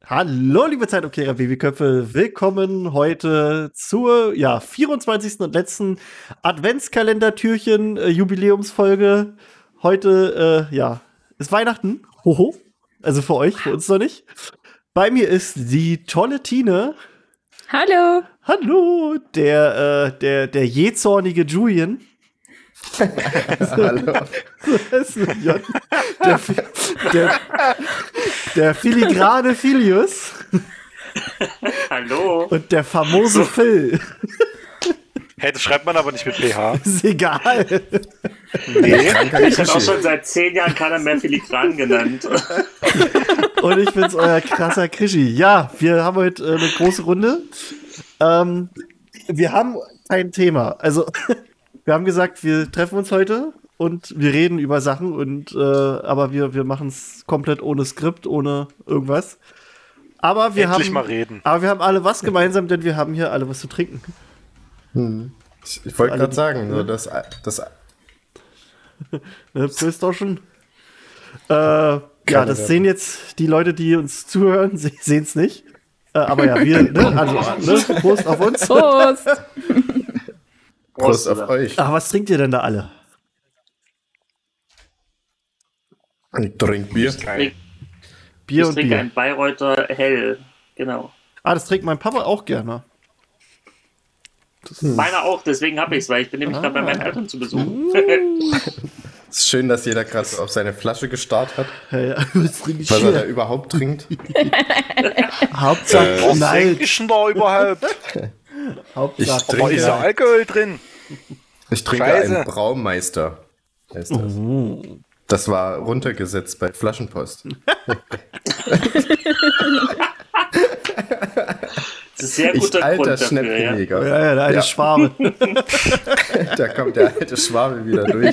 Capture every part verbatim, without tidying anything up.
Hallo, liebe Zeitumkehrer, Babyköpfe. Willkommen heute zur ja, vierundzwanzigsten und letzten Adventskalender-Türchen-Jubiläumsfolge. Heute, äh, ja, ist Weihnachten. Hoho. Also für euch, für uns noch nicht. Bei mir ist die tolle Tine. Hallo. Hallo. Der, äh, der, der jähzornige Julian. Hallo. der, der, der filigrane Filius. Hallo. Und der famose Phil. Hey, das schreibt man aber nicht mit P H. Ist egal. Nee, ich habe auch schon seit zehn Jahren keiner mehr Filigran genannt. Und ich bin's, euer krasser Krischi. Ja, wir haben heute äh, eine große Runde. Ähm, wir haben ein Thema. Also, wir haben gesagt, wir treffen uns heute und wir reden über Sachen, und äh, aber wir, wir machen es komplett ohne Skript, ohne irgendwas. Aber wir Endlich haben, mal reden. Aber wir haben alle was gemeinsam, denn wir haben hier alle was zu trinken. Hm. Ich, ich wollte gerade sagen, so das, das Ne, Prösterchen. Äh, ja, das sehen jetzt die Leute, die uns zuhören, sehen es nicht. Äh, aber ja, wir, ne, also, ne, Prost auf uns. Prost. Prost auf euch. Ach, was trinkt ihr denn da alle? Ich trink Bier. Ich, Bier ich und trinke Bier. ein Bayreuther Hell. Genau. Ah, das trinkt mein Papa auch gerne. Hm. Meiner auch, deswegen habe ich es, weil ich bin nämlich gerade bei meinen Eltern zu Besuch. Es ist schön, dass jeder gerade so auf seine Flasche gestarrt hat. Ja, ja, was trinke ich Was er da hier? überhaupt trinkt. Hauptsache Äh, Was Knall. ist denn da überhaupt? Hauptsache Ich Aber ist da Alkohol drin? Ich trinke Scheiße. einen Braumeister. Heißt das. Oh. Das war runtergesetzt bei Flaschenpost. Das ist ein sehr Ich guter alter Grund dafür, ja. Schnäppchenjäger. Ja, ja, der alte Ja. Schwabe. Da kommt der alte Schwabe wieder durch.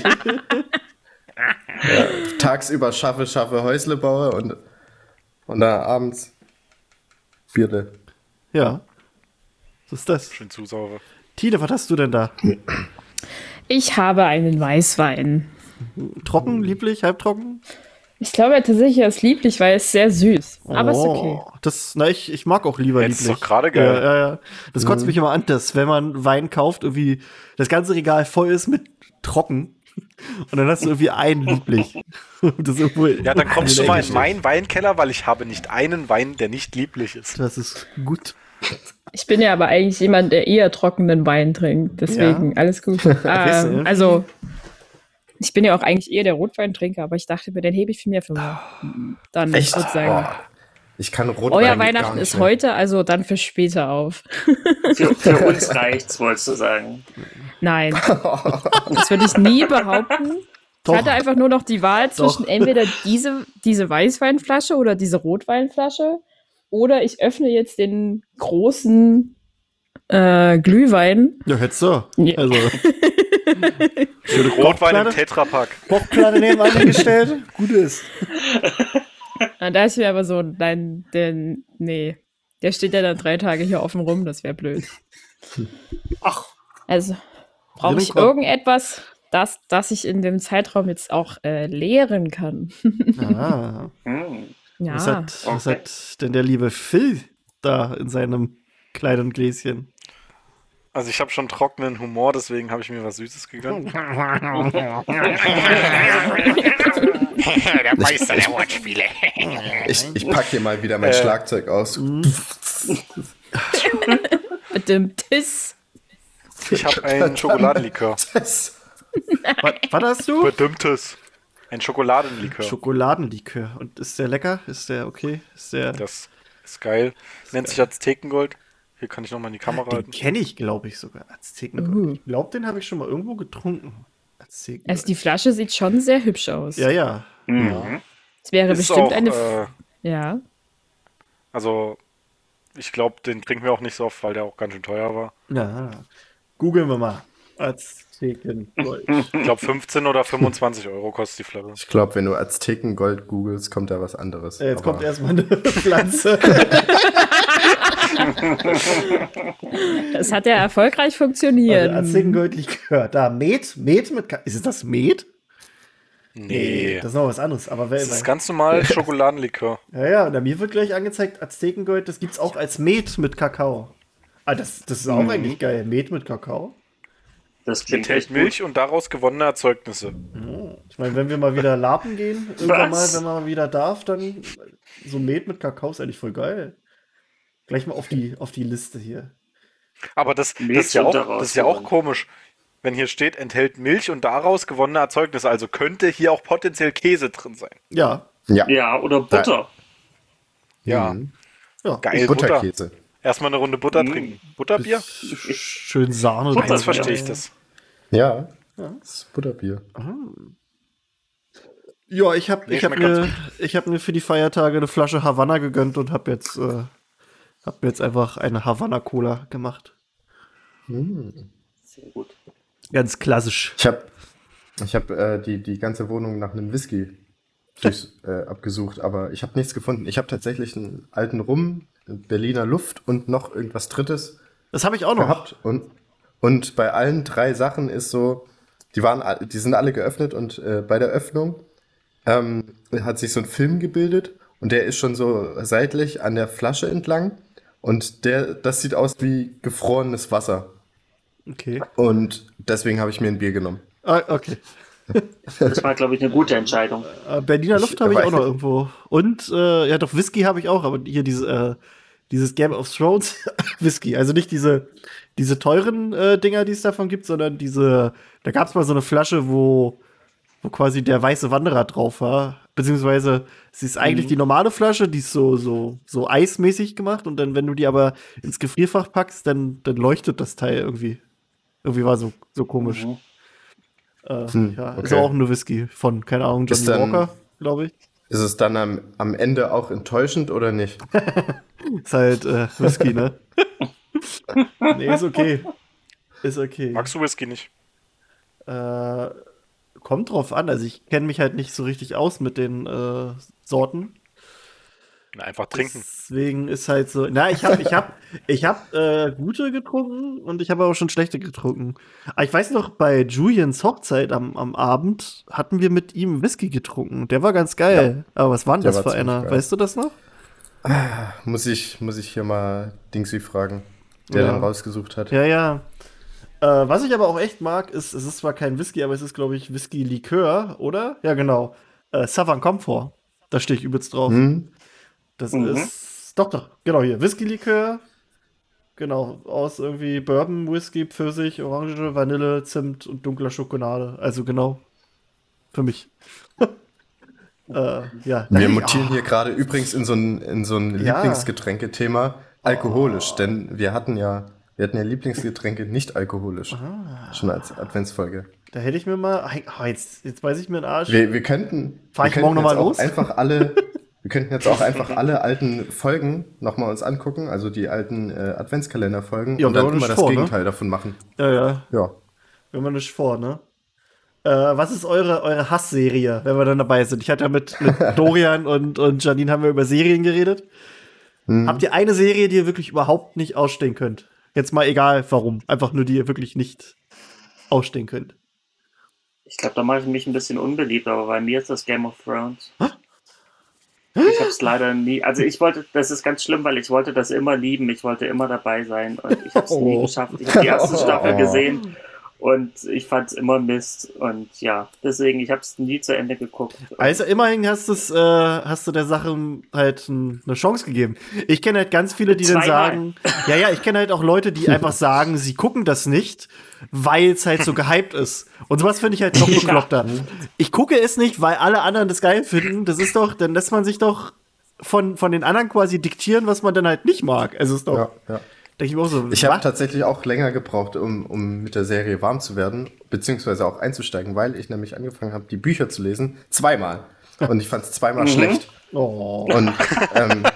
Ja, tagsüber schaffe, schaffe Häusle baue und, und dann abends Bierde. Ja. Was ist das? Schön zusauber. Tine, was hast du denn da? Ich habe einen Weißwein. Trocken, lieblich, halbtrocken? Ich glaube tatsächlich, er ist lieblich, weil er ist sehr süß. Aber ist okay. Oh, das, na, ich, ich mag auch lieber Jetzt ist lieblich. doch gerade geil. Ja, ja, ja. Das kotzt mich immer an, dass, wenn man Wein kauft, irgendwie das ganze Regal voll ist mit trocken. Und dann hast du irgendwie einen lieblich. Das ist irgendwo Ja, dann kommst du mal in steht. meinen Weinkeller, weil ich habe nicht einen Wein, der nicht lieblich ist. Das ist gut. Ich bin ja aber eigentlich jemand, der eher trockenen Wein trinkt. Deswegen Ja. alles gut. Weißt du, ähm, also, ich bin ja auch eigentlich eher der Rotweintrinker, aber ich dachte mir, den hebe ich für mir für mal. Dann Echt? sozusagen. Oh, ich kann Rotwein Euer gar Weihnachten nicht ist mehr. heute, also dann für später auf. Für, für uns reicht's, wolltest du sagen. Nein, das würde ich nie behaupten. Doch. Ich hatte einfach nur noch die Wahl zwischen Doch. entweder diese, diese Weißweinflasche oder diese Rotweinflasche, oder ich öffne jetzt den großen äh, Glühwein. Ja, hättest du. Ja. Also, Schöne Rotwein im Tetrapack. Bockplatte nebenan gestellt. Gut ist. Ah, da ist mir aber so, nein, den, nee, der steht ja dann drei Tage hier offen rum, das wäre blöd. Ach. Also brauche ich Nimm mal. irgendetwas, das, das ich in dem Zeitraum jetzt auch äh, leeren kann. Ah. Hm. Ja, Was, hat, was okay. hat denn der liebe Phil da in seinem kleinen Gläschen? Also ich habe schon trockenen Humor, deswegen habe ich mir was Süßes gegönnt. Der Meister der Wortspiele. Ich, ich packe hier mal wieder mein Äh. Schlagzeug aus. mit dem Tiss. Ich habe einen Schokoladenlikör. Das, Was, was hast du? Bedimmtes. Ein Schokoladenlikör. Schokoladenlikör. Und ist der lecker? Ist der okay? Ist der. Das ist geil. Nennt sich Aztekengold. Hier kann ich nochmal in die Kamera Den halten. kenne ich, glaube ich, sogar. Aztekengold. Uh. Ich glaube, den habe ich schon mal irgendwo getrunken. Aztekengold. Also die Flasche sieht schon sehr hübsch aus. ja, ja. Mhm. Es wäre Ist bestimmt auch, eine. F äh, ja. also, ich glaube, den trinken wir auch nicht so oft, weil der auch ganz schön teuer war. Ja. Googeln wir mal. Aztekengold. Ich glaube, fünfzehn oder fünfundzwanzig Euro kostet die Flasche. ich glaube, wenn du Aztekengold googelst, kommt da was anderes. Äh, Jetzt Aber kommt erstmal eine Pflanze. Das hat ja erfolgreich funktioniert. Also Aztekengold-Likör. Da, Met. Met mit. Ka- Ist es das Met? Nee. Das ist noch was anderes. Aber wer, Das ist ganz normal Schokoladenlikör. ja, ja, und mir wird gleich angezeigt, Aztekengold, das gibt's auch als Met mit Kakao. Ah, das, das ist auch Mhm. eigentlich geil. Met mit Kakao. Das klingt Enthält echt Milch gut. und daraus gewonnene Erzeugnisse. Ich meine, wenn wir mal wieder lapen gehen, irgendwann mal, Was? wenn man mal wieder darf, dann so Met mit Kakao ist eigentlich voll geil. Gleich mal auf die, auf die Liste hier. Aber das, das, Milch ist, ja und auch, daraus das ist ja auch gewonnen. komisch. Wenn hier steht, enthält Milch und daraus gewonnene Erzeugnisse. Also könnte hier auch potenziell Käse drin sein. Ja, Ja. Ja, oder Butter. Ja, Mhm. ja. geil. Butter. Butterkäse. Erstmal eine Runde Butter Mhm. trinken. Butterbier? Schön Sahne. Butter- drin. Jetzt verstehe ich ja. das. Ja. Das ist Butterbier. Ja, ich habe Nee, ich hab schmeckt mir, ich hab mir für die Feiertage eine Flasche Havanna gegönnt und habe jetzt, äh, hab mir jetzt einfach eine Havanna Cola gemacht. Sehr gut. Ganz klassisch. Ich habe ich hab, äh, die, die ganze Wohnung nach einem Whisky durchs, äh, abgesucht, aber ich habe nichts gefunden. Ich habe tatsächlich einen alten Rum, Berliner Luft und noch irgendwas Drittes Das habe ich auch noch. gehabt. Und, und bei allen drei Sachen ist so, die, waren, all- die sind alle geöffnet und äh, bei der Öffnung ähm, hat sich so ein Film gebildet und der ist schon so seitlich an der Flasche entlang und der, das sieht aus wie gefrorenes Wasser. Okay. Und deswegen habe ich mir ein Bier genommen. Ah, okay. Das war, glaube ich, eine gute Entscheidung. Äh, Berliner Ich Luft habe ich weiß auch noch nicht. irgendwo. Und, äh, ja, doch, Whisky habe ich auch, aber hier diese, äh, dieses Game of Thrones Whisky. Also nicht diese, diese teuren äh, Dinger, die es davon gibt, sondern diese, da gab es mal so eine Flasche, wo, wo quasi der weiße Wanderer drauf war. Beziehungsweise, es ist eigentlich die normale Flasche, die ist so, so, so eismäßig gemacht. Und dann, wenn du die aber ins Gefrierfach packst, dann, dann leuchtet das Teil irgendwie. Irgendwie war so, so komisch. Mhm. Äh, Hm, ja, ist okay. auch nur Whisky von, keine Ahnung, Ist Johnny dann- Walker, glaube ich. Ist es dann am, am Ende auch enttäuschend oder nicht? Ist halt äh, Whisky, ne? Nee, ist okay. Ist okay. Magst du Whisky nicht? Äh, kommt drauf an. Also ich kenne mich halt nicht so richtig aus mit den äh, Sorten. Na, einfach trinken. Deswegen ist halt so. Na, ich habe ich hab, ich hab, äh, gute getrunken und ich habe auch schon schlechte getrunken. Aber ich weiß noch, bei Julians Hochzeit am, am Abend hatten wir mit ihm Whisky getrunken. Der war ganz geil. Aber was war denn Der das war für ziemlich einer? geil. Weißt du das noch? Muss ich, muss ich hier mal Dingsy fragen, der Ja. den rausgesucht hat. Ja, ja. Äh, was ich aber auch echt mag, ist, es ist zwar kein Whisky, aber es ist, glaube ich, Whisky-Likör, oder? Ja, genau. Äh, Southern Comfort. Da stehe ich übelst drauf. Hm? Das Mhm. ist. Doch, doch. Genau hier. Whisky-Likör. Genau. Aus irgendwie Bourbon, Whisky, Pfirsich, Orange, Vanille, Zimt und dunkler Schokolade. Also genau. Für mich. äh, ja. Wir Ah, mutieren hier gerade übrigens in so ein, in so ein Ja. Lieblingsgetränke-Thema alkoholisch, denn wir hatten ja, wir hatten ja Lieblingsgetränke nicht alkoholisch. Schon als Adventsfolge. Da hätte ich mir mal. Ah, jetzt, jetzt weiß ich mir den Arsch. Wir, wir könnten, Fahr wir ich könnten morgen noch jetzt mal auch los? einfach alle, wir könnten jetzt auch einfach alle alten Folgen nochmal uns angucken, also die alten äh, Adventskalender-Folgen Ja, und wir dann haben immer nicht das vor, ne? Gegenteil davon machen. Ja, ja. Ja. Wenn man nicht vor, ne? Äh, was ist eure, eure Hassserie, wenn wir dann dabei sind? Ich hatte ja mit, mit Dorian und, und Janine haben wir über Serien geredet. Hm. Habt ihr eine Serie, die ihr wirklich überhaupt nicht ausstehen könnt? Jetzt mal egal warum. Einfach nur, die ihr wirklich nicht ausstehen könnt. Ich glaube, da mache ich mich ein bisschen unbeliebt, aber bei mir ist das Game of Thrones. Ich habe es leider nie. Also ich wollte, das ist ganz schlimm, weil ich wollte das immer lieben. Ich wollte immer dabei sein und ich habe es nie Oh. geschafft. Ich habe die erste Staffel Oh. gesehen und ich fand es immer Mist. Und ja, deswegen, ich habe es nie zu Ende geguckt. Also immerhin hast, du's, äh, hast du der Sache halt n- eine Chance gegeben. Ich kenne halt ganz viele, die dann Zweimal. sagen, ja, ja, ich kenne halt auch Leute, die einfach sagen, sie gucken das nicht, weil es halt so gehypt ist. Und sowas finde ich halt noch bekloppter. Ich gucke es nicht, weil alle anderen das geil finden. Das ist doch, dann lässt man sich doch von, von den anderen quasi diktieren, was man dann halt nicht mag. Also ist doch, Ja, ja. denke ich mir auch so. Ich habe was? tatsächlich auch länger gebraucht, um, um mit der Serie warm zu werden, beziehungsweise auch einzusteigen, weil ich nämlich angefangen habe, die Bücher zu lesen. Zweimal. Und ich fand es zweimal schlecht. Oh. Und, ähm,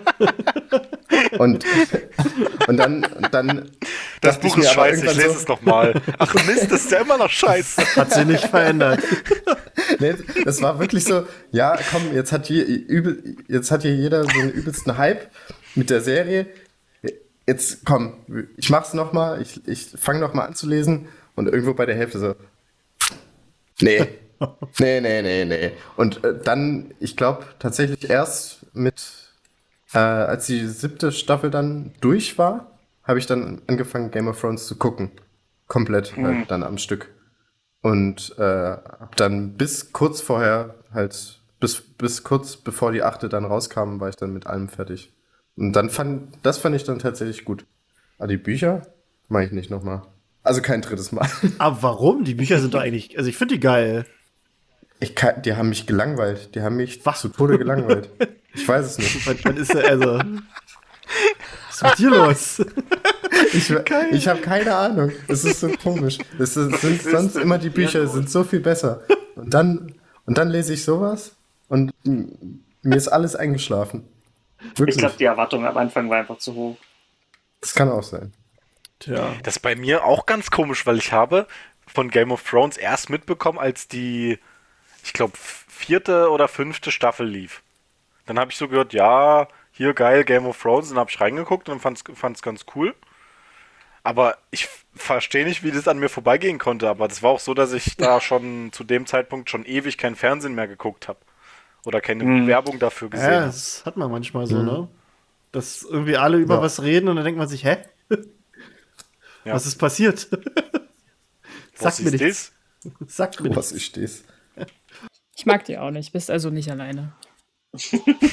und, und dann, und dann Das dachte ich Buch mir ist aber scheiße, ich irgendwann lese so, es nochmal. Ach Mist, das ist ja immer noch scheiße. Hat sich nicht verändert. nee, das war wirklich so, ja, komm, jetzt hat hier übel, jetzt hat hier jeder so einen übelsten Hype mit der Serie. Jetzt komm, ich mach's nochmal, ich, ich fange nochmal an zu lesen und irgendwo bei der Hälfte so, nee, Nee, nee, nee, nee. Und äh, dann, ich glaube, tatsächlich erst mit, äh, als die siebte Staffel dann durch war, habe ich dann angefangen, Game of Thrones zu gucken. Komplett Mhm. halt dann am Stück. Und äh, hab dann bis kurz vorher, halt, bis, bis kurz bevor die achte dann rauskam, war ich dann mit allem fertig. Und dann fand, das fand ich dann tatsächlich gut. Aber die Bücher mache ich nicht nochmal. Also kein drittes Mal. Aber warum? Die Bücher sind doch eigentlich, also ich finde die geil. Ich kann, die haben mich gelangweilt. Die haben mich Was? zu Tode gelangweilt. Ich weiß es nicht. Was, was ist da, also. Was ist mit dir los? Ich, ich habe keine Ahnung. Es ist so komisch. Es ist, sind sonst immer die Bücher sind so viel besser. Und dann, und dann lese ich sowas und m- mir ist alles eingeschlafen. Wirklich. Ich glaube, die Erwartung am Anfang war einfach zu hoch. Das kann auch sein. Tja. Das ist bei mir auch ganz komisch, weil ich habe von Game of Thrones erst mitbekommen, als die, ich glaube, vierte oder fünfte Staffel lief. Dann habe ich so gehört, ja, hier geil, Game of Thrones, dann habe ich reingeguckt und fand es ganz cool. Aber ich verstehe nicht, wie das an mir vorbeigehen konnte. Aber das war auch so, dass ich da schon zu dem Zeitpunkt schon ewig kein Fernsehen mehr geguckt habe. Oder keine Hm. Werbung dafür gesehen Ja, habe. das hat man manchmal so, Mhm. ne? Dass irgendwie alle über Ja. was reden und dann denkt man sich, hä? Ja. Was ist passiert? Was Sag mir ist nichts. Sag mir Was nichts. ich steh's. Ich mag die auch nicht, bist also nicht alleine. Ich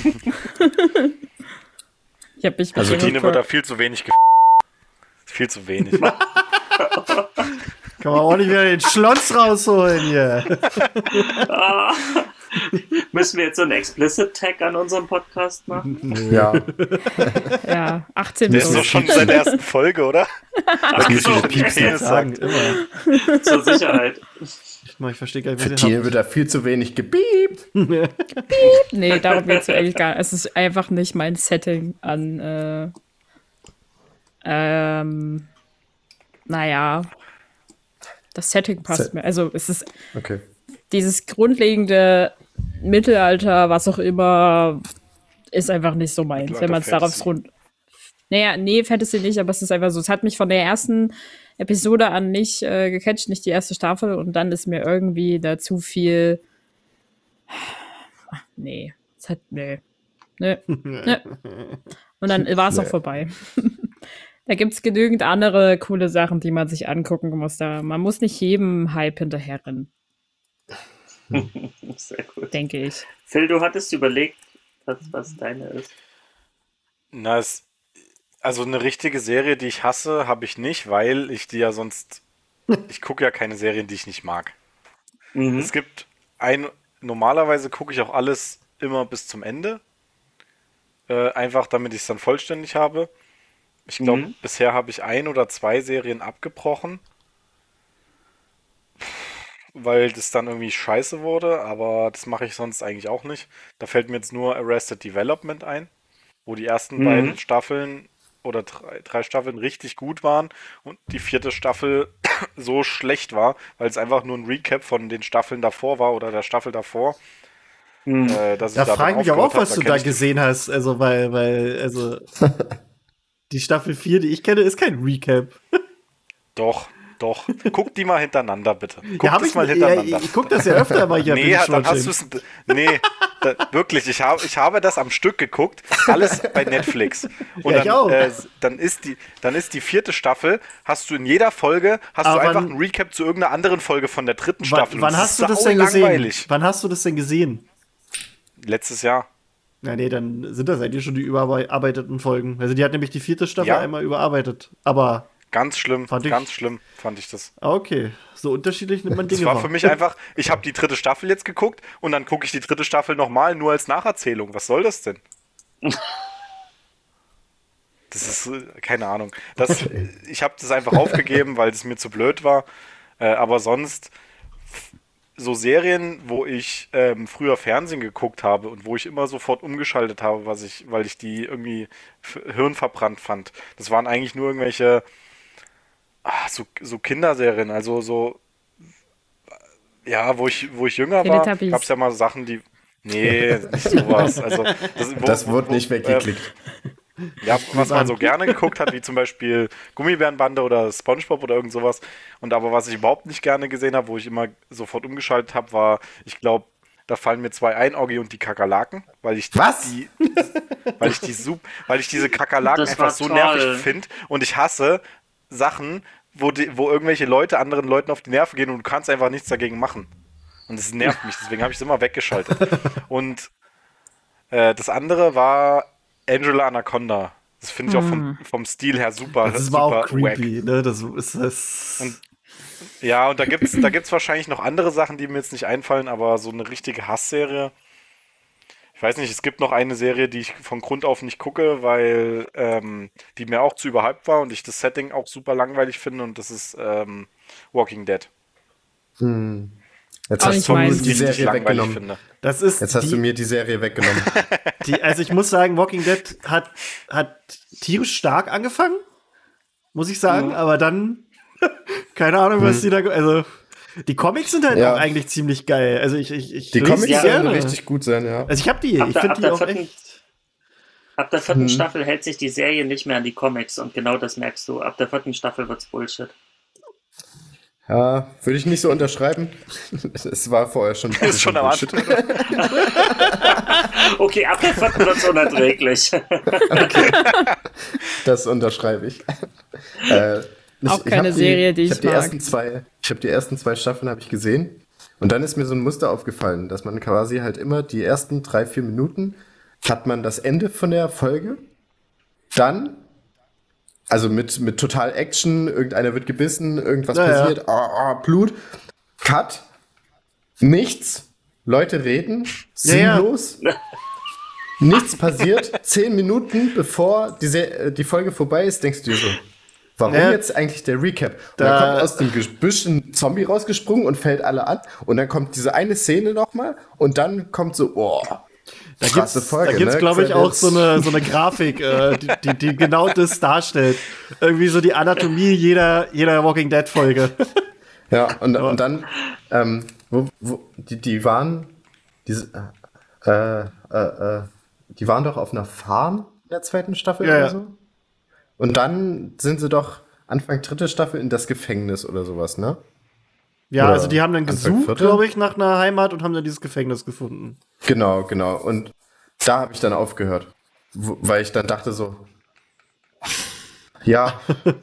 hab mich mit Also Game of Tine wird da Thrones- viel zu wenig ge... Viel zu wenig. Kann man auch nicht wieder den Schlons rausholen hier. Ah. Müssen wir jetzt so einen Explicit-Tag an unserem Podcast machen? Ja. Ja, achtzehn Das ist doch Minuten. schon seit der ersten Folge, oder? Das müssen wir so, piepsen. Penis Sagen, sagt. immer. Zur Sicherheit. Ich, ich verstehe gar nicht, Für was ihr Tine wird da viel zu wenig gebiebt. Nee, darum geht's eigentlich gar nicht. Es ist einfach nicht mein Setting an, äh, ähm, naja, das Setting passt Set- mir. Also es ist Okay. dieses grundlegende Mittelalter, was auch immer, ist einfach nicht so meins, wenn man es darauf Mittelalter-Fantasy. rund. Naja, nee, Fantasy nicht, aber es ist einfach so. Es hat mich von der ersten Episode an nicht äh, gecatcht, nicht die erste Staffel, und dann ist mir irgendwie da zu viel. Ach, nee, es hat. Nee. Nee. nee. Und dann war es auch Nee. vorbei. Da gibt es genügend andere coole Sachen, die man sich angucken muss. Da, man muss nicht jedem Hype hinterherrennen, Sehr gut. denke ich. Phil, du hattest überlegt, was, was deine ist. Na, es, also eine richtige Serie, die ich hasse, habe ich nicht, weil ich die ja sonst... Ich gucke ja keine Serien, die ich nicht mag. Mhm. Es gibt ein... Normalerweise gucke ich auch alles immer bis zum Ende. Äh, einfach damit ich es dann vollständig habe. Ich glaube, Mhm. bisher habe ich ein oder zwei Serien abgebrochen, weil das dann irgendwie scheiße wurde, aber das mache ich sonst eigentlich auch nicht. Da fällt mir jetzt nur Arrested Development ein, wo die ersten Mhm. beiden Staffeln oder drei, drei Staffeln richtig gut waren und die vierte Staffel so schlecht war, weil es einfach nur ein Recap von den Staffeln davor war oder der Staffel davor. Mhm. Äh, dass ich Da dann frage ich mich aber auch, aufgehört was hab. du kenn da ich die- gesehen hast. Also, weil, weil, also. Die Staffel vier, die ich kenne, ist kein Recap. Doch, doch. Guck die mal hintereinander, bitte. Guck Ja, hab das ich, mal ja, hintereinander. ich, ich gucke das ja öfter mal hier. Nee, Binge dann hast Watching. du es. Nee, da, wirklich, ich, hab, ich habe das am Stück geguckt, alles bei Netflix. Und Ja, ich dann, auch. äh, dann, ist die, dann ist die vierte Staffel, hast du in jeder Folge, hast Aber du einfach wann- ein Recap zu irgendeiner anderen Folge von der dritten Wann, Staffel. Und wann das hast ist du das denn saulangweilig. gesehen? Wann hast du das denn gesehen? Letztes Jahr. Na nee, dann sind das eigentlich schon die überarbeiteten Folgen. Also die hat nämlich die vierte Staffel Ja. einmal überarbeitet. Aber, Ganz schlimm, Fand ich- ganz schlimm fand ich das. ah, okay, so unterschiedlich nimmt man Das Dinge war wahr. für mich einfach, ich habe die dritte Staffel jetzt geguckt und dann gucke ich die dritte Staffel nochmal nur als Nacherzählung. Was soll das denn? Das ist, äh, keine Ahnung. Das, ich habe das einfach aufgegeben, weil es mir zu blöd war. Äh, aber sonst, f- so Serien, wo ich ähm, früher Fernsehen geguckt habe und wo ich immer sofort umgeschaltet habe, was ich, weil ich die irgendwie f- hirnverbrannt fand. Das waren eigentlich nur irgendwelche ah, so, so Kinderserien, also so ja, wo ich, wo ich jünger war, Teletubbies. gab es ja mal Sachen, die. Nee, nicht sowas. Also, das, wo, Das wurde wo- nicht äh, weggeklickt. Ja, was man so gerne geguckt hat, wie zum Beispiel Gummibärenbande oder SpongeBob oder irgend sowas. Und aber was ich überhaupt nicht gerne gesehen habe, wo ich immer sofort umgeschaltet habe, war, ich glaube, da fallen mir zwei ein, Oggi und die Kakerlaken, weil ich Was? die, weil ich die sup, weil ich diese Kakerlaken Das war einfach so toll. nervig finde und ich hasse Sachen, wo die, wo irgendwelche Leute anderen Leuten auf die Nerven gehen und du kannst einfach nichts dagegen machen. Und das nervt mich, deswegen habe ich es immer weggeschaltet. Und äh, das andere war Angela Anaconda. Das finde ich auch vom, vom Stil her super. Das super war auch wack. creepy, ne? Das ist das. Und ja, und da gibt's, da gibt's wahrscheinlich noch andere Sachen, die mir jetzt nicht einfallen, aber so eine richtige Hassserie. Ich weiß nicht, es gibt noch eine Serie, die ich von Grund auf nicht gucke, weil ähm, die mir auch zu überhyped war und ich das Setting auch super langweilig finde und das ist ähm, Walking Dead. Hm. Jetzt Auch hast nicht du mir meins. die Richtig Serie langweilig weggenommen. finde. Das ist Jetzt hast die, du mir die Serie weggenommen. die, also ich muss sagen, Walking Dead hat, hat tierisch stark angefangen, muss ich sagen, Mhm. aber dann, keine Ahnung, was die da, also, die Comics sind halt Ja. auch eigentlich ziemlich geil. Also ich, ich, ich Die lese Comics die sollen gerne. richtig gut sein, ja. Also ich habe die, Ab ich der- finde ab die der auch vierten- echt. Ab der vierten Hm. Staffel hält sich die Serie nicht mehr an die Comics und genau das merkst du. Ab der vierten Staffel wird's Bullshit. Ja, würde ich nicht so unterschreiben. Es war vorher schon. Das ist schon am Anfang. Okay, ab der vierten wird's unerträglich. Das unterschreibe ich. äh, ich Auch ich keine hab Serie, die ich ich hab die mag. ersten zwei, ich habe die ersten zwei Staffeln habe ich gesehen und dann ist mir so ein Muster aufgefallen, dass man quasi halt immer die ersten drei vier Minuten hat man das Ende von der Folge, dann also mit mit total Action, irgendeiner wird gebissen, irgendwas Ja, ja. passiert, ah, ah, Blut, Cut, nichts, Leute reden, Ja, ja. sinnlos. Nichts passiert. Zehn Minuten bevor die, Se äh, die Folge vorbei ist, denkst du dir so, warum Ja. jetzt eigentlich der Recap? Und Da- dann kommt aus dem Gebüsch ein Zombie rausgesprungen und fällt alle an. Und dann kommt diese eine Szene nochmal und dann kommt so, oh, Da krasse gibt's, Folge. da gibt's ne? glaube ich, auch Credits. so eine, so eine Grafik, äh, die, die, die genau das darstellt. Irgendwie so die Anatomie jeder, jeder Walking Dead-Folge. Ja, und, und dann, ähm, wo, wo, die, die waren, diese, äh, äh, äh, die waren doch auf einer Farm in der zweiten Staffel Ja, oder ja. so. Und dann sind sie doch Anfang dritte Staffel in das Gefängnis oder sowas, ne? Ja, Oder also die haben dann Anfang gesucht, vierte? glaube ich, nach einer Heimat und haben dann dieses Gefängnis gefunden. Genau, genau. Und da habe ich dann aufgehört. Wo, weil ich dann dachte so, ja,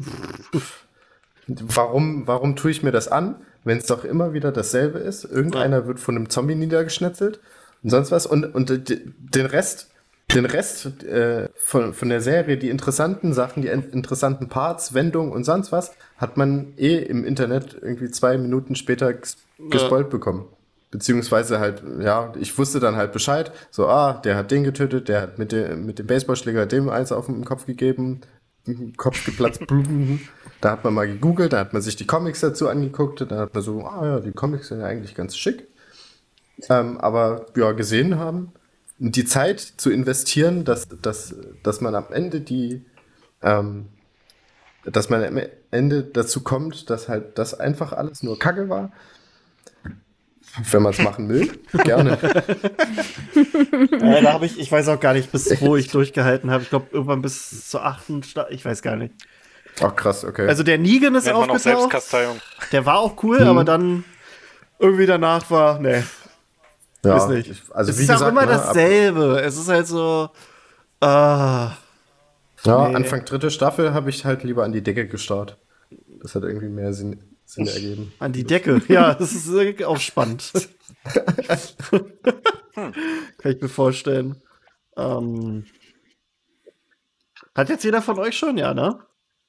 warum, warum tue ich mir das an, wenn es doch immer wieder dasselbe ist? Irgendeiner wird von einem Zombie niedergeschnetzelt und sonst was. Und, und d- den Rest, den Rest äh, von, von der Serie, die interessanten Sachen, die in- interessanten Parts, Wendungen und sonst was, hat man eh im Internet irgendwie zwei Minuten später ges gespoilt bekommen. Beziehungsweise halt, ja, ich wusste dann halt Bescheid, so, ah, der hat den getötet, der hat mit dem, mit dem Baseballschläger dem eins auf den Kopf gegeben, Kopf geplatzt, blum. Da hat man mal gegoogelt, da hat man sich die Comics dazu angeguckt, da hat man so, ah ja, die Comics sind ja eigentlich ganz schick. Ähm, aber ja, gesehen haben, die Zeit zu investieren, dass, dass, dass man am Ende die, ähm, dass man am Ende dazu kommt, dass halt das einfach alles nur Kacke war. Wenn man es machen will, gerne. Äh, da habe ich, ich weiß auch gar nicht, bis wo ich durchgehalten habe. Ich glaube, irgendwann bis zur achten Staffel, ich weiß gar nicht. Ach krass, okay. Also der Negan ist Nennt man auch aufgetaucht. Selbstkasteiung. Der war auch cool, aber dann irgendwie danach war, nee, ja, ist nicht. ich- Also es wie ist gesagt, auch immer ne, ab- dasselbe. Es ist halt so, ah, Ja, Nee. Anfang dritte Staffel habe ich halt lieber an die Decke gestarrt. Das hat irgendwie mehr Sinn, Sinn ergeben. an die Decke. Ja, das ist äh, auch spannend. Kann ich mir vorstellen. Ähm, hat jetzt jeder von euch schon, ja, ne?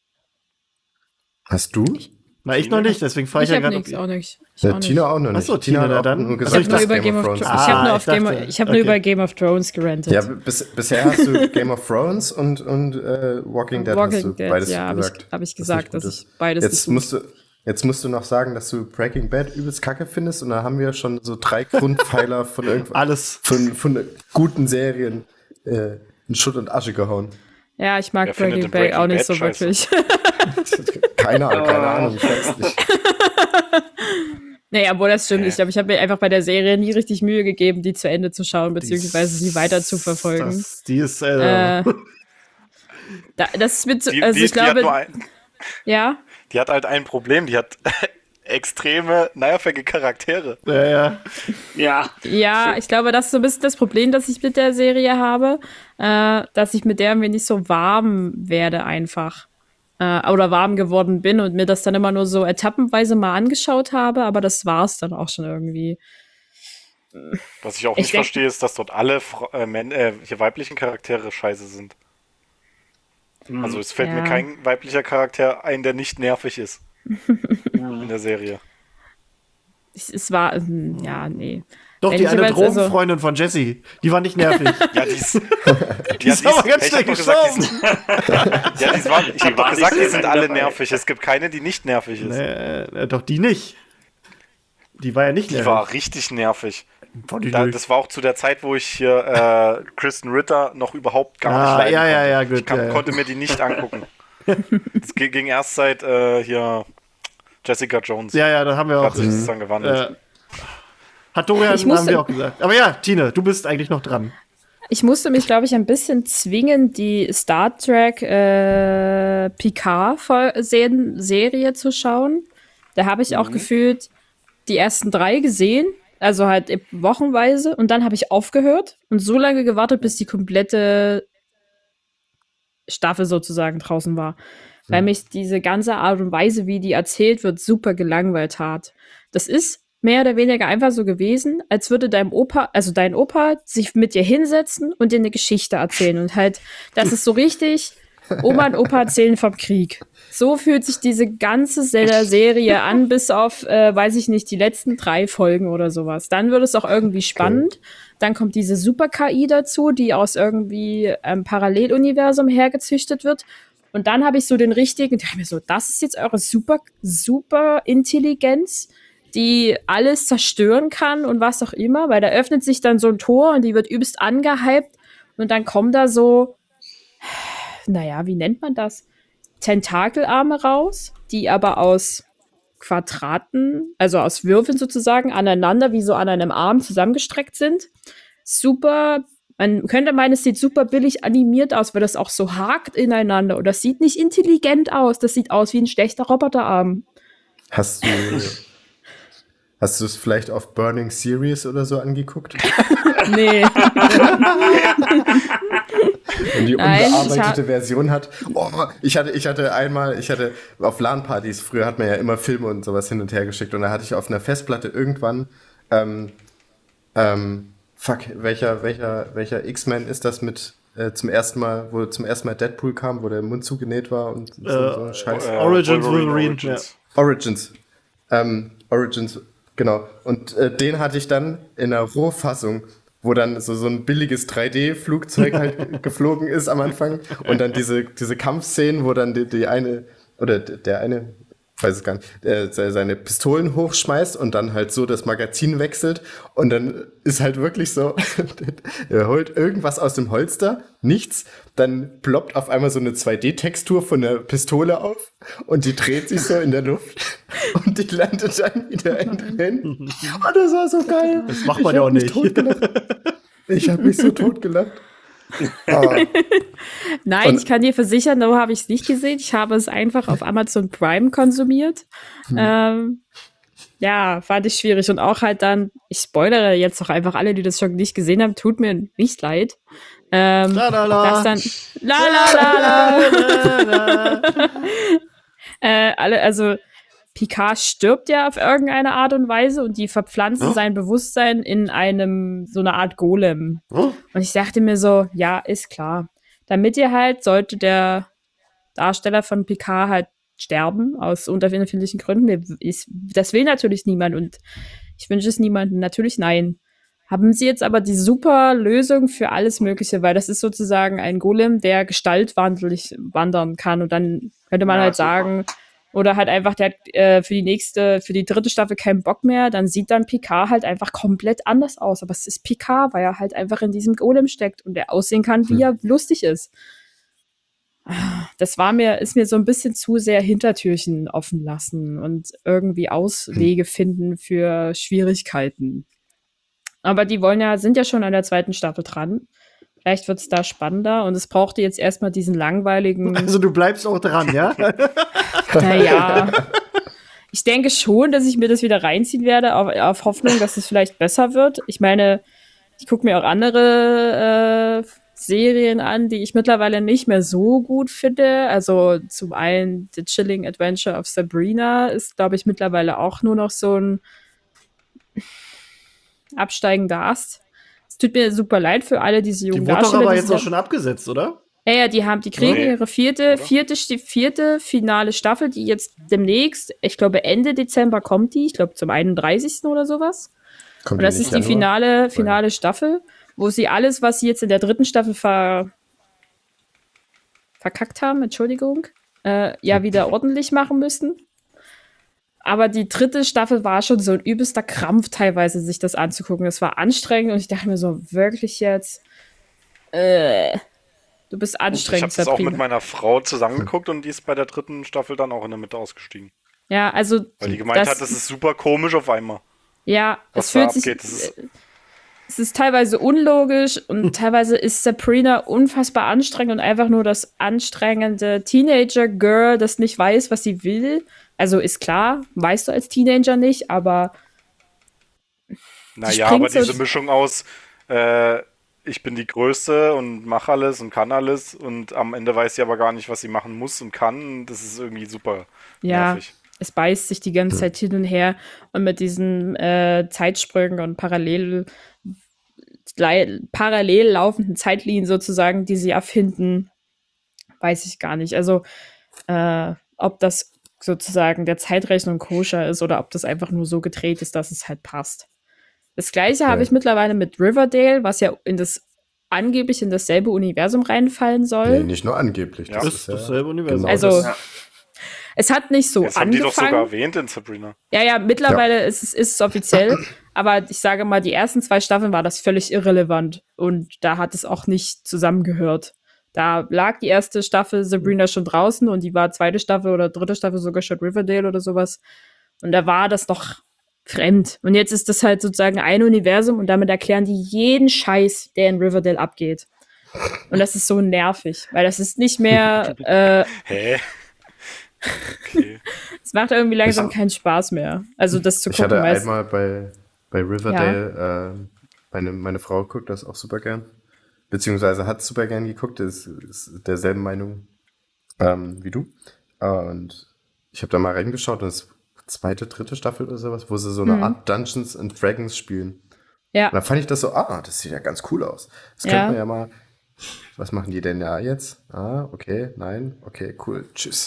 Hast du? Na, ich noch nicht, deswegen frage ich, Ich ja habe gerade. nichts, auch nicht. Ich Ja, auch nicht. Tina auch noch nicht. Ach so, Tina, hat na auch dann. nur Also gesagt, ich Ich habe nur dass über Game of Thrones. Ich habe nur, Ah, auf ich Game dachte- of- ich hab nur okay. über Game of Thrones gerantet. Ja, bis, bisher hast du Game of Thrones und, und äh, Walking Dead hast du Walking Dead, beides ja, habe ich, gesagt. hab ich was gesagt, nicht gut dass ist. ich beides Jetzt nicht gut- musst du Jetzt musst du noch sagen, dass du Breaking Bad übelst kacke findest und da haben wir schon so drei Grundpfeiler von irgendwas. Alles. Von, von guten Serien äh, in Schutt und Asche gehauen. Ja, ich mag Wer findet Breaking denn Bad auch Breaking nicht so Bad scheiße? wirklich. Keine Ahnung, keine Ahnung, ich weiß nicht. Nee, obwohl das stimmt. Okay. Ich glaube, ich habe mir einfach bei der Serie nie richtig Mühe gegeben, die zu Ende zu schauen, beziehungsweise sie weiter zu verfolgen. Das, die ist, äh, Äh, Da, das ist mit, so- Die, also die, ich die, hat glaube, nur ein, ja, die hat halt ein Problem. Die hat extreme, nervige Charaktere. Ja, ja. Ja, ja, ich glaube, das ist so ein bisschen das Problem, das ich mit der Serie habe, äh, dass ich mit der mir nicht so warm werde einfach. Äh, oder warm geworden bin und mir das dann immer nur so etappenweise mal angeschaut habe, aber das war's dann auch schon irgendwie. Was ich auch Ich nicht denk- verstehe, ist, dass dort alle Fra äh, Män äh, hier weiblichen Charaktere scheiße sind. Also es fällt Ja. mir kein weiblicher Charakter ein, der nicht nervig ist in der Serie. Es, es war, ähm, ja, nee. Doch, Wenn die ich eine aber jetzt also- Drogenfreundin von Jesse, die war nicht nervig. Ja, die ist. Die ist aber ganz ich schnell hab doch gesagt, die gestorben. sind, ja, die waren, ich Die habe doch war gesagt, nicht die so sind lange alle dabei. nervig. Es gibt keine, die nicht nervig ist. Äh, doch, die nicht. Die war ja nicht Die nervig. war richtig nervig. War die Da, nicht. das war auch zu der Zeit, wo ich hier äh, Kristen Ritter noch überhaupt gar Ah, nicht leiden ja, ja, konnte. ja, gut, Ich kann, ja, ja. konnte mir die nicht angucken. Das ging ging erst seit äh, hier Jessica Jones. Ja, ja, da haben wir Hat auch. sich das dann gewandelt. Äh, hat Dorian, Ich musste- haben wir auch gesagt. Aber ja, Tine, du bist eigentlich noch dran. Ich musste mich, glaube ich, ein bisschen zwingen, die Star Trek äh, Picard-Serie zu schauen. Da habe ich auch gefühlt die ersten drei gesehen, also halt wochenweise, und dann habe ich aufgehört und so lange gewartet, bis die komplette Staffel sozusagen draußen war. Weil mich diese ganze Art und Weise, wie die erzählt wird, super gelangweilt hat. Das ist mehr oder weniger einfach so gewesen, als würde dein Opa, also dein Opa, sich mit dir hinsetzen und dir eine Geschichte erzählen. Und halt, das ist so richtig, Oma und Opa erzählen vom Krieg. So fühlt sich diese ganze Se- Serie an, bis auf, äh, weiß ich nicht, die letzten drei Folgen oder sowas. Dann wird es auch irgendwie spannend. Dann kommt diese Super-K I dazu, die aus irgendwie einem Paralleluniversum hergezüchtet wird. Und dann habe ich so den richtigen, ich dachte mir so, das ist jetzt eure super, super Intelligenz, die alles zerstören kann und was auch immer, weil da öffnet sich dann so ein Tor und die wird übelst angehypt und dann kommen da so, naja, wie nennt man das? Tentakelarme raus, die aber aus Quadraten, also aus Würfeln sozusagen, aneinander wie so an einem Arm zusammengestreckt sind. Super, man könnte meinen, es sieht super billig animiert aus, weil das auch so hakt ineinander und das sieht nicht intelligent aus, das sieht aus wie ein schlechter Roboterarm. Hast du, hast du es vielleicht auf Burning Series oder so angeguckt? Nee. Und die Nein, ich unbearbeitete hab- Version hat. Oh, ich hatte, ich hatte einmal, ich hatte auf LAN-Partys, früher hat man ja immer Filme und sowas hin und her geschickt und da hatte ich auf einer Festplatte irgendwann, ähm, ähm, fuck, welcher, welcher, welcher X-Men ist das mit äh, zum ersten Mal, wo zum ersten Mal Deadpool kam, wo der Mund zugenäht war und so, so ein Scheiß. Äh, Origins Wolverine, Origins. Origins. Ähm, Origins, genau. Und äh, den hatte ich dann in der Rohfassung, wo dann so, so ein billiges drei D-Flugzeug halt geflogen ist am Anfang. Und dann diese, diese Kampfszenen, wo dann die, die eine, oder der eine, ich weiß es gar nicht, der seine Pistolen hochschmeißt und dann halt so das Magazin wechselt. Und dann ist halt wirklich so, er holt irgendwas aus dem Holster, nichts. Dann ploppt auf einmal so eine zwei D-Textur von der Pistole auf und die dreht sich so in der Luft und die landet dann wieder in drin. Und das war so geil. Das macht man Ich ja hab auch mich nicht. totgelacht. Ich habe mich so totgelacht. Ah, Nein, Und- ich kann dir versichern, so habe ich es nicht gesehen. Ich habe es einfach auf Amazon Prime konsumiert. Ähm, ja, fand ich schwierig. Und auch halt dann, ich spoilere jetzt auch einfach alle, die das schon nicht gesehen haben, tut mir nicht leid. Ähm, La, la, la. dass dann la la la la. äh, alle, also Picard stirbt ja auf irgendeine Art und Weise und die verpflanzen Oh. sein Bewusstsein in einem, so eine Art Golem. Oh, Und ich dachte mir so, ja, ist klar. Damit ihr halt, sollte der Darsteller von Picard halt sterben, aus unerfindlichen Gründen. Wir- ich- Das will natürlich niemand und ich wünsche es niemandem. Natürlich nein. Haben sie jetzt aber die super Lösung für alles Mögliche, weil das ist sozusagen ein Golem, der gestaltwandelig wandern kann und dann könnte man Ja, halt super. sagen, oder halt einfach, der hat äh, für die nächste, für die dritte Staffel keinen Bock mehr, dann sieht dann Picard halt einfach komplett anders aus. Aber es ist Picard, weil er halt einfach in diesem Golem steckt und der aussehen kann, wie er lustig ist. Das war mir, ist mir so ein bisschen zu sehr Hintertürchen offen lassen und irgendwie Auswege finden für Schwierigkeiten. Aber die wollen ja, sind ja schon an der zweiten Staffel dran. Vielleicht wird es da spannender und es brauchte jetzt erstmal diesen langweiligen. Also du bleibst auch dran, ja? Naja. Ich denke schon, dass ich mir das wieder reinziehen werde, auf, auf Hoffnung, dass es vielleicht besser wird. Ich meine, ich gucke mir auch andere äh, Serien an, die ich mittlerweile nicht mehr so gut finde. Also zum einen The Chilling Adventure of Sabrina ist, glaube ich, mittlerweile auch nur noch so ein absteigender Ast. Es tut mir super leid für alle diese jungen Die wurde doch Darsteller. aber die jetzt sind auch schon abgesetzt, oder? Ja, ja, die haben, die kriegen Nee. ihre vierte, Oder? vierte, sti- vierte finale Staffel, die jetzt demnächst, ich glaube Ende Dezember kommt die, ich glaube zum einunddreißigsten oder sowas. Kommt Und das nicht ist die Januar? finale, finale Staffel, wo sie alles, was sie jetzt in der dritten Staffel ver verkackt haben, Entschuldigung, äh, ja wieder ordentlich machen müssen. Aber die dritte Staffel war schon so ein übelster Krampf teilweise, sich das anzugucken. Das war anstrengend und ich dachte mir so, wirklich jetzt, äh, du bist Ich anstrengend, habe das auch Sabrina. mit meiner Frau zusammengeguckt und die ist bei der dritten Staffel dann auch in der Mitte ausgestiegen. Ja, also Weil die gemeint hat, das ist super komisch auf einmal. ja, was es da fühlt sich, abgeht. Das ist- es ist teilweise unlogisch und teilweise ist Sabrina unfassbar anstrengend und einfach nur das anstrengende Teenager-Girl, das nicht weiß, was sie will. Also ist klar, weißt du als Teenager nicht, aber Naja, springt aber so- diese Mischung aus, äh, ich bin die Größte und mache alles und kann alles und am Ende weiß sie aber gar nicht, was sie machen muss und kann. Das ist irgendwie super ja, nervig. es beißt sich die ganze Zeit hin und her und mit diesen äh, Zeitsprüngen und parallel, lei- parallel laufenden Zeitlinien sozusagen, die sie erfinden, weiß ich gar nicht. Also, äh, ob das sozusagen der Zeitrechnung koscher ist oder ob das einfach nur so gedreht ist, dass es halt passt. Das gleiche habe Okay. ich mittlerweile mit Riverdale, was ja in das angeblich in dasselbe Universum reinfallen soll. Nee, nicht nur angeblich. Ja. Das Das ist ist ja dasselbe Universum. genau Also, das. Ja. Es hat nicht so Das haben die doch sogar angefangen. erwähnt in Sabrina. Ja, ja, mittlerweile ist es ist es offiziell. Aber ich sage mal, die ersten zwei Staffeln war das völlig irrelevant. Und da hat es auch nicht zusammengehört. Da lag die erste Staffel Sabrina schon draußen und die war zweite Staffel oder dritte Staffel sogar schon Riverdale oder sowas. Und da war das noch fremd. Und jetzt ist das halt sozusagen ein Universum und damit erklären die jeden Scheiß, der in Riverdale abgeht. Und das ist so nervig, weil das ist nicht mehr, äh, Hä? Okay. es macht irgendwie langsam Ich- keinen Spaß mehr. Also das zu Ich gucken, hatte weil es- einmal bei, bei Riverdale, äh, meine, meine Frau guckt das auch super gern. Beziehungsweise hat super gern geguckt, ist, ist derselben Meinung ähm, wie du. Und ich habe da mal reingeschaut, das ist zweite, dritte Staffel oder sowas, wo sie so eine Mhm. Art Dungeons and Dragons spielen. ja. Und da fand ich das so, ah, das sieht ja ganz cool aus. Das Ja. könnte man ja mal. Was machen die denn ja jetzt? Ah, okay, nein, okay, cool, tschüss.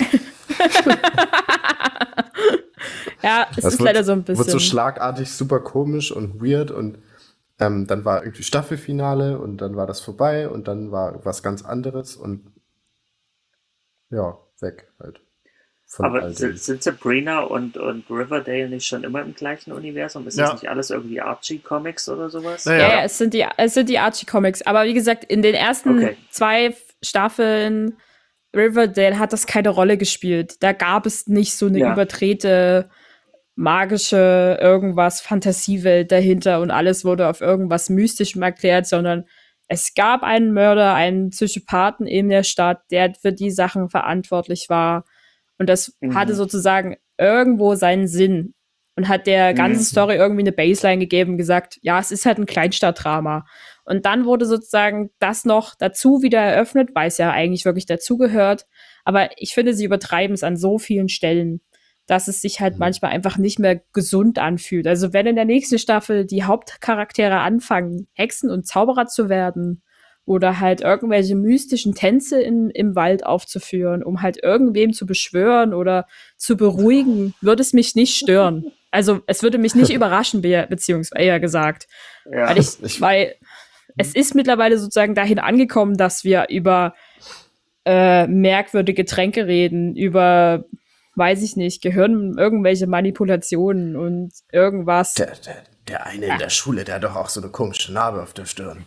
Ja, es Das ist wird- leider so ein bisschen. Wird so schlagartig super komisch und weird und ähm, dann war irgendwie Staffelfinale und dann war das vorbei und dann war was ganz anderes und ja, weg halt. Von Aber all dem. sind, sind Sabrina und, und Riverdale nicht schon immer im gleichen Universum? Ist Ja. das nicht alles irgendwie Archie-Comics oder sowas? Naja. ja, ja, es sind die, es sind die Archie-Comics. Aber wie gesagt, in den ersten Okay. zwei Staffeln Riverdale hat das keine Rolle gespielt. Da gab es nicht so eine Ja. überdrehte, magische, irgendwas, Fantasiewelt dahinter und alles wurde auf irgendwas Mystischem erklärt, sondern es gab einen Mörder, einen Psychopathen in der Stadt, der für die Sachen verantwortlich war. Und das Mhm. hatte sozusagen irgendwo seinen Sinn und hat der ganzen Mhm. Story irgendwie eine Baseline gegeben, gesagt, ja, es ist halt ein Kleinstadtdrama. Und dann wurde sozusagen das noch dazu wieder eröffnet, weil es ja eigentlich wirklich dazugehört. Aber ich finde, sie übertreiben es an so vielen Stellen, dass es sich halt Mhm. manchmal einfach nicht mehr gesund anfühlt. Also wenn in der nächsten Staffel die Hauptcharaktere anfangen, Hexen und Zauberer zu werden oder halt irgendwelche mystischen Tänze in, im Wald aufzuführen, um halt irgendwem zu beschwören oder zu beruhigen, würde es mich nicht stören. Also es würde mich nicht überraschen, be beziehungsweise eher gesagt. Ja. Weil, ich, Ich- weil es ist mittlerweile sozusagen dahin angekommen, dass wir über äh, merkwürdige Tränke reden, über, weiß ich nicht, Gehirn, irgendwelche Manipulationen und irgendwas. Der, der, der eine in der Schule, der hat doch auch so eine komische Narbe auf der Stirn.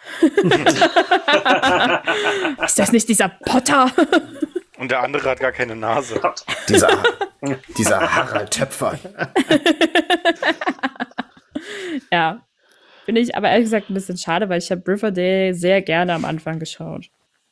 Ist das nicht dieser Potter? Und der andere hat gar keine Nase. Dieser, dieser Harald Töpfer. Ja. Finde ich aber ehrlich gesagt ein bisschen schade, weil ich habe Riverdale sehr gerne am Anfang geschaut.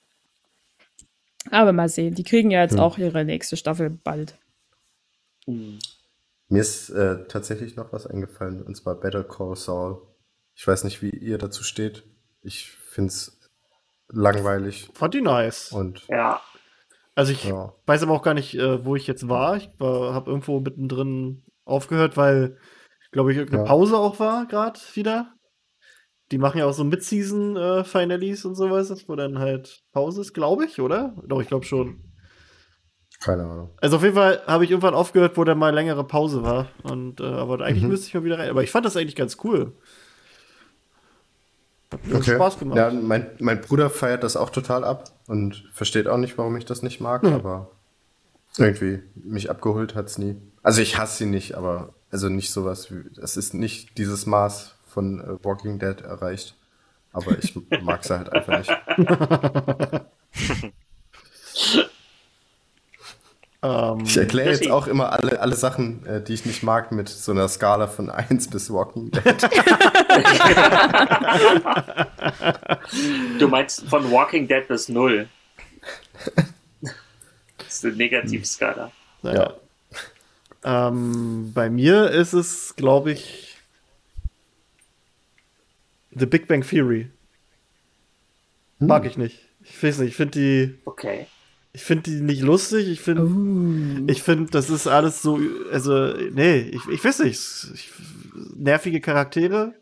Aber mal sehen, die kriegen ja jetzt Hm. auch ihre nächste Staffel bald. Hm. Mir ist äh, tatsächlich noch was eingefallen, und zwar Better Call Saul. Ich weiß nicht, wie ihr dazu steht. Ich finde es langweilig Fand die nice. und Ja, Also ich ja. weiß aber auch gar nicht, äh, wo ich jetzt war. Ich war, habe irgendwo mittendrin aufgehört, weil, glaube ich, irgendeine Ja. Pause auch war gerade wieder. Die machen ja auch so Mid-Season-Finalies und sowas, wo dann halt Pause ist, glaube ich, oder? Doch, ich glaube schon. Keine Ahnung. Also auf jeden Fall habe ich irgendwann aufgehört, wo dann mal längere Pause war. Und äh, aber eigentlich Mhm. müsste ich mal wieder rein. Aber ich fand das eigentlich ganz cool. Hat mir Okay. Spaß gemacht. Ja, mein, mein Bruder feiert das auch total ab und versteht auch nicht, warum ich das nicht mag, Ja. aber irgendwie mich abgeholt hat es nie. Also ich hasse sie nicht, aber also nicht sowas wie, es ist nicht dieses Maß von äh, Walking Dead erreicht, aber ich mag sie halt einfach nicht. Ähm, Ich erkläre jetzt Chrissy. auch immer alle, alle Sachen, äh, die ich nicht mag, mit so einer Skala von eins bis Walking Dead. du meinst von Walking Dead bis null. Das ist eine Negativskala. naja. Ähm, bei mir ist es, glaube ich, The Big Bang Theory. Mag ich nicht. Ich weiß nicht, ich finde die, Okay. ich finde die nicht lustig. Ich finde, ich finde, das ist alles so, also, nee, ich, ich weiß nicht, ich, nervige Charaktere.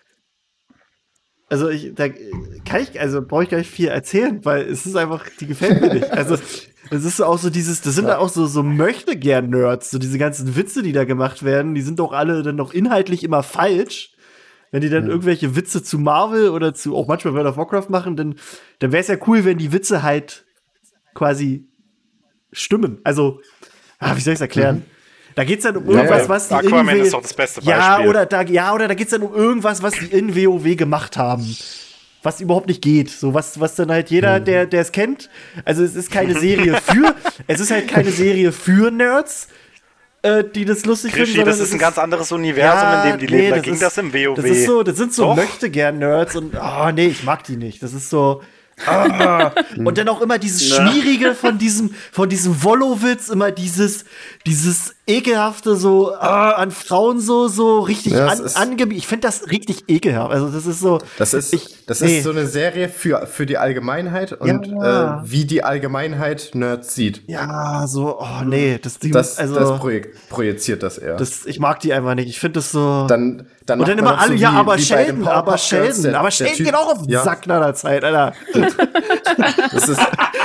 Also, ich, da kann ich, also brauche ich gar nicht viel erzählen, weil es ist einfach, die gefällt mir nicht. Also, es ist auch so dieses, das sind da auch so, so Möchtegern-Nerds, so diese ganzen Witze, die da gemacht werden, die sind doch alle dann noch inhaltlich immer falsch. Wenn die dann irgendwelche Witze zu Marvel oder zu, auch manchmal World of Warcraft machen, dann, dann wäre es ja cool, wenn die Witze halt quasi stimmen. Also, ah, wie soll ich es erklären? Da geht's dann um irgendwas, ja. was die Aquaman in W- ist doch das beste ja, Beispiel. oder da, ja, oder da geht's dann um irgendwas, was die in WoW gemacht haben. Was überhaupt nicht geht. So, was, was dann halt jeder, der, der es kennt. Also, es ist keine Serie für, es ist halt keine Serie für Nerds, äh, die das lustig Krischi, finden. das sondern ist ein es ganz anderes Universum, Ja, in dem die nee, leben. Da das ging ist- das im WoW. Das ist so, das sind so Doch. Möchtegern-Nerds und, oh, nee, ich mag die nicht. Das ist so, ah. Und dann auch immer dieses Na. Schmierige von diesem, von diesem Wolowitz, immer dieses, dieses ekelhafte so, ah, an Frauen so, so richtig Ja, es an, ist- angebieten. Ich finde das richtig ekelhaft. Also, das ist so. Das ist, ich, das nee. ist so eine Serie für, für die Allgemeinheit und Ja. äh, wie die Allgemeinheit Nerds sieht. Ja, so, oh, nee, das, die, Das, also, das projekt, projiziert das eher. das, ich mag die einfach nicht. Ich finde das so. dann, dann Und macht dann man immer noch alle, so ja, wie- aber wie bei den Sheldon, aber Powerpuff Girls, Sheldon, der- aber der Sheldon Typ- geht auch auf den ja, Sack nach der Zeit, Alter. Das ist,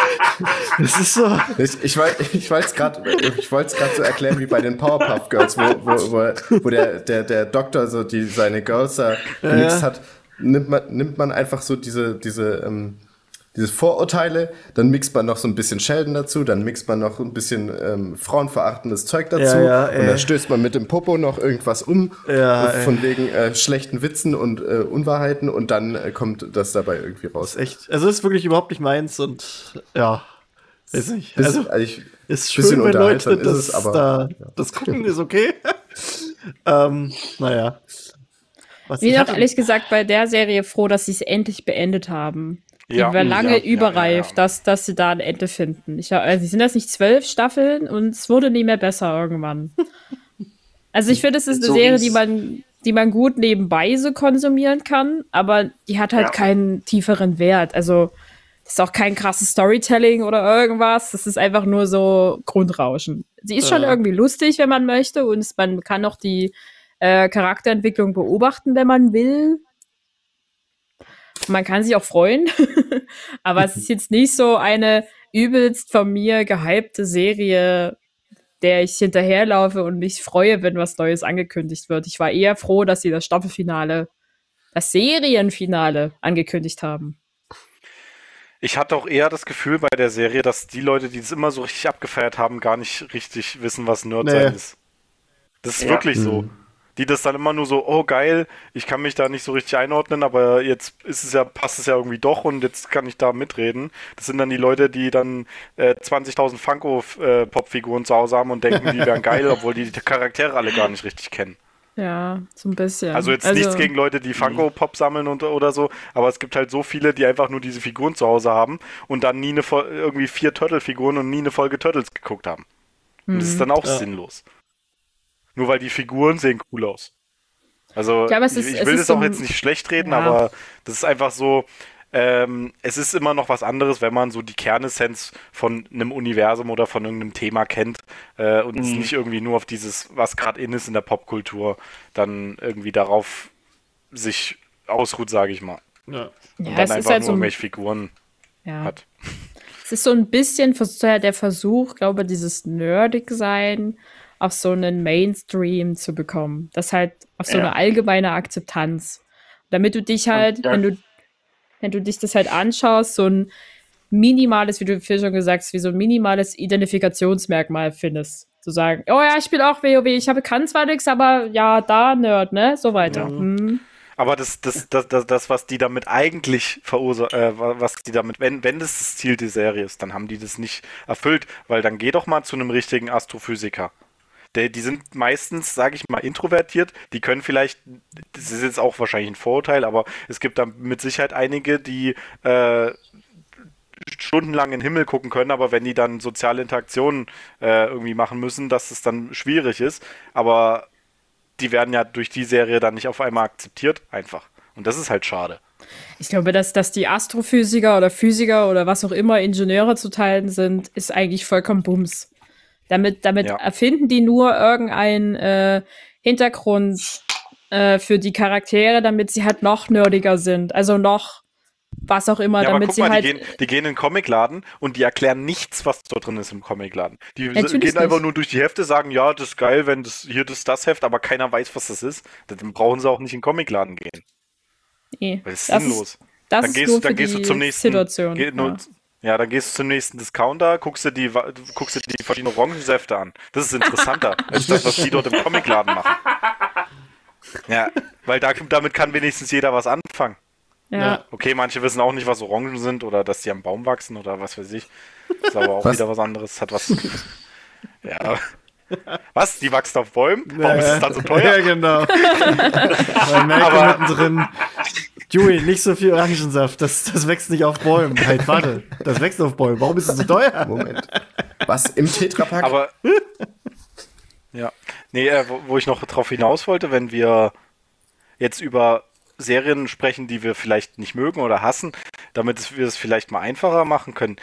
Das ist so. ich ich, woll- ich wollte es gerade ich wollte es gerade so erklären wie bei den Powerpuff Girls, wo, wo, wo, wo der, der, der Doktor so die, seine Girls da gemixt hat. Nimmt man, nimmt man einfach so diese, diese, ähm, diese Vorurteile, dann mixt man noch so ein bisschen Sheldon dazu, dann mixt man noch ein bisschen ähm, frauenverachtendes Zeug dazu Ja, ja, und ey. dann stößt man mit dem Popo noch irgendwas um, Ja, äh, von wegen äh, schlechten Witzen und äh, Unwahrheiten und dann äh, kommt das dabei irgendwie raus. Echt, also ist wirklich überhaupt nicht meins und ja, weiß nicht. Bis- Also also ich, ist bisschen schön, wenn Leute unterhaltsam das, ist es, aber da, ja. das gucken, ist okay. ähm, naja. Was Ich bin ich auch hatte- ehrlich gesagt bei der Serie froh, dass sie es endlich beendet haben. Die Ja. war lange Ja, ja, überreif, ja, ja. Dass, dass sie da ein Ende finden. Ich, also, sind das nicht zwölf Staffeln und es wurde nie mehr besser irgendwann. Also ich finde, es ist eine So Serie, wie's- die man, die man gut nebenbei so konsumieren kann, aber die hat halt Ja. keinen tieferen Wert. Also das ist auch kein krasses Storytelling oder irgendwas. Das ist einfach nur so Grundrauschen. Sie ist schon Ja. irgendwie lustig, wenn man möchte, und es, man kann auch die äh, Charakterentwicklung beobachten, wenn man will. Man kann sich auch freuen, aber es ist jetzt nicht so eine übelst von mir gehypte Serie, der ich hinterherlaufe und mich freue, wenn was Neues angekündigt wird. Ich war eher froh, dass sie das Staffelfinale, das Serienfinale angekündigt haben. Ich hatte auch eher das Gefühl bei der Serie, dass die Leute, die es immer so richtig abgefeiert haben, gar nicht richtig wissen, was Nerd Nee. sein ist. Das ist Ja. wirklich so. Die das dann immer nur so, oh geil, ich kann mich da nicht so richtig einordnen, aber jetzt ist es ja, passt es ja irgendwie doch und jetzt kann ich da mitreden. Das sind dann die Leute, die dann äh, zwanzigtausend Funko-Pop-Figuren zu Hause haben und denken, die wären geil, obwohl die die Charaktere alle gar nicht richtig kennen. Ja, so ein bisschen. Also jetzt nichts gegen Leute, die Funko-Pop sammeln und, oder so, aber es gibt halt so viele, die einfach nur diese Figuren zu Hause haben und dann nie eine Fol- irgendwie vier Turtle-Figuren und nie eine Folge Turtles geguckt haben. Und das ist dann auch Ja. sinnlos. Nur weil die Figuren sehen cool aus. Also Ja, aber es ich, ist- ich es will ist das so auch ein- jetzt nicht schlecht reden, Ja. aber das ist einfach so, ähm, es ist immer noch was anderes, wenn man so die Kernessenz von einem Universum oder von irgendeinem Thema kennt äh, und es Mhm. nicht irgendwie nur auf dieses, was gerade in ist in der Popkultur, dann irgendwie darauf sich ausruht, sage ich mal. Ja. Und Ja, dann es einfach ist halt nur so ein, irgendwelche Figuren ja. hat. Es ist so ein bisschen vers- der Versuch, glaube ich, dieses Nerdig-Sein auf so einen Mainstream zu bekommen. Das halt auf so Ja. eine allgemeine Akzeptanz. Damit du dich halt, das- wenn du, wenn du dich das halt anschaust, so ein minimales, wie du vorhin schon gesagt hast, wie so ein minimales Identifikationsmerkmal findest. Zu sagen, oh ja, ich spiele auch WoW, ich habe kann zwar nichts, aber ja, da Nerd, ne? So weiter. Ja. Hm. Aber das, das, das, das, das, was die damit eigentlich verursachen, äh, was die damit, wenn, wenn das das Ziel der Serie ist, dann haben die das nicht erfüllt, weil dann geh doch mal zu einem richtigen Astrophysiker. Der, die sind meistens, sage ich mal, introvertiert, die können vielleicht, das ist jetzt auch wahrscheinlich ein Vorurteil, aber es gibt da mit Sicherheit einige, die äh, stundenlang in den Himmel gucken können, aber wenn die dann soziale Interaktionen äh, irgendwie machen müssen, dass es dann schwierig ist, aber die werden ja durch die Serie dann nicht auf einmal akzeptiert, einfach. Und das ist halt schade. Ich glaube, dass, dass die Astrophysiker oder Physiker oder was auch immer Ingenieure zu teilen sind, ist eigentlich vollkommen Bums. Damit, damit Ja. erfinden die nur irgendeinen äh, Hintergrund äh, für die Charaktere, damit sie halt noch nerdiger sind. Also noch was auch immer, Ja, aber damit guck sie mal, halt. die, gehen, die gehen in den Comicladen und die erklären nichts, was dort drin ist im Comicladen. Die Natürlich gehen nicht. einfach nur durch die Hefte, sagen, ja, das ist geil, wenn das hier das, das Heft, aber keiner weiß, was das ist. Dann brauchen sie auch nicht in den Comicladen gehen. Nee, Weil das ist das sinnlos. Ist, das dann ist gehst, nur dann für gehst du die zum nächsten Situation. Geh, nur, ja. ja, dann gehst du zum nächsten Discounter, guckst dir die, wa- guckst dir die verschiedenen Orangensäfte an. Das ist interessanter, als das, was die dort im Comicladen machen. Ja, weil da, damit kann wenigstens jeder was anfangen. Ja. Ja. Okay, manche wissen auch nicht, was Orangen sind oder dass die am Baum wachsen oder was weiß ich. Das ist aber auch Was? wieder was anderes. Hat was. Ja. Was? Die wachsen auf Bäumen? Warum ist es dann so Ja, teuer? genau. Weil Melke Aber- mittendrin. Dewey, nicht so viel Orangensaft. Das, das wächst nicht auf Bäumen. Halt, warte. Das wächst auf Bäumen. Warum ist es so teuer? Moment. Was? Im Tetrapack? Aber. Ja. Nee, äh, wo, wo ich noch drauf hinaus wollte, wenn wir jetzt über Serien sprechen, die wir vielleicht nicht mögen oder hassen, damit es- wir es vielleicht mal einfacher machen können.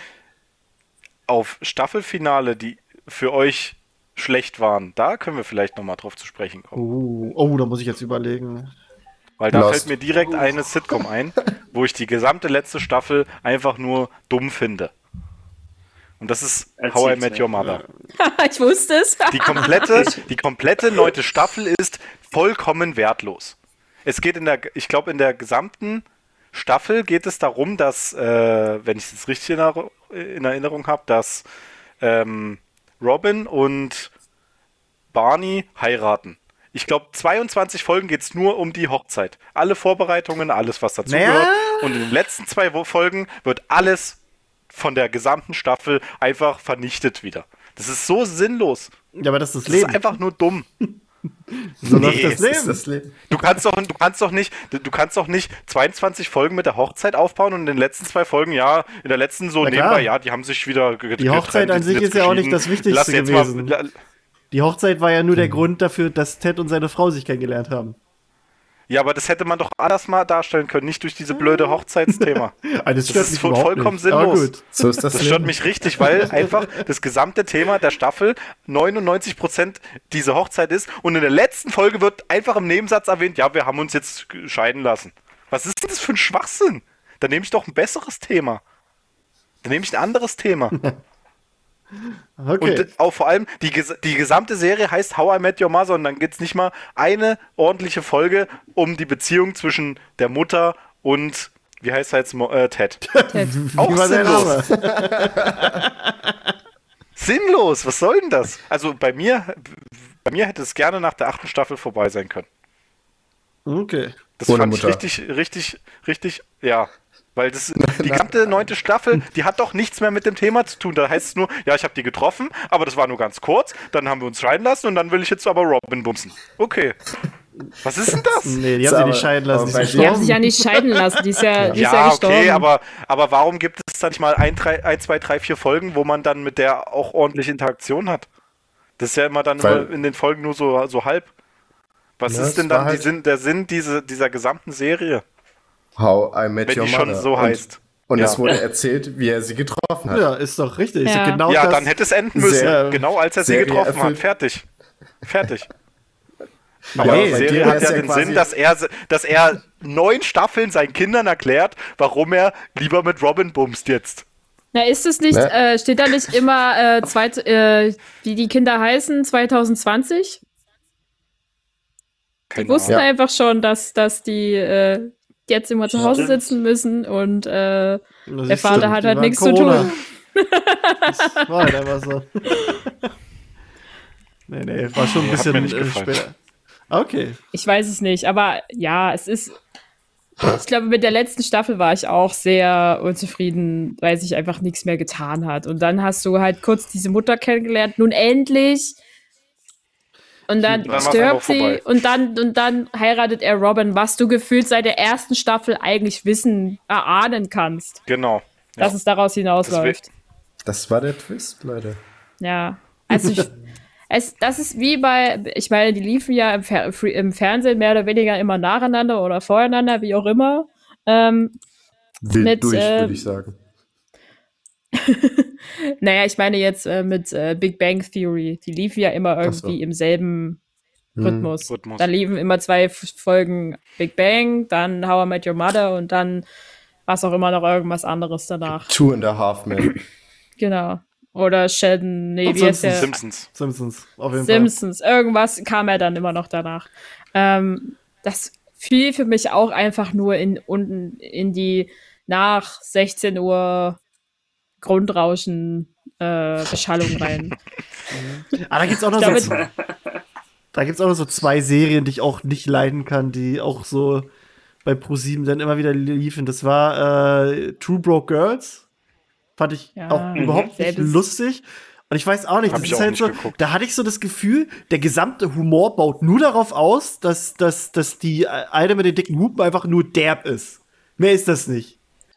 Auf Staffelfinale, die für euch schlecht waren, da können wir vielleicht nochmal drauf zu sprechen kommen. Oh, oh, da muss ich jetzt überlegen. Weil da Lost. fällt mir direkt eine Sitcom ein, wo ich die gesamte letzte Staffel einfach nur dumm finde. Und das ist Erzähl's How I Met mir. Your Mother. Ich wusste es. Die komplette, die komplette neunte Staffel ist vollkommen wertlos. Es geht in der, ich glaube, in der gesamten Staffel geht es darum, dass, äh, wenn ich es jetzt richtig in, Erinner- in Erinnerung habe, dass ähm, Robin und Barney heiraten. Ich glaube, zweiundzwanzig Folgen geht es nur um die Hochzeit. Alle Vorbereitungen, alles, was dazugehört. Naja. Und in den letzten zwei Wo- Folgen wird alles von der gesamten Staffel einfach vernichtet wieder. Das ist so sinnlos. Ja, aber das ist das Das ist Leben. einfach nur dumm. So Nee, läuft das Das Leben. ist das Leben. Du kannst doch, du kannst doch nicht, du kannst doch nicht zweiundzwanzig Folgen mit der Hochzeit aufbauen und in den letzten zwei Folgen, ja, in der letzten so Na klar. nebenbei, ja, die haben sich wieder ge- Die Hochzeit getrennt, an die sind sich jetzt ist ja auch nicht geschieden. das Wichtigste Lass jetzt gewesen. Mal, Die Hochzeit war ja nur der Grund dafür, dass Ted und seine Frau sich kennengelernt haben. ja, aber das hätte man doch anders mal darstellen können, nicht durch diese blöde Hochzeitsthema. Ah, das Das ist voll- vollkommen nicht. Aber sinnlos. gut. So ist das, Das Leben. stört mich richtig, weil einfach das gesamte Thema der Staffel neunundneunzig Prozent diese Hochzeit ist und in der letzten Folge wird einfach im Nebensatz erwähnt, ja, wir haben uns jetzt scheiden lassen. Was ist denn das für ein Schwachsinn? Dann nehme ich doch ein besseres Thema. Dann nehme ich ein anderes Thema. Okay. Und auch vor allem, die, ges die gesamte Serie heißt How I Met Your Mother und dann gibt es nicht mal eine ordentliche Folge um die Beziehung zwischen der Mutter und, wie heißt er jetzt, Mo äh, Ted. Ted. Auch Wie war sein sinnlos. Name? Sinnlos, was soll denn das? Also bei mir, bei mir hätte es gerne nach der achten Staffel vorbei sein können. Okay. Das Ohne fand Mutter. ich richtig, richtig, richtig, ja. Weil das, die gesamte neunte Staffel, die hat doch nichts mehr mit dem Thema zu tun. Da heißt es nur, ja, ich habe die getroffen, aber das war nur ganz kurz. Dann haben wir uns scheiden lassen und dann will ich jetzt aber Robin bumsen. Okay. Was ist denn das? Nee, die haben sie nicht scheiden lassen. Die, die haben sich ja nicht scheiden lassen. Die ist ja, die ist ja, ja gestorben. okay, aber, aber warum gibt es da nicht mal ein, drei, ein, zwei, drei, vier Folgen, wo man dann mit der auch ordentlich Interaktion hat? Das ist ja immer dann Weil, immer in den Folgen nur so, so halb. Was ja, ist denn dann die halt Sinn, der Sinn diese, dieser gesamten Serie? How I Met Wenn Your die Mother. schon so und, heißt. Und ja. es wurde erzählt, wie er sie getroffen hat. Ja, ist doch richtig. Ja, Ist genau ja das. dann hätte es enden müssen. Sehr, genau als er sie Serie getroffen erfüllt. hat. Fertig. Fertig. Ja, Aber bei die Serie dir hat hat's ja ja den quasi- Sinn, dass er, dass er neun Staffeln seinen Kindern erklärt, warum er lieber mit Robin bumst jetzt. Na, ist es nicht, Ne? äh, steht da nicht immer, äh, zweit, äh, wie die Kinder heißen, zwanzig zwanzig? Keine Die wussten Ja. einfach schon, dass, dass die äh, jetzt immer zu Hause Stimmt. sitzen müssen und äh, Das der Vater stimmt, hat die halt waren nichts zu Corona. tun. Das war halt einfach so. Nee, nee, war schon ein Nee, hat mir bisschen nicht äh, gefallen. später. Okay. Ich weiß es nicht, aber ja, es ist. Ich glaube, mit der letzten Staffel war ich auch sehr unzufrieden, weil sich einfach nichts mehr getan hat. Und dann hast du halt kurz diese Mutter kennengelernt, nun endlich. Und dann Dann war's stirbt einfach sie vorbei. und dann, und dann heiratet er Robin, was du gefühlt seit der ersten Staffel eigentlich wissen, erahnen kannst, Genau. Ja. dass es daraus hinausläuft. Das war der Twist, Leute. Ja, also ich, es, das ist wie bei, ich meine, die liefen ja im, Fer im Fernsehen mehr oder weniger immer nacheinander oder voreinander, wie auch immer. Ähm, Wild Mit, durch, äh, würde ich sagen. naja, ich meine jetzt äh, mit äh, Big Bang Theory, die liefen ja immer Ach so. irgendwie im selben Hm. Rhythmus. Rhythmus. Da liefen immer zwei F- Folgen Big Bang, dann How I Met Your Mother und dann was auch immer noch irgendwas anderes danach. Two and a Half Men. Genau. Oder Sheldon, nee, Und wie heißt der? Simpsons. Simpsons, auf jeden Simpsons, irgendwas kam er dann immer noch danach. Ähm, das fiel für mich auch einfach nur in unten in die nach sechzehn Uhr Grundrauschen äh, Beschallung rein. Fall. Ah, da gibt's auch noch Ich so glaube- Da gibt's auch noch so zwei Serien, die ich auch nicht leiden kann, die auch so bei ProSieben dann immer wieder liefen. Das war äh, True Broke Girls. Fand ich Ja, auch mhm. überhaupt nicht Selbes. lustig. Und ich weiß auch nicht, Hab das ich ist auch halt nicht so, geguckt. da hatte ich so das Gefühl, der gesamte Humor baut nur darauf aus, dass, dass, dass die eine mit den dicken Hupen einfach nur derb ist. Mehr ist das nicht.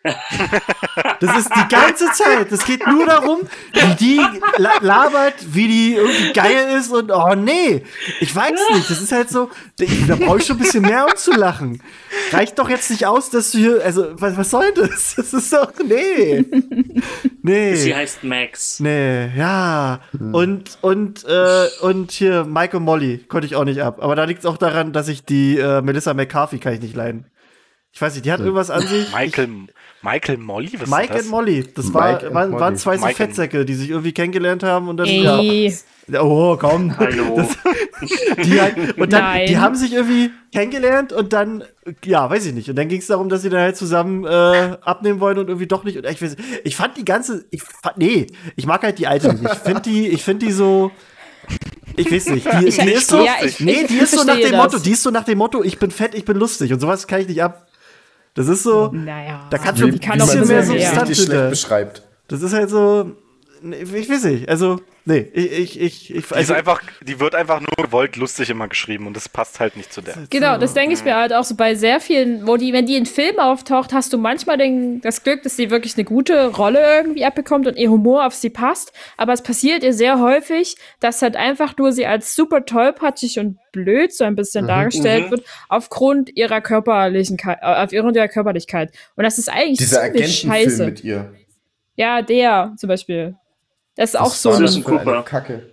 Das ist die ganze Zeit. Es geht nur darum, wie die la labert, wie die irgendwie geil ist und oh nee, ich weiß nicht. Das ist halt so, da brauche ich schon ein bisschen mehr, um zu lachen. Reicht doch jetzt nicht aus, dass du hier, also was, was soll das? Das ist doch, nee. Nee. Sie heißt Max. Nee, ja. Und, und, äh, und hier Mike und Molly konnte ich auch nicht ab. Aber da liegt es auch daran, dass ich die äh, Melissa McCarthy kann ich nicht leiden. Ich weiß nicht, die hat irgendwas an sich. Michael, Michael Molly? Was Mike ist das? and Molly. Das Mike war, and waren, Molly. waren zwei so Mike and- Fettsäcke, die sich irgendwie kennengelernt haben und dann. Ja. Ey, Oh, komm. Hallo. Die halt, und dann, Nein. die haben sich irgendwie kennengelernt und dann, ja, weiß ich nicht. Und dann ging es darum, dass sie dann halt zusammen äh, abnehmen wollen und irgendwie doch nicht. Und ich, weiß, ich fand die ganze, ich fand, nee, ich mag halt die alte nicht. Ich finde die, ich finde die so, ich weiß nicht. Die, Ich- die ist so, ja, ich- nee, ich die ist so nach verstehe dem das. Motto, die ist so nach dem Motto, ich bin fett, ich bin lustig und sowas kann ich nicht ab. Das ist so, naja. da kann Wie, schon die ein kann auch bisschen ein mehr bisschen mehr. Substanz richtig schlecht hinter. beschreibt. Das ist halt so, nee, ich weiß nicht, also, nee, ich, ich, ich, ich Die, ist also, einfach, die wird einfach nur gewollt lustig immer geschrieben und das passt halt nicht zu der. Genau, das denke ich mir halt auch so bei sehr vielen, wo die, wenn die in Filmen auftaucht, hast du manchmal den, das Glück, dass sie wirklich eine gute Rolle irgendwie abbekommt und ihr Humor auf sie passt. Aber es passiert ihr sehr häufig, dass halt einfach nur sie als super tollpatschig und blöd so ein bisschen dargestellt Mhm. wird, aufgrund ihrer Körperlichkeit, äh, aufgrund ihrer Körperlichkeit. Und das ist eigentlich Dieser ziemlich Agentenfilm scheiße. mit ihr. Ja, der zum Beispiel. Das ist auch Was so war ein das ein für eine Cooper. Kacke.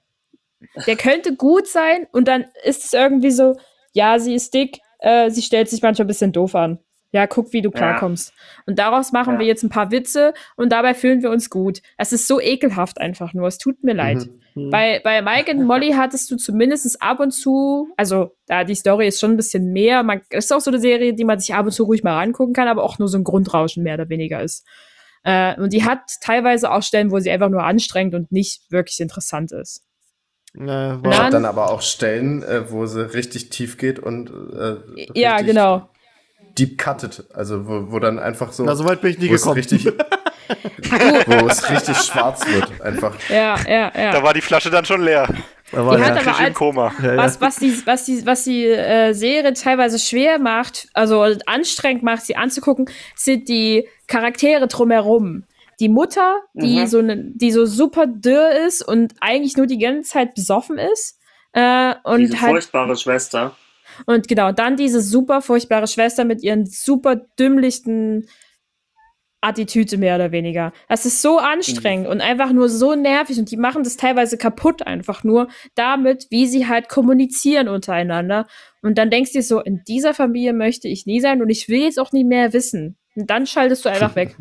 der könnte gut sein und dann ist es irgendwie so, ja, sie ist dick, äh, sie stellt sich manchmal ein bisschen doof an. Ja, guck, wie du klarkommst. Und daraus machen Ja. wir jetzt ein paar Witze und dabei fühlen wir uns gut. Es ist so ekelhaft einfach nur. Es tut mir leid. Mhm. Bei, bei Mike und Molly hattest du zumindest ab und zu, also da die Story ist schon ein bisschen mehr. Man, es ist auch so eine Serie, die man sich ab und zu ruhig mal angucken kann, aber auch nur so ein Grundrauschen mehr oder weniger ist. Äh, und die hat teilweise auch Stellen, wo sie einfach nur anstrengend und nicht wirklich interessant ist. äh, Na, war, Hat dann aber auch Stellen, äh, wo sie richtig tief geht und äh, Ja, richtig genau. deep cuttet. Also wo, wo dann einfach so, na, so weit bin ich nie wo es gekommen. richtig, wo es richtig schwarz wird. Einfach. Ja, ja, ja. Da war die Flasche dann schon leer. Aber Die ja. hat aber Krieg im als, Koma. Ja, ja. was, was die, was die, was die äh, Serie teilweise schwer macht, also anstrengend macht, sie anzugucken, sind die Charaktere drumherum. Die Mutter, die Mhm. so ne, die so super dürr ist und eigentlich nur die ganze Zeit besoffen ist. Äh, und Diese halt, furchtbare Schwester. und genau, dann diese super furchtbare Schwester mit ihren super dümmlichten Attitüde mehr oder weniger. Das ist so anstrengend und einfach nur so nervig und die machen das teilweise kaputt einfach nur damit, wie sie halt kommunizieren untereinander. Und dann denkst du dir so, in dieser Familie möchte ich nie sein und ich will jetzt auch nie mehr wissen. Und dann schaltest du einfach weg.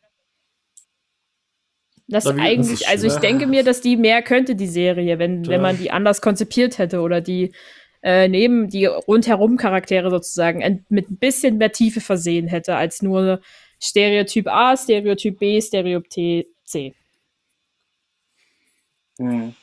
Das Na, wie- das eigentlich, ist also ich schwer. denke mir, dass die mehr könnte, die Serie, wenn, Ja. wenn man die anders konzipiert hätte oder die äh, neben die rundherum Charaktere sozusagen ein, mit ein bisschen mehr Tiefe versehen hätte, als nur Stereotyp A, Stereotyp B, Stereotyp C. Hm.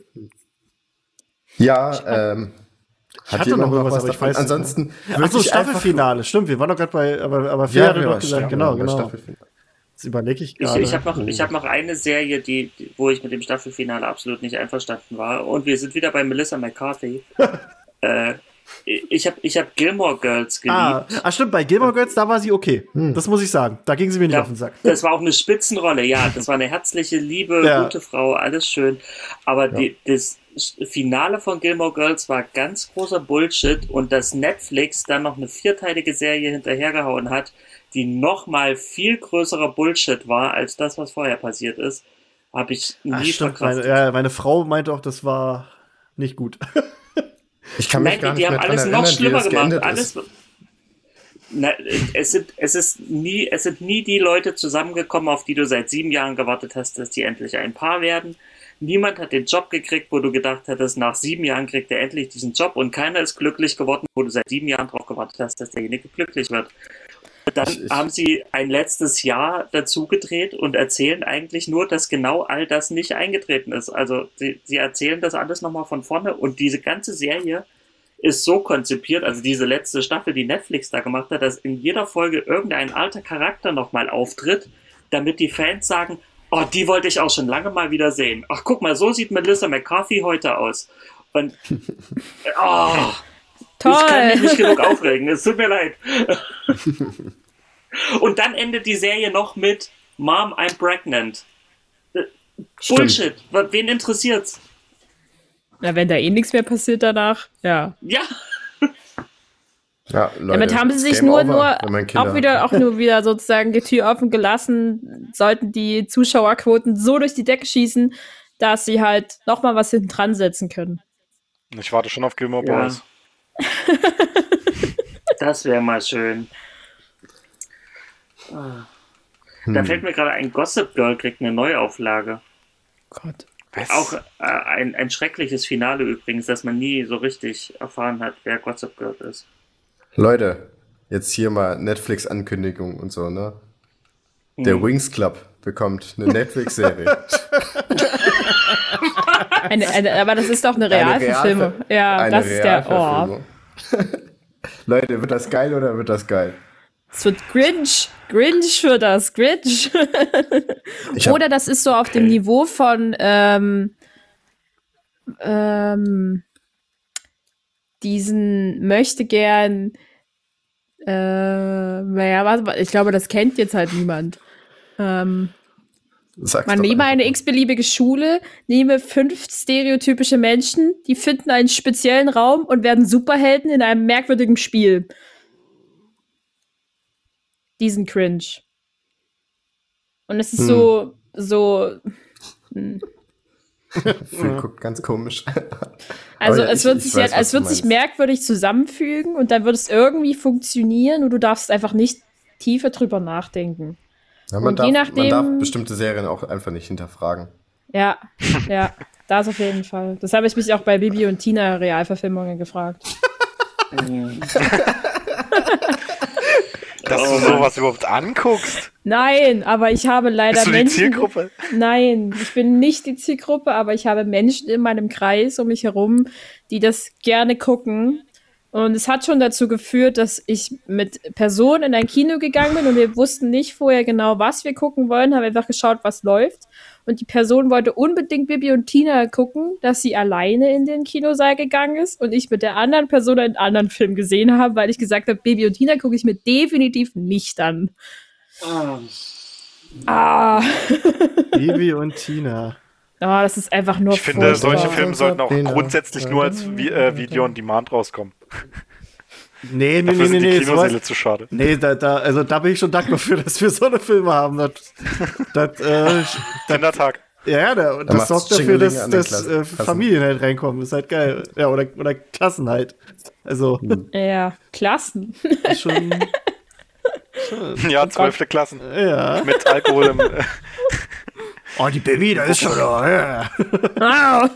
Ja, ähm. Ich hatte noch irgendwas, aber ich weiß nicht Ansonsten. Achso, wirklich einfach- Staffelfinale. Stimmt, wir waren doch gerade bei, aber, aber Ja, Fee hatte wir doch waren gesagt, Staffel- genau, bei genau. Staffelfinale. Jetzt überlege ich Ich, gerade. ich habe noch, ich hab noch eine Serie, die, die, wo ich mit dem Staffelfinale absolut nicht einverstanden war. Und wir sind wieder bei Melissa McCarthy. äh, ich habe ich hab Gilmore Girls geliebt. Ah, ah, stimmt, bei Gilmore Girls, da war sie okay. Hm. Das muss ich sagen. Da ging sie mir nicht Ja, auf den Sack. das war auch eine Spitzenrolle, ja. Das war eine herzliche, liebe, Ja. gute Frau, alles schön. Aber die, das Finale von Gilmore Girls war ganz großer Bullshit und dass Netflix dann noch eine vierteilige Serie hinterhergehauen hat, die noch mal viel größerer Bullshit war als das, was vorher passiert ist, habe ich nie Ach, stimmt, meine, verkraftet. ja, meine Frau meinte auch, das war nicht gut. Ich kann mich Nein, gar die, nicht die haben mehr dran alles erinnern, noch wie schlimmer das gemacht. geendet Alles, ist. na, es, sind, es, ist nie, es sind nie die Leute zusammengekommen, auf die du seit sieben Jahren gewartet hast, dass die endlich ein Paar werden. Niemand hat den Job gekriegt, wo du gedacht hättest, nach sieben Jahren kriegt er endlich diesen Job und keiner ist glücklich geworden, wo du seit sieben Jahren darauf gewartet hast, dass derjenige glücklich wird. Dann Ich- ich- haben sie ein letztes Jahr dazu gedreht und erzählen eigentlich nur, dass genau all das nicht eingetreten ist. Also sie, sie erzählen das alles nochmal von vorne und diese ganze Serie ist so konzipiert, also diese letzte Staffel, die Netflix da gemacht hat, dass in jeder Folge irgendein alter Charakter nochmal auftritt, damit die Fans sagen, oh, die wollte ich auch schon lange mal wieder sehen. Ach, guck mal, so sieht Melissa McCarthy heute aus. Und oh, ich kann mich Toll! nicht genug aufregen, es tut mir leid. Und dann endet die Serie noch mit Mom, I'm pregnant. Äh, Bullshit, wen interessiert's? Na, wenn da eh nichts mehr passiert danach, ja. Ja, Ja, Leute, Damit haben sie sich Game nur, over, nur wenn man Kinder auch wieder, auch nur wieder sozusagen die Tür offen gelassen, sollten die Zuschauerquoten so durch die Decke schießen, dass sie halt nochmal was hinten dran setzen können. Ich warte schon auf Gilmore Ja. Boys. das wäre mal schön. Ah. Da Hm. fällt mir gerade ein, Gossip Girl kriegt eine Neuauflage. Gott. Was? Auch äh, ein, ein schreckliches Finale übrigens, dass man nie so richtig erfahren hat, wer Gossip Girl ist. Leute, jetzt hier mal Netflix-Ankündigung und so, ne? Der Hm. Wings Club bekommt eine Netflix-Serie. Eine, eine, aber das ist doch eine Eine Realverfilmung. Realver- Ja, eine das ist der. Oh. Realverfilmung. Leute, wird das geil oder wird das geil? Es wird Grinch. Grinch für das. Grinch. Ich hab- Oder das ist so auf dem Niveau von ähm, ähm, diesen möchte gern äh, naja, warte, ich glaube, das kennt jetzt halt niemand. Ähm, Sag's man doch nehme einfach eine mal. x-beliebige Schule, nehme fünf stereotypische Menschen, die finden einen speziellen Raum und werden Superhelden in einem merkwürdigen Spiel. Diesen Cringe. Und es ist Hm. so, so, Phil guckt ganz komisch. also Aber ja, es ich- wird ich sich, weiß, ja, was es du wird sich meinst. merkwürdig zusammenfügen und dann wird es irgendwie funktionieren und du darfst einfach nicht tiefer drüber nachdenken. Ja, man, Und darf, je man nachdem- darf bestimmte Serien auch einfach nicht hinterfragen. Ja, ja, das auf jeden Fall. Das habe ich mich auch bei Bibi und Tina Realverfilmungen gefragt. Dass Oh du Mann. sowas überhaupt anguckst. Nein, aber ich habe leider Bist du die Menschen. Zielgruppe? Nein, ich bin nicht die Zielgruppe, aber ich habe Menschen in meinem Kreis um mich herum, die das gerne gucken. Und es hat schon dazu geführt, dass ich mit Personen in ein Kino gegangen bin und wir wussten nicht vorher genau, was wir gucken wollen, haben einfach geschaut, was läuft. Und die Person wollte unbedingt Bibi und Tina gucken, dass sie alleine in den Kinosaal gegangen ist und ich mit der anderen Person einen anderen Film gesehen habe, weil ich gesagt habe, Bibi und Tina gucke ich mir definitiv nicht an. Ah. Ah. Bibi und Tina. Oh, das ist einfach nur Ich finde, furchtbar. solche Filme sollten auch Genau. grundsätzlich nur als Vi äh, Video on Demand rauskommen. Nee, nee, Dafür nee, sind nee, die nee. Kinosäle sowas- zu schade. Nee, da, da, also da bin ich schon dankbar für, dass wir so eine Filme haben. Das, das, äh, Kindertag. ja, ja, da, das macht's sorgt dafür, Tschingeling dass, an den dass Klassen- äh, Klassen. Familien halt reinkommen. Ist halt geil. Ja, oder, oder Klassen halt. Also, Ja, Klassen. ist schon, Ja, zwölfte Klassen. ja. Mit Alkohol im. Äh, Oh, die Baby, da ist schon da. Ja. Ah.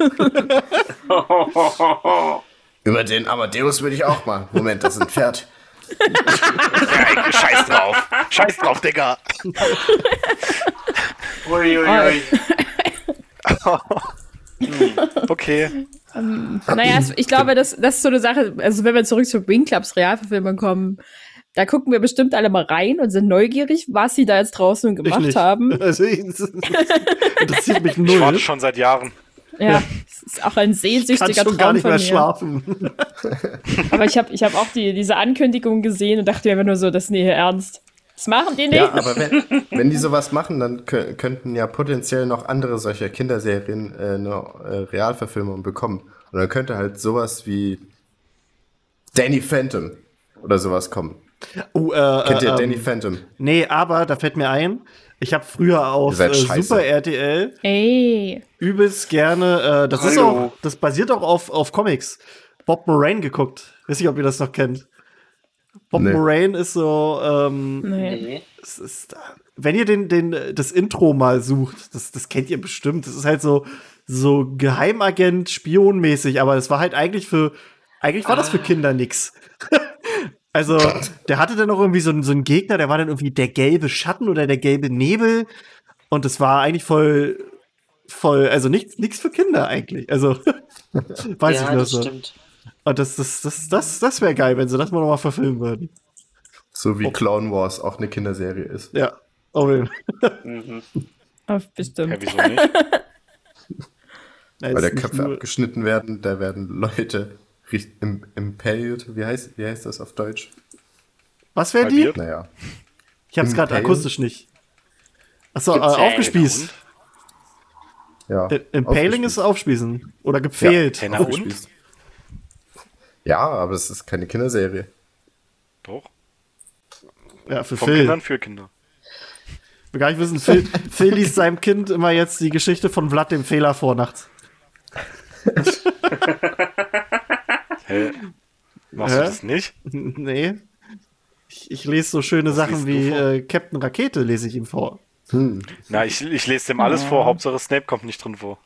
Über den Amadeus würde ich auch mal. Moment, das ist ein Pferd. ja, scheiß drauf. Scheiß drauf, Digga. Uiuiui. Okay. Naja, es- ich glaube, das, das ist so eine Sache, also wenn wir zurück zu Wing Clubs Realverfilmung kommen, da gucken wir bestimmt alle mal rein und sind neugierig, was sie da jetzt draußen Ich gemacht nicht. haben. Also, ich, das interessiert mich Ich warte null. schon seit Jahren. Ja, es ist auch ein Ich kann sehnsüchtiger schon gar Traum nicht von mehr mir. schlafen. Aber ich habe ich hab auch die, diese Ankündigung gesehen und dachte mir einfach nur so, das ist nie ernst. Das machen die nicht. Ja, aber wenn, wenn die sowas machen, dann kö- könnten ja potenziell noch andere solcher Kinderserien äh, eine äh, Realverfilmung bekommen. Und dann könnte halt sowas wie Danny Phantom oder sowas kommen. Oh, äh, Kennt ihr äh, Danny ähm, Phantom? Nee, aber da fällt mir ein, ich habe früher auf seid äh, scheiße. Super R T L Ey. übelst gerne, äh, das ist Hallo. auch, das basiert auch auf, auf Comics. Bob Moraine geguckt. Weiß nicht, ob ihr das noch kennt. Bob Nee. Moraine ist so, ähm, Nee. Nee. es ist, wenn ihr den, den, das Intro mal sucht, das, das kennt ihr bestimmt. Das ist halt so, so Geheimagent, Spionmäßig, aber das war halt eigentlich für, eigentlich war das für Kinder nix. Also, der hatte dann auch irgendwie so, einen- so einen Gegner, der war dann irgendwie der gelbe Schatten oder der gelbe Nebel. Und das war eigentlich voll, voll, also nichts nichts für Kinder eigentlich. Also, weiß Ja, ich nur das so. stimmt. Und das, das, das, das, das wäre geil, wenn sie das mal nochmal verfilmen würden. So wie Clone Wars auch eine Kinderserie ist. Ja. Oh, Mhm. Oh, bestimmt. Ja, wieso nicht? Nein, Weil es da ist nicht Köpfe nur- abgeschnitten werden, da werden Leute richt- im, impaled. Wie heißt, wie heißt das auf Deutsch? Was wäre die? Halbiert? Naja. Ich hab's gerade Impale? akustisch nicht. Achso, äh, Gibt's ja aufgespießt. Ja. Äh, Impaling ist aufspießen. Oder gepfählt. Ja, na aufgespießt. Ja, aber es ist keine Kinderserie. Doch. Ja, für Von Phil. Kindern für Kinder. Ich will gar nicht wissen, Phil, Phil liest seinem Kind immer jetzt die Geschichte von Vlad dem Fehler vor nachts. Hä? Machst Hä? du das nicht? Nee. Ich, ich lese so schöne Was Sachen liest du wie vor? äh, Captain Rakete, lese ich ihm vor. Hm. Na, ich, ich lese dem alles vor, Hauptsache Snape kommt nicht drin vor.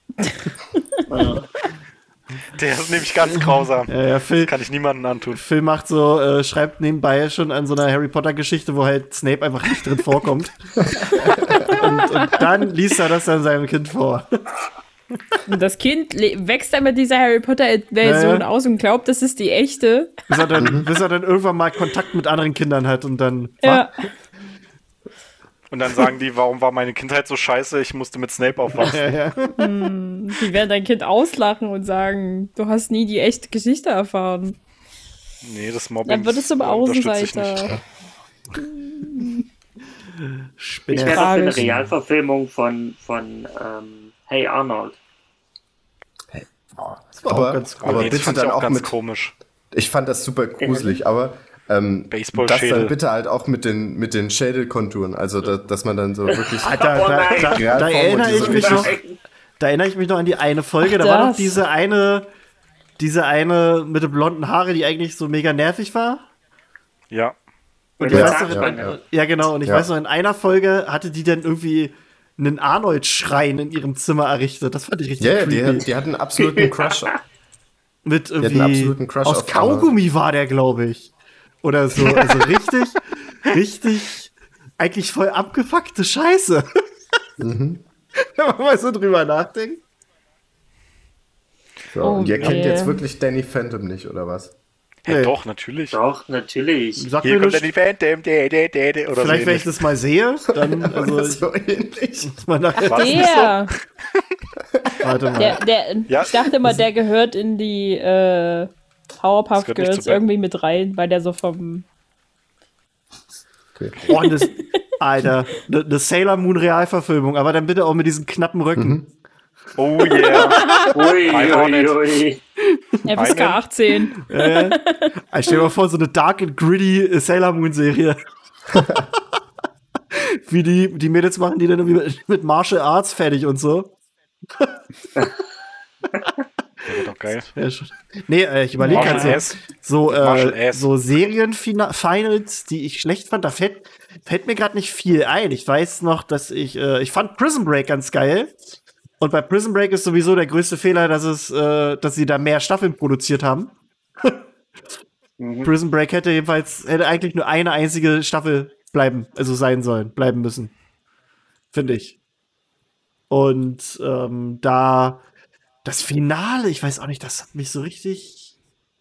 Der ist nämlich ganz grausam. Ja, ja, Phil, Kann ich niemandem antun. Phil macht so, äh, schreibt nebenbei schon an so einer Harry Potter Geschichte, wo halt Snape einfach nicht drin vorkommt. und, und dann liest er das dann seinem Kind vor. Und das Kind le- wächst dann mit dieser Harry Potter-Version Ja, ja. aus und glaubt, das ist die echte. Bis er, dann, bis er dann irgendwann mal Kontakt mit anderen Kindern hat und dann. Ja. Und dann sagen die, warum war meine Kindheit so scheiße, ich musste mit Snape aufwachsen. Ja, ja. Die werden dein Kind auslachen und sagen, du hast nie die echte Geschichte erfahren. Nee, das Mobbing Dann wird es zum äh, unterstütze ich Außenseiter. nicht. Ich Spinner. wäre doch für eine Tragisch. Realverfilmung von, von ähm, Hey Arnold. Das war auch Aber, ganz cool. aber Nee, das bitte fand ich dann auch auch ganz mit. komisch. Ich fand das super gruselig, aber ähm, das Baseballschädel. dann bitte halt auch mit den, mit den Schädelkonturen. Also, da, dass man dann so wirklich. Da, da, Oh da, nein. da, da Realform erinnere und ich diese mich noch. Nein. Da erinnere ich mich noch an die eine Folge. Ach, da war doch das. diese eine, diese eine mit den blonden Haare, die eigentlich so mega nervig war. Ja. Und Mit ich der weiß noch, Zahnspange. ja. ja, genau. Und ich Ja. weiß noch, in einer Folge hatte die dann irgendwie einen Arnold-Schrein in ihrem Zimmer errichtet. Das fand ich richtig Ja, yeah, creepy. die, die hatten einen absoluten Crush. Mit hatten irgendwie absoluten Crush aus auf Kaugummi war der, glaube ich. Oder so. Also richtig, richtig, eigentlich voll abgefuckte Scheiße. Mhm. Wenn man mal so drüber nachdenkt. So, Oh, und ihr kennt nee. jetzt wirklich Danny Phantom nicht, oder was? Hä, Nee. doch, natürlich. Doch, natürlich. Sag Hier mir kommt nicht, dann die Phantom, dä, dä, dä, dä, oder vielleicht, so wenn ich ähnlich. das mal sehe, dann, also, ich, so ähnlich. mal nachher, Was? Der, warte mal. der, der, Ja. ich dachte immer, der gehört in die äh, Powerpuff Das gehört nicht Girls zu Band. irgendwie mit rein, weil der so vom. Oh, das, Alter, eine ne Sailor Moon Realverfilmung, aber dann bitte auch mit diesen knappen Röcken. Oh yeah. Ui, I'm on ui, it. ui. F S K Einen? achtzehn. Äh, ich stell dir mal vor, so eine dark and gritty äh, Sailor Moon Serie. Wie die, die Mädels machen die dann irgendwie mit, mit Martial Arts fertig und so. Das wird doch geil. Ja, schon. Nee, äh, ich überlege Martial gerade Ass. so, so, Martial äh, Ass. so Serien-Finals, die ich schlecht fand, da fällt, fällt mir gerade nicht viel ein. Ich weiß noch, dass ich, äh, ich fand Prison Break ganz geil. Und bei Prison Break ist sowieso der größte Fehler, dass es, äh, dass sie da mehr Staffeln produziert haben. Mhm. Prison Break hätte jedenfalls, hätte eigentlich nur eine einzige Staffel bleiben, also sein sollen, bleiben müssen. Finde ich. Und ähm, da das Finale, ich weiß auch nicht, das hat mich so richtig.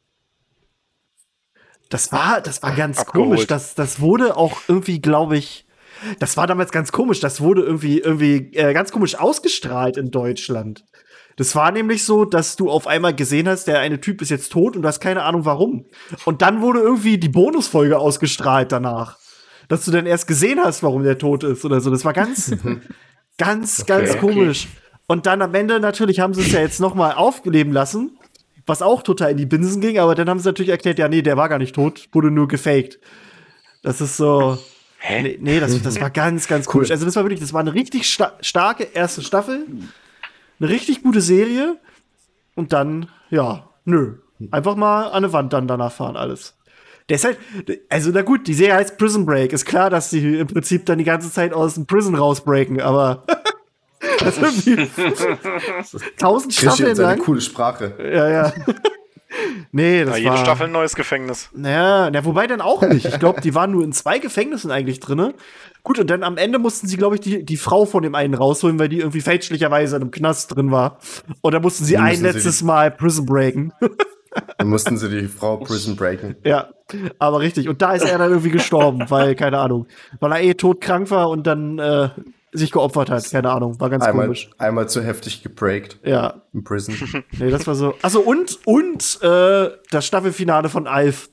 Das war, das war ganz Abgeholt. komisch. Das, das wurde auch irgendwie, glaube ich, das war damals ganz komisch. Das wurde irgendwie, irgendwie äh, ganz komisch ausgestrahlt in Deutschland. Das war nämlich so, dass du auf einmal gesehen hast, der eine Typ ist jetzt tot und du hast keine Ahnung warum. Und dann wurde irgendwie die Bonusfolge ausgestrahlt danach. Dass du dann erst gesehen hast, warum der tot ist oder so. Das war ganz, ganz, ganz Okay. komisch. Und dann am Ende natürlich haben sie es ja jetzt noch mal aufleben lassen, was auch total in die Binsen ging. Aber dann haben sie natürlich erklärt, ja, nee, der war gar nicht tot, wurde nur gefaked. Das ist so. Hä? Nee, nee das, das war ganz, ganz Cool. komisch. Also das war wirklich, das war eine richtig sta starke erste Staffel. Eine richtig gute Serie. Und dann, ja, nö. Einfach mal an eine Wand dann danach fahren, alles. Deshalb, also na gut, die Serie heißt Prison Break. Ist klar, dass die im Prinzip dann die ganze Zeit aus dem Prison rausbreaken, aber das ist irgendwie tausend Christian Staffeln seine lang. coole Sprache. Ja, ja. Nee, das Na, jede war, Staffel ein neues Gefängnis. Naja, na, wobei dann auch nicht. Ich glaube, die waren nur in zwei Gefängnissen eigentlich drinne. Gut, und dann am Ende mussten sie, glaube ich, die, die Frau von dem einen rausholen, weil die irgendwie fälschlicherweise in einem Knast drin war. Und dann mussten sie Dann ein mussten sie letztes die- Mal Prison breaken. Dann mussten sie die Frau Prison breaken. Ja, aber richtig. Und da ist er dann irgendwie gestorben, weil, keine Ahnung, weil er eh todkrank war und dann äh, sich geopfert hat. Keine Ahnung, war ganz Einmal, komisch. einmal zu heftig gebreakt Ja, in Prison. nee, das war so. Achso, und, und äh, das Staffelfinale von Alf.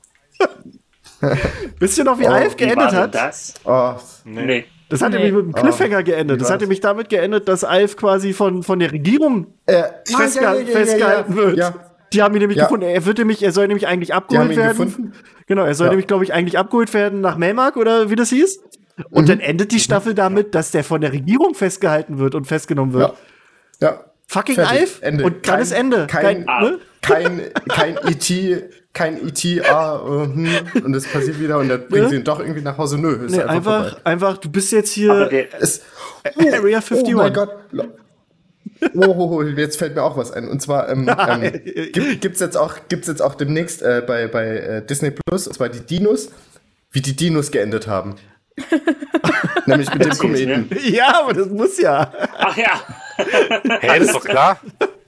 Wisst ihr noch, wie Oh, Alf Wie war geendet denn hat? das? Oh, Nee. Das hat Nee. nämlich mit einem Cliffhanger geendet. Wie Das war's? hat nämlich damit geendet, dass Alf quasi von, von der Regierung äh, festgeha ja, ja, ja, ja, festgehalten ja. wird. Ja. Die haben ihn nämlich Ja. gefunden. Er wird nämlich, er soll nämlich eigentlich Die abgeholt haben ihn werden. gefunden. Genau, er soll Ja. nämlich, glaube ich, eigentlich abgeholt werden nach Melmark oder wie das hieß. Und Mhm. dann endet die Staffel damit, dass der von der Regierung festgehalten wird und festgenommen wird. Ja. Ja. Fucking Fertig. Alf. Ende. Und dann Kein- ist Ende. kein- ne? Kein, kein E T, kein E T, ah, äh, hm, und es passiert wieder und dann bringen Ne? sie ihn doch irgendwie nach Hause. Nö, ist Nee, einfach, einfach, vorbei. einfach, du bist jetzt Aber hier der, Es, Area oh einundfünfzig. mein Gott. Oh, oh, oh, jetzt fällt mir auch was ein. Und zwar ähm, ähm, gibt, gibt's jetzt auch gibt's jetzt auch demnächst äh, bei bei äh, Disney Plus, und zwar die Dinos, wie die Dinos geendet haben. Nämlich mit dem Erzähl's Kometen. Ja, aber das muss ja. ach ja. Hä, das ist doch klar.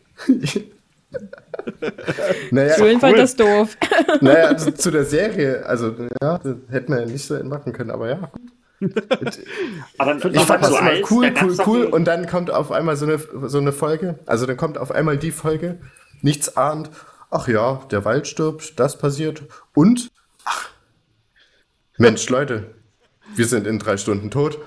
Naja, Julian fand das doof. naja also, zu der Serie, also ja, das hätten wir ja nicht so machen können, aber ja. Aber Ich fand das so immer Eis, cool, da gab's cool, doch cool. die- Und dann kommt auf einmal so eine, so eine Folge. Also dann kommt auf einmal die Folge. Nichts ahnt. Ach ja, der Wald stirbt, das passiert. Und, ach, Mensch, Leute, wir sind in drei Stunden tot.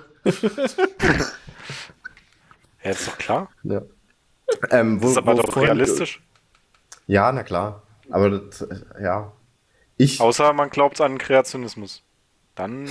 Ja, ist doch klar. Ja. Ähm, wo, Das ist aber wo doch vorhin- realistisch. Ja, na klar. Aber das, äh, ja. Ich, Außer man glaubt an Kreationismus. Dann.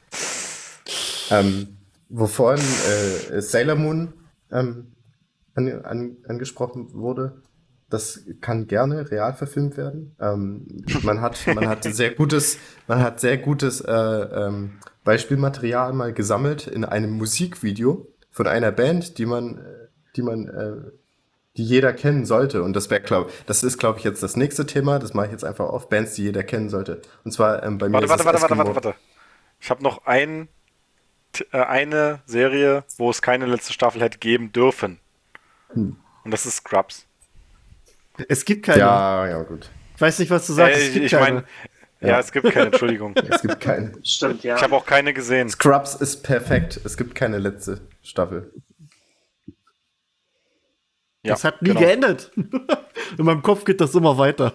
ähm, wo vorhin äh, Sailor Moon ähm, an, an, angesprochen wurde, das kann gerne real verfilmt werden. Ähm, man hat, man hat sehr gutes, man hat sehr gutes äh, ähm, Beispielmaterial mal gesammelt in einem Musikvideo von einer Band, die man, äh, die man, äh, die jeder kennen sollte. Und das wäre, glaube das ist, glaube ich, jetzt das nächste Thema. Das mache ich jetzt einfach auf Bands, die jeder kennen sollte. Und zwar ähm, bei mir Warte, ist warte, es warte, warte, Eskimo. warte, warte. Ich habe noch ein, t- äh, eine Serie, wo es keine letzte Staffel hätte geben dürfen. Hm. Und das ist Scrubs. Es gibt keine. Ja, ja, gut. Ich weiß nicht, was du sagst. Äh, es ich gibt ich keine. meine, ja. Ja. es gibt keine, Entschuldigung. Es gibt keine. Stimmt, ja. Ich habe auch keine gesehen. Scrubs ist perfekt. Es gibt keine letzte Staffel. Ja, Das hat nie genau. geendet. In meinem Kopf geht das immer weiter.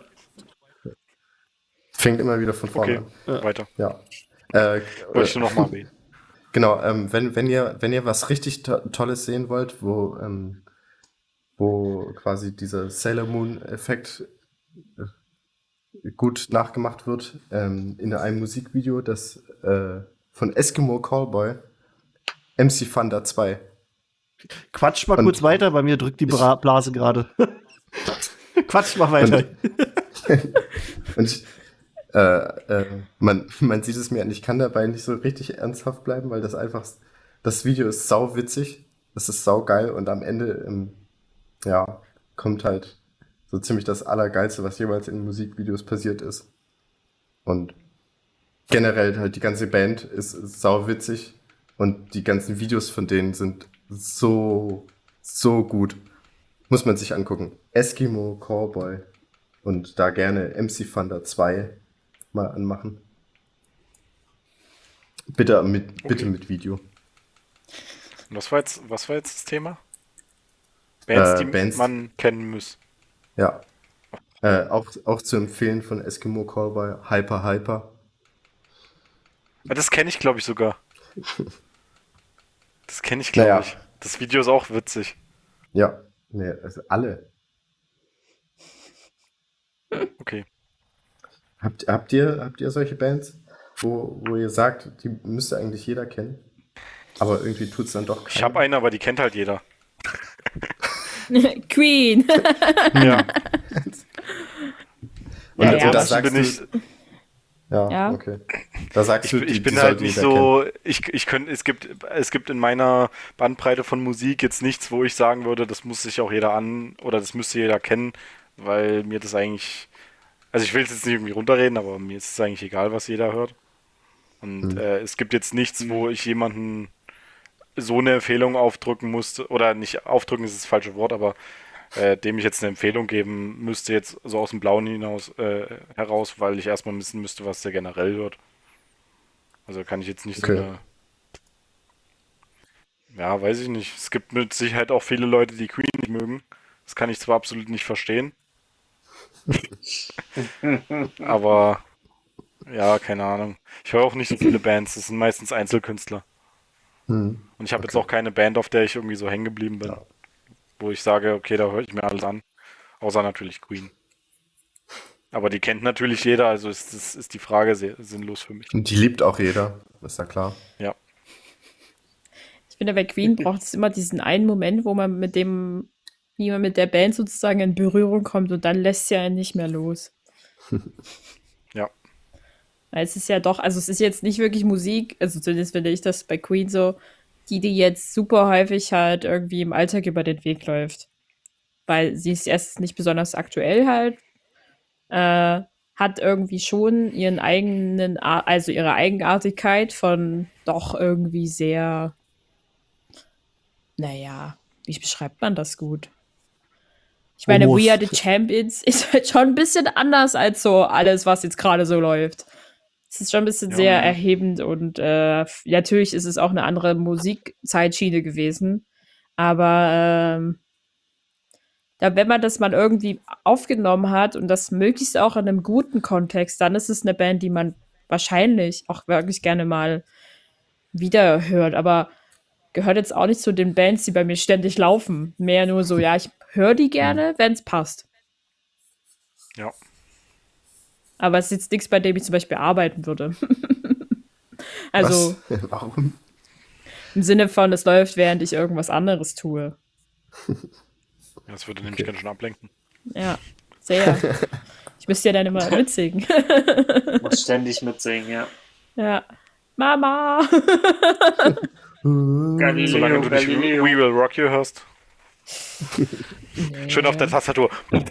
Fängt immer wieder von vorne Okay, an. weiter. Ja. Äh, Wollte ich nur noch mal erwähnen. Genau, ähm, wenn, wenn, ihr, wenn ihr was richtig to Tolles sehen wollt, wo, ähm, wo quasi dieser Sailor Moon-Effekt äh, gut nachgemacht wird, ähm, in einem Musikvideo, das äh, von Eskimo Callboy, M C Thunder zwei. Quatsch mal Und- kurz weiter, bei mir drückt die Bra Blase gerade. Quatsch mal weiter. Und ich, äh, äh, man, man sieht es mir an, ich kann dabei nicht so richtig ernsthaft bleiben, weil das einfach, das Video ist sau witzig, das ist sau geil und am Ende, ähm, ja, kommt halt so ziemlich das Allergeilste, was jemals in Musikvideos passiert ist. Und generell halt die ganze Band ist, ist sau witzig und die ganzen Videos von denen sind so, so gut. Muss man sich angucken. Eskimo Callboy. Und da gerne M C Thunder zwei mal anmachen. Bitte mit, bitte Okay. mit Video. Und was war jetzt, was war jetzt das Thema? Bands, Äh, die Bands- man kennen muss. Ja. Äh, auch, auch zu empfehlen von Eskimo Callboy. Hyper Hyper. Ah, Das kenne ich, glaube ich, sogar. Das kenne ich, glaube Naja. ich. Das Video ist auch witzig. Ja. Nee, also alle. Okay. Habt, habt, ihr, habt ihr solche Bands, wo, wo ihr sagt, die müsste eigentlich jeder kennen? Aber irgendwie tut es dann doch Ich habe eine, aber die kennt halt jeder. Queen. Ja. Und, Ja, und ja, da aber sagst bin ich, du, ja, Ja. okay. Da sagst ich, du, ich die, bin die halt sollte nicht jeder kennen. so, ich, ich könnte, es gibt, es gibt in meiner Bandbreite von Musik jetzt nichts, wo ich sagen würde, das muss sich auch jeder an, oder das müsste jeder kennen, weil mir das eigentlich, also ich will es jetzt nicht irgendwie runterreden, aber mir ist es eigentlich egal, was jeder hört. Und Mhm. äh, es gibt jetzt nichts, wo ich jemanden so eine Empfehlung aufdrücken musste, oder nicht aufdrücken ist das falsche Wort, aber äh, dem ich jetzt eine Empfehlung geben müsste, jetzt so aus dem Blauen hinaus äh, heraus, weil ich erstmal wissen müsste, was der generell hört. Also kann ich jetzt nicht Okay. so eine. Ja, weiß ich nicht. Es gibt mit Sicherheit auch viele Leute, die Queen nicht mögen. Das kann ich zwar absolut nicht verstehen. Aber ja, keine Ahnung. Ich höre auch nicht so viele Bands, das sind meistens Einzelkünstler. Hm. Und ich habe jetzt Okay. auch keine Band, auf der ich irgendwie so hängen geblieben bin. Ja. Wo ich sage, okay, da höre ich mir alles an. Außer natürlich Queen. Aber die kennt natürlich jeder, also ist, ist, ist die Frage sehr sinnlos für mich. Und die liebt auch jeder, ist ja klar. Ja. Ich finde, bei Queen braucht es immer diesen einen Moment, wo man mit dem, wie man mit der Band sozusagen in Berührung kommt und dann lässt sie einen nicht mehr los. Ja. Weil es ist ja doch, also es ist jetzt nicht wirklich Musik, also zumindest finde ich das bei Queen so, die die jetzt super häufig halt irgendwie im Alltag über den Weg läuft. Weil sie ist erstens nicht besonders aktuell halt, äh, hat irgendwie schon ihren eigenen, Ar- also ihre Eigenartigkeit von doch irgendwie sehr, naja, wie beschreibt man das gut? Ich meine, Homos. We Are the Champions ist halt schon ein bisschen anders als so alles, was jetzt gerade so läuft. Es ist schon ein bisschen Ja. sehr erhebend und äh, f- natürlich ist es auch eine andere Musikzeitschiene gewesen. Aber ähm, da, wenn man das mal irgendwie aufgenommen hat und das möglichst auch in einem guten Kontext, dann ist es eine Band, die man wahrscheinlich auch wirklich gerne mal wieder hört. Aber gehört jetzt auch nicht zu den Bands, die bei mir ständig laufen. Mehr nur so, ja, ich höre die gerne, wenn es passt. Ja. Aber es ist jetzt nichts, bei dem ich zum Beispiel arbeiten würde. Also Was? Warum? im Sinne von, es läuft, während ich irgendwas anderes tue. Das würde nämlich ganz schön ablenken. Ja, sehr. Ich müsste ja dann immer mitsingen. Muss ständig mitsingen, ja. Ja. Mama! Galileo, Solange du nicht Galileo. We Will Rock You hörst. Schön auf der Tastatur.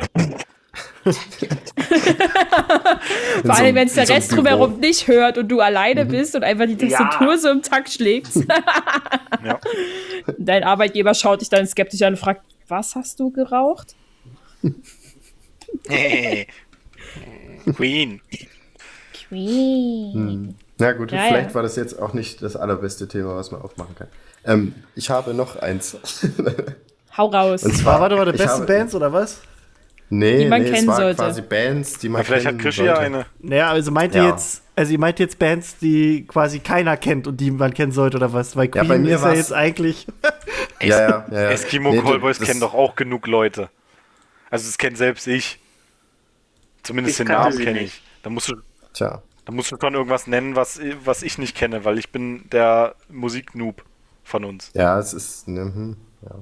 Vor allem, wenn es der so einem Rest drumherum Büro. nicht hört und du alleine bist und einfach die Tastatur Ja. so im Takt schlägst. Ja. Dein Arbeitgeber schaut dich dann skeptisch an und fragt, was hast du geraucht? Queen. Queen. Hm. Na gut, Ja, vielleicht ja. war das jetzt auch nicht das allerbeste Thema, was man aufmachen kann. Ähm, ich habe noch eins. Hau raus. Und War, zwar, warte mal, die ich besten habe- Bands oder was? Nee, Die man nee, es kennen war sollte. quasi Bands, die man Ja, vielleicht hat kennen Krischi ja sollte. eine. Naja, also meint ihr Ja. jetzt, also ihr meint jetzt Bands, die quasi keiner kennt und die man kennen sollte oder was? Weil Ja, Queen bei mir ist ja war's- jetzt eigentlich. Ja, ja, ja, ja. Eskimo Nee, Callboys das- kennen doch auch genug Leute. Also das kennt selbst ich. Zumindest Ich den kannte Namen sie kenne nicht. ich. Da musst du, Tja. da musst du schon irgendwas nennen, was, was ich nicht kenne, weil ich bin der Musiknoob von uns. Ja, es ist. Ne, hm, ja.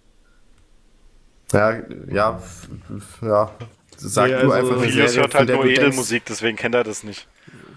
Ja, ja, f- f- ja. Sag Nee, du also- einfach eine Julius Serie, hört von halt der nur du denkst- Edelmusik, deswegen kennt er das nicht.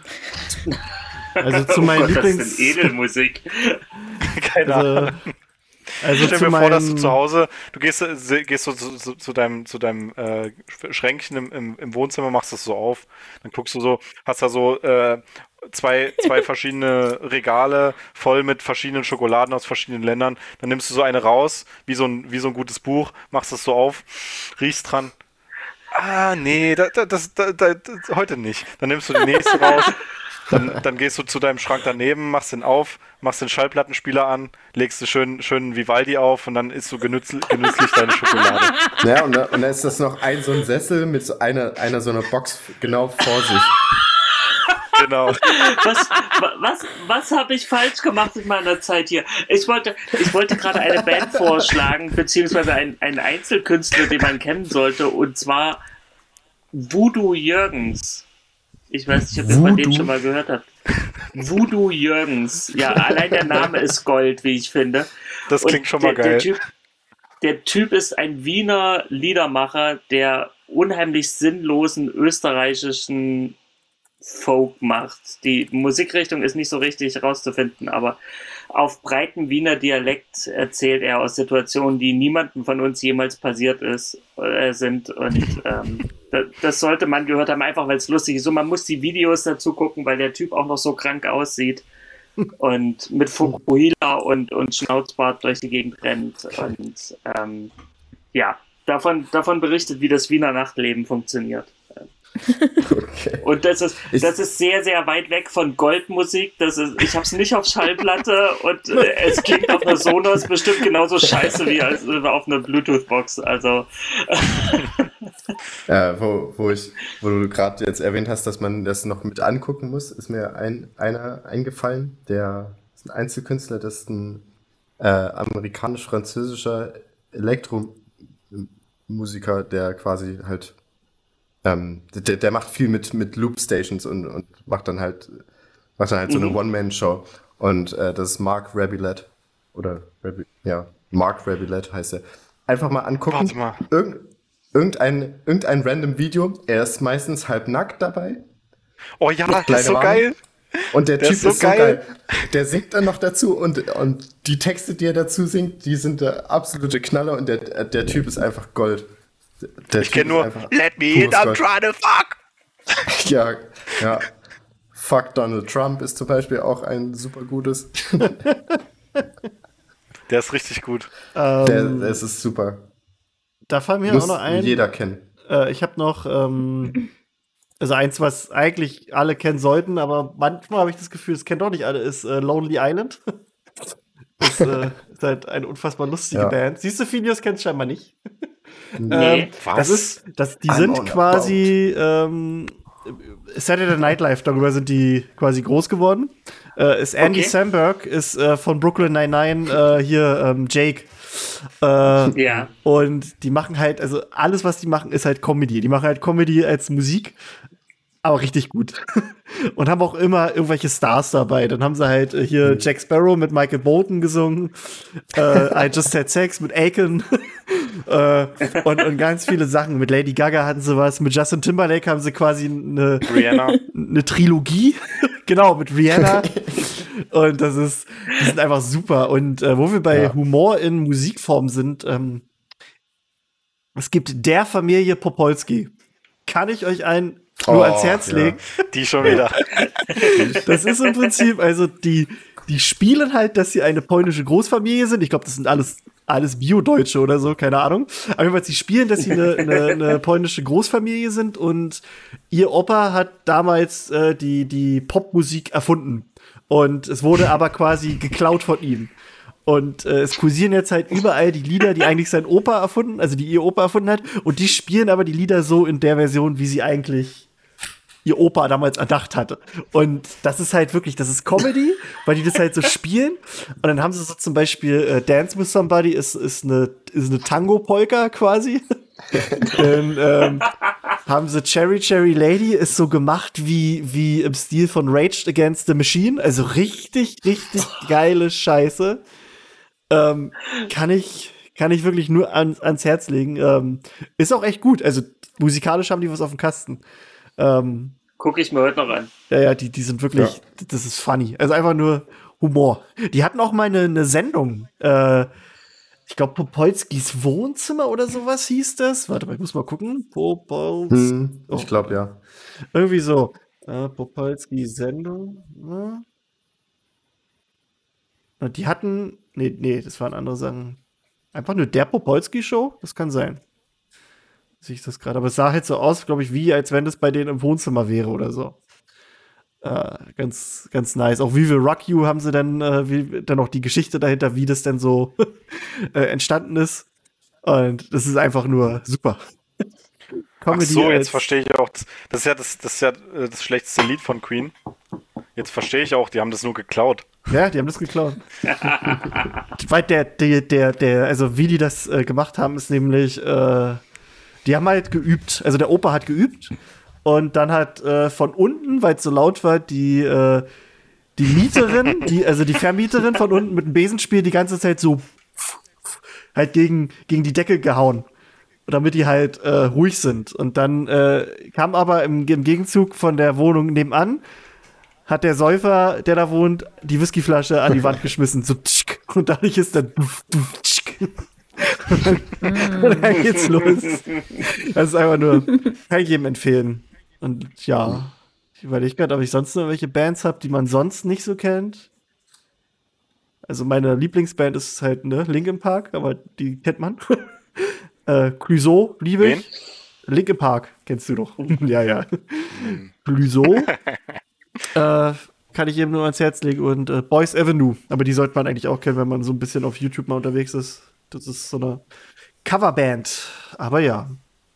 Also zu Oh meinen Gott, das Lieblings. ist denn Edelmusik. Keine Ahnung. Also, also Stell zu mir vor, dass du meinen. zu Hause, du gehst, äh, gehst so zu, zu, zu deinem, zu deinem äh, Schränkchen im, im, im Wohnzimmer, machst das so auf, dann guckst du so, hast da so äh, zwei, zwei verschiedene Regale voll mit verschiedenen Schokoladen aus verschiedenen Ländern, dann nimmst du so eine raus, wie so ein, wie so ein gutes Buch, machst das so auf, riechst dran. Ah, nee, da, da, das, da, da, das, heute nicht. Dann nimmst du die nächste raus, dann, dann gehst du zu deinem Schrank daneben, machst den auf, machst den Schallplattenspieler an, legst du schön, schön Vivaldi auf und dann isst du genüsslich, genüsslich deine Schokolade. Ja, und, da, und da ist das noch ein so ein Sessel mit so einer, einer so einer Box genau vor sich. Genau. Was, wa- was, was habe ich falsch gemacht in meiner Zeit hier? Ich wollte, ich wollte gerade eine Band vorschlagen, beziehungsweise einen, einen Einzelkünstler, den man kennen sollte, und zwar Voodoo Jürgens. Ich weiß nicht, ob ihr von dem Voodoo? schon mal gehört habt. Voodoo Jürgens. Ja, allein der Name ist Gold, wie ich finde. Das klingt Und schon mal der, geil. Der typ, der Typ ist ein Wiener Liedermacher, der unheimlich sinnlosen österreichischen Folk macht. Die Musikrichtung ist nicht so richtig rauszufinden, aber auf breiten Wiener Dialekt erzählt er aus Situationen, die niemandem von uns jemals passiert ist, äh, sind. Und ähm, das, das sollte man gehört haben, einfach weil es lustig ist. Und man muss die Videos dazu gucken, weil der Typ auch noch so krank aussieht und mit Fukuhila und, und Schnauzbart durch die Gegend rennt. Und ähm, ja, davon, davon berichtet, wie das Wiener Nachtleben funktioniert. Okay. Und das ist, Ich- das ist sehr, sehr weit weg von Goldmusik. Das ist, ich habe es nicht auf Schallplatte und äh, es klingt auf einer Sonos bestimmt genauso scheiße wie als, äh, auf einer Bluetooth-Box. Also, Ja, wo, wo, ich, wo du gerade jetzt erwähnt hast, dass man das noch mit angucken muss, ist mir ein, einer eingefallen, der ist ein Einzelkünstler, das ist ein äh, amerikanisch-französischer Elektromusiker, der quasi halt, ähm, der, der macht viel mit, mit Loopstations und, und macht dann halt, macht dann halt so eine Mhm. One-Man-Show. Und äh, das ist Mark Rabilette. Oder, Rabi, ja, Mark Rabilette heißt er. Einfach mal angucken. Warte mal. Irgend, irgendein, irgendein random Video. Er ist meistens halb nackt dabei. Oh ja, das Kleine ist so Wagen. geil. Und der, Der Typ ist so ist so geil. geil. Der singt dann noch dazu und, und die Texte, die er dazu singt, die sind der absolute Knaller und der, der Typ ist einfach Gold. Der Ich Typ kenne nur ist einfach Let me in, pures I'm Gold. trying to fuck. Ja, ja. Fuck Donald Trump ist zum Beispiel auch ein super gutes. Der ist richtig gut. Der, Ähm, das ist super. da fallen mir Muss auch noch ein. jeder kennen. Äh, ich habe noch, ähm, also eins, was eigentlich alle kennen sollten, aber manchmal habe ich das Gefühl, es kennen doch nicht alle, ist äh, Lonely Island. Das äh, ist halt eine unfassbar lustige Ja. Band. Siehst du, Phineas kennt scheinbar nicht. nee. Ähm, das ist, das, die I'm sind on a quasi ähm, Saturday Night Live, darüber sind die quasi groß geworden. Äh, ist Andy Okay. Samberg, ist äh, von Brooklyn Nine-Nine äh, hier ähm, Jake. Äh, Ja. Und die machen halt, also alles, was die machen, ist halt Comedy. Die machen halt Comedy als Musik, aber richtig gut. Und haben auch immer irgendwelche Stars dabei. Dann haben sie halt äh, hier Jack Sparrow mit Michael Bolton gesungen, äh, I Just Had Sex mit Aiken äh, und, und ganz viele Sachen. Mit Lady Gaga hatten sie was, mit Justin Timberlake haben sie quasi eine, Rihanna. eine Trilogie. Genau, mit Rihanna. Und das ist, die sind einfach super. Und äh, wo wir bei Ja. Humor in Musikform sind, ähm, es gibt der Familie Popolski. Kann ich euch einen nur Oh, ans Herz ja. legen? Die schon wieder. Das ist im Prinzip, also die, die spielen halt, dass sie eine polnische Großfamilie sind. Ich glaube, das sind alles alles Bio-Deutsche oder so, keine Ahnung. Aber jedenfalls, sie spielen, dass sie eine, eine, eine polnische Großfamilie sind und ihr Opa hat damals äh, die, die Popmusik erfunden. Und es wurde aber quasi geklaut von ihm. Und äh, es kursieren jetzt halt überall die Lieder, die eigentlich sein Opa erfunden, also die ihr Opa erfunden hat. Und die spielen aber die Lieder so in der Version, wie sie eigentlich ihr Opa damals erdacht hatte. Und das ist halt wirklich, das ist Comedy, weil die das halt so spielen. Und dann haben sie so zum Beispiel äh, Dance with Somebody ist, ist eine, ist eine Tango-Polka quasi. Dann ähm, haben sie Cherry Cherry Lady, ist so gemacht wie, wie im Stil von Rage Against the Machine. Also richtig, richtig geile Scheiße. Ähm, kann ich, kann ich wirklich nur an, ans Herz legen. Ähm, ist auch echt gut. Also musikalisch haben die was auf dem Kasten. Ähm, Gucke ich mir heute noch an. Ja, ja, die, die sind wirklich, Ja. das ist funny. Also einfach nur Humor. Die hatten auch mal eine, eine Sendung. Äh, ich glaube, Popolskis Wohnzimmer oder sowas hieß das. Warte mal, ich muss mal gucken. Popolski. Hm, Oh. ich glaube, ja. Irgendwie so. Äh, Popolski Sendung. Ja. Und die hatten, nee, nee, das waren andere Sachen. Einfach nur der Popolski Show? Das kann sein. Sehe ich das gerade. Aber es sah halt so aus, glaube ich, wie, als wenn das bei denen im Wohnzimmer wäre oder so. Äh, ganz, ganz nice. Auch We Will Rock You haben sie dann, äh, wie, dann auch die Geschichte dahinter, wie das denn so äh, entstanden ist. Und das ist einfach nur super. Ach so, als- jetzt verstehe ich auch. Das, das ist ja das, das ist ja äh, das schlechteste Lied von Queen. Jetzt verstehe ich auch, die haben das nur geklaut. Ja, die haben das geklaut. Weil der, der, der, der, also wie die das äh, gemacht haben, ist nämlich, äh, die haben halt geübt. Also der Opa hat geübt und dann hat äh, von unten, weil es so laut war, die, äh, die Mieterin, die, also die Vermieterin von unten mit dem Besenspiel die ganze Zeit so halt gegen, gegen die Decke gehauen. Damit die halt äh, ruhig sind. Und dann äh, kam aber im, im Gegenzug von der Wohnung nebenan, hat der Säufer, der da wohnt, die Whiskyflasche an die Wand geschmissen. So tschk, und dadurch ist dann duf, duf, tschk. Und dann geht's los. Das ist einfach nur, kann ich jedem empfehlen. Und ja, ich überlege gerade, ob ich sonst noch welche Bands habe, die man sonst nicht so kennt. Also meine Lieblingsband ist halt, ne, Linkin Park, aber die kennt man. äh, Clouseau, liebe Wen? ich. Linkin Park, kennst du doch. ja, ja. Clouseau. äh, kann ich jedem nur ans Herz legen. Und äh, Boys Avenue. Aber die sollte man eigentlich auch kennen, wenn man so ein bisschen auf YouTube mal unterwegs ist. Das ist so eine Coverband. Aber ja.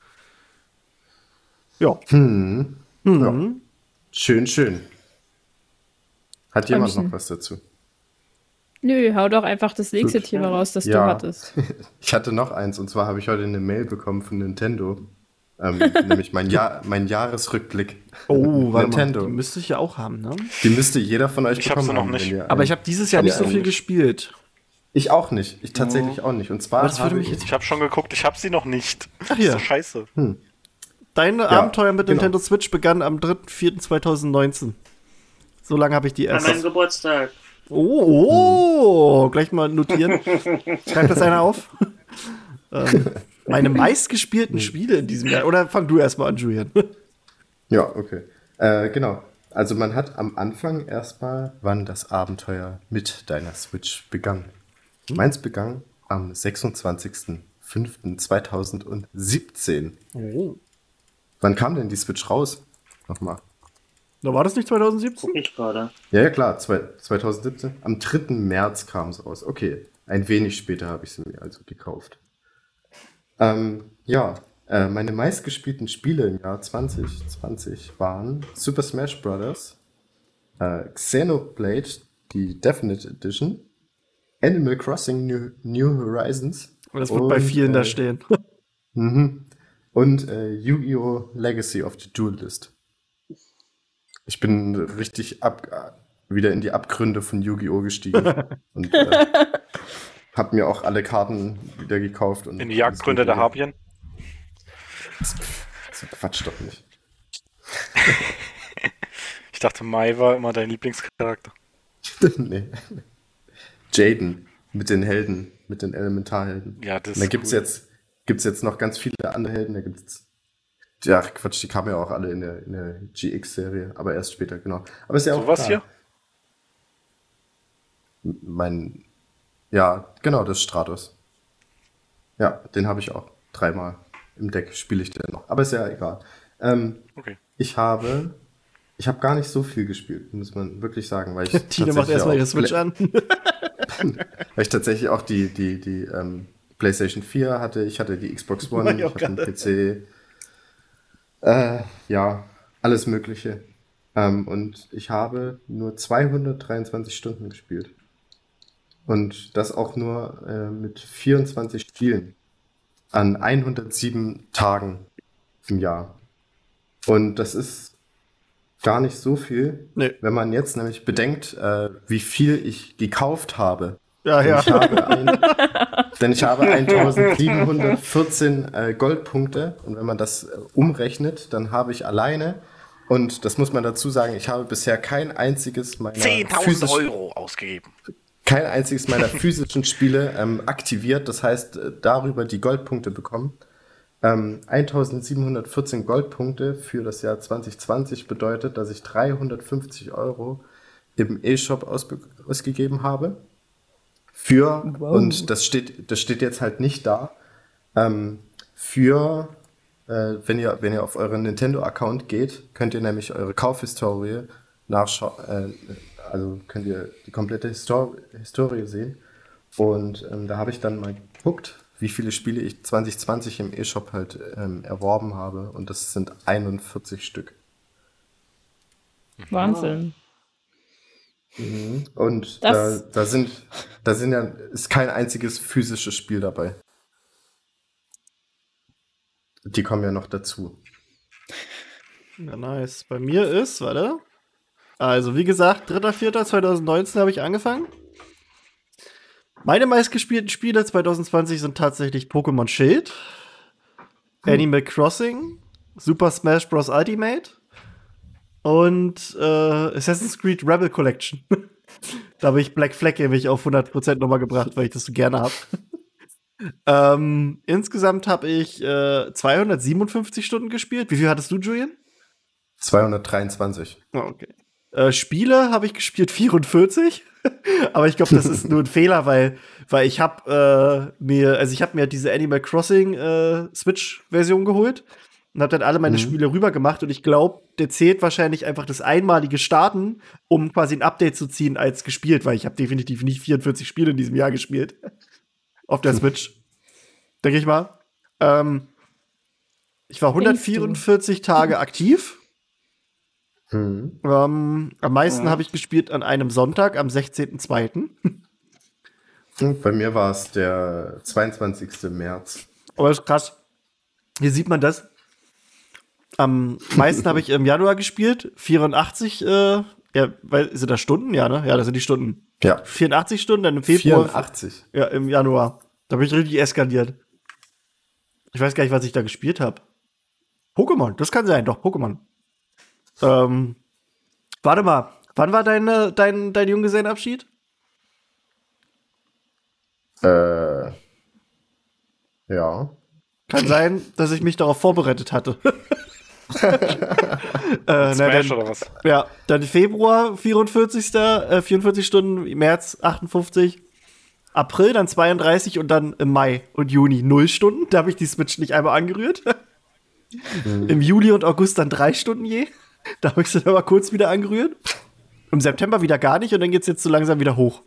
Ja. Hm. Mhm. Ja. Schön, schön. Hat jemand Träumchen. noch was dazu? Nö, hau doch einfach das nächste Gut. Thema raus, das Ja. du hattest. Ich hatte noch eins, und zwar habe ich heute eine Mail bekommen von Nintendo. Ähm, nämlich mein, Jahr, mein Jahresrückblick. Oh, warte Nintendo. mal. Die müsste ich ja auch haben, ne? Die müsste jeder von euch Ich hab bekommen sie noch haben, nicht. wenn ihr Aber ein- ich habe dieses Jahr wenn nicht ihr so ein- viel gespielt. Ich auch nicht. Ich tatsächlich auch nicht. Und zwar Aber das würde habe mich ich, jetzt- Ich habe schon geguckt, ich habe sie noch nicht. Ach ja. So scheiße. Dein Ja, Abenteuer mit genau. Nintendo Switch begann am dritter vierter zweitausendneunzehn. So lange habe ich die An erst. meinem Geburtstag. Oh, oh, gleich mal notieren. Schreibt das einer auf? ähm, meine meistgespielten Spiele in diesem Jahr. Oder fang du erstmal an, Julian. Ja, okay. Äh, genau. Also man hat am Anfang erstmal, wann das Abenteuer mit deiner Switch begann. Meins begann am sechsundzwanzigsten fünften zweitausendsiebzehn. Oh. Wann kam denn die Switch raus? Nochmal. Da war das nicht zweitausendsiebzehn? Guck ich gerade. Ja, ja, klar, zwei- zweitausendsiebzehn. Am dritten März kam es raus. Okay, ein wenig später habe ich sie mir also gekauft. Ähm, ja, äh, meine meistgespielten Spiele im Jahr zwanzig zwanzig waren Super Smash Bros., äh, Xenoblade, die Definite Edition, Animal Crossing New, New Horizons. Das wird bei und, vielen äh, da stehen. Mhm. Und äh, Yu-Gi-Oh! Legacy of the Duelist. Ich bin richtig ab, äh, wieder in die Abgründe von Yu-Gi-Oh! Gestiegen. und äh, hab mir auch alle Karten wieder gekauft. Und In die Jagdgründe der Harpien. So Quatsch doch nicht. Ich dachte, Mai war immer dein Lieblingscharakter. nee. Jaden mit den Helden, mit den Elementarhelden. Ja, das Und da ist gibt's cool. jetzt, gibt's jetzt noch ganz viele andere Helden. Da gibt's. Ja, Quatsch, die kamen ja auch alle in der, in der G X-Serie, aber erst später, genau. Aber ist ja auch Sowas klar. hier? Mein. Ja, genau, das ist Stratos. Ja, den habe ich auch. Dreimal im Deck spiele ich den noch. Aber ist ja egal. Ähm, Okay. Ich habe, ich habe gar nicht so viel gespielt, muss man wirklich sagen, weil ich Tine macht tatsächlich erstmal auch ihre Switch Pla- an. weil ich tatsächlich auch die, die, die ähm, PlayStation vier hatte, ich hatte die Xbox War One, ich ich auch hatte einen gerade. P C, äh, ja, alles Mögliche. Ähm, und ich habe nur zweihundertdreiundzwanzig Stunden gespielt. Und das auch nur äh, mit vierundzwanzig Spielen an hundertsieben Tagen im Jahr. Und das ist gar nicht so viel, Nee. wenn man jetzt nämlich bedenkt, äh, wie viel ich gekauft habe. Ja, Denn ja. ich habe, ein, denn ich habe eintausendsiebenhundertvierzehn äh, Goldpunkte und wenn man das äh, umrechnet, dann habe ich alleine, und das muss man dazu sagen, ich habe bisher kein einziges meiner zehntausend physischen, Euro ausgegeben. kein einziges meiner physischen Spiele ähm, aktiviert, das heißt äh, darüber die Goldpunkte bekommen. Ähm, eintausendsiebenhundertvierzehn Goldpunkte für das Jahr zwanzig zwanzig bedeutet, dass ich dreihundertfünfzig Euro im E-Shop ausbe- ausgegeben habe. Für, Wow. und das steht, das steht jetzt halt nicht da, ähm, für, äh, wenn ihr, wenn ihr auf euren Nintendo-Account geht, könnt ihr nämlich eure Kaufhistorie nachschauen, äh, also könnt ihr die komplette Histor- Historie sehen. Und ähm, da habe ich dann mal geguckt, wie viele Spiele ich zwanzig zwanzig im E-Shop halt ähm, erworben habe. Und das sind einundvierzig Stück. Wahnsinn. Und da, Das- da sind, da sind ja, ist kein einziges physisches Spiel dabei. Die kommen ja noch dazu. Ja, nice. Bei mir ist, warte. Also, wie gesagt, dritter vierter zweitausendneunzehn habe ich angefangen. Meine meistgespielten Spiele zwanzig zwanzig sind tatsächlich Pokémon Schild, Animal Crossing, Super Smash Bros. Ultimate und äh, Assassin's Creed Rebel Collection. Da habe ich Black Flag nämlich auf hundert Prozent nochmal gebracht, weil ich das so gerne habe. ähm, insgesamt habe ich äh, zweihundertsiebenundfünfzig Stunden gespielt. Wie viel hattest du, Julian? zweihundertdreiundzwanzig. Oh, okay. Äh, Spiele habe ich gespielt vierundvierzig, aber ich glaube, das ist nur ein Fehler, weil, weil ich habe äh, mir, also ich habe mir diese Animal Crossing äh, Switch-Version geholt und habe dann alle meine Mhm. Spiele rüber gemacht und ich glaube, der zählt wahrscheinlich einfach das einmalige Starten, um quasi ein Update zu ziehen als gespielt, weil ich habe definitiv nicht vierundvierzig Spiele in diesem Jahr gespielt auf der Switch, denke ich mal. Ähm, ich war hundertvierundvierzig Tage aktiv. Mhm. Ähm, am meisten Ja. habe ich gespielt an einem Sonntag, am sechzehnten zweiten Und bei mir war es der zweiundzwanzigsten März. Aber das ist krass. Hier sieht man das. Am meisten habe ich im Januar gespielt. vierundachtzig, äh, ja, weil, sind das Stunden? Ja, ne? Ja, das sind die Stunden. Ja, vierundachtzig Stunden, dann im Februar. vierundachtzig. Ja, im Januar. Da bin ich richtig eskaliert. Ich weiß gar nicht, was ich da gespielt habe. Pokémon, das kann sein, doch, Pokémon. Ähm, warte mal, wann war deine, dein, dein Junggesellenabschied? Äh, ja. Kann sein, dass ich mich darauf vorbereitet hatte. äh, na, Smash dann, oder was? ja, dann Februar vierundvierzig. Äh, vierundvierzig Stunden, März achtundfünfzig, April dann zweiunddreißig und dann im Mai und Juni null Stunden. Da habe ich die Switch nicht einmal angerührt. Im Juli und August dann drei Stunden je. Da habe ich sie dann mal kurz wieder angerührt. Im September wieder gar nicht und dann geht's jetzt so langsam wieder hoch.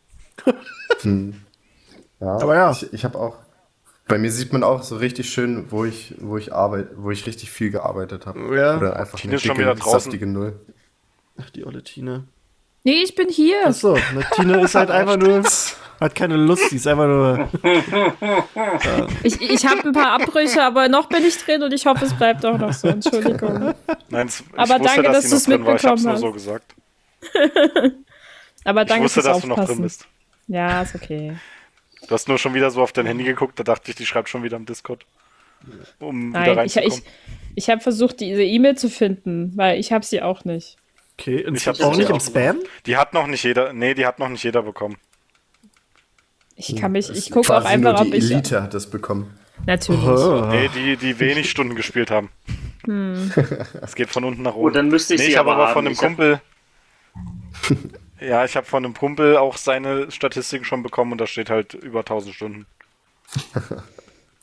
Ja, Aber ja. Ich, ich habe auch. Bei mir sieht man auch so richtig schön, wo ich, wo ich arbeite, wo ich richtig viel gearbeitet habe. Ja. Oder einfach Tine eine ist schon dicke, wieder draußen. saftige Null. Ach, die olle Tine. Nee, ich bin hier. Achso, ne, Tine ist halt einfach nur, hat keine Lust, die ist einfach nur. Ich, ich habe ein paar Abbrüche, aber noch bin ich drin und ich hoffe, es bleibt auch noch so. Entschuldigung. Nein, es, ich Aber wusste, danke, dass sie du's noch drin war. Ich hab's mitbekommen nur hast. so gesagt. Aber Ich danke wusste, fürs dass du noch drin Aufpassen. bist. Ja, ist okay. Du hast nur schon wieder so auf dein Handy geguckt, da dachte ich, die schreibt schon wieder im Discord. Um wieder Nein, ich, reinzukommen. ich, ich habe versucht, diese E-Mail zu finden, weil ich habe sie auch nicht. Okay, und Ich hab's auch nicht auch im Spam? Die hat noch nicht jeder, nee, die hat noch nicht jeder bekommen. Ich kann mich, Das ich ist gucke auch quasi einfach, nur ob die ich. Elite hat das bekommen. Natürlich. Oh. Nee, die, die wenig Stunden gespielt haben. Hm. Es geht von unten nach Oh, oben. dann müsste ich nee, sie ich habe aber aber haben. von einem Ich hab- Kumpel. Ja, ich habe von einem Kumpel auch seine Statistiken schon bekommen und da steht halt über tausend Stunden.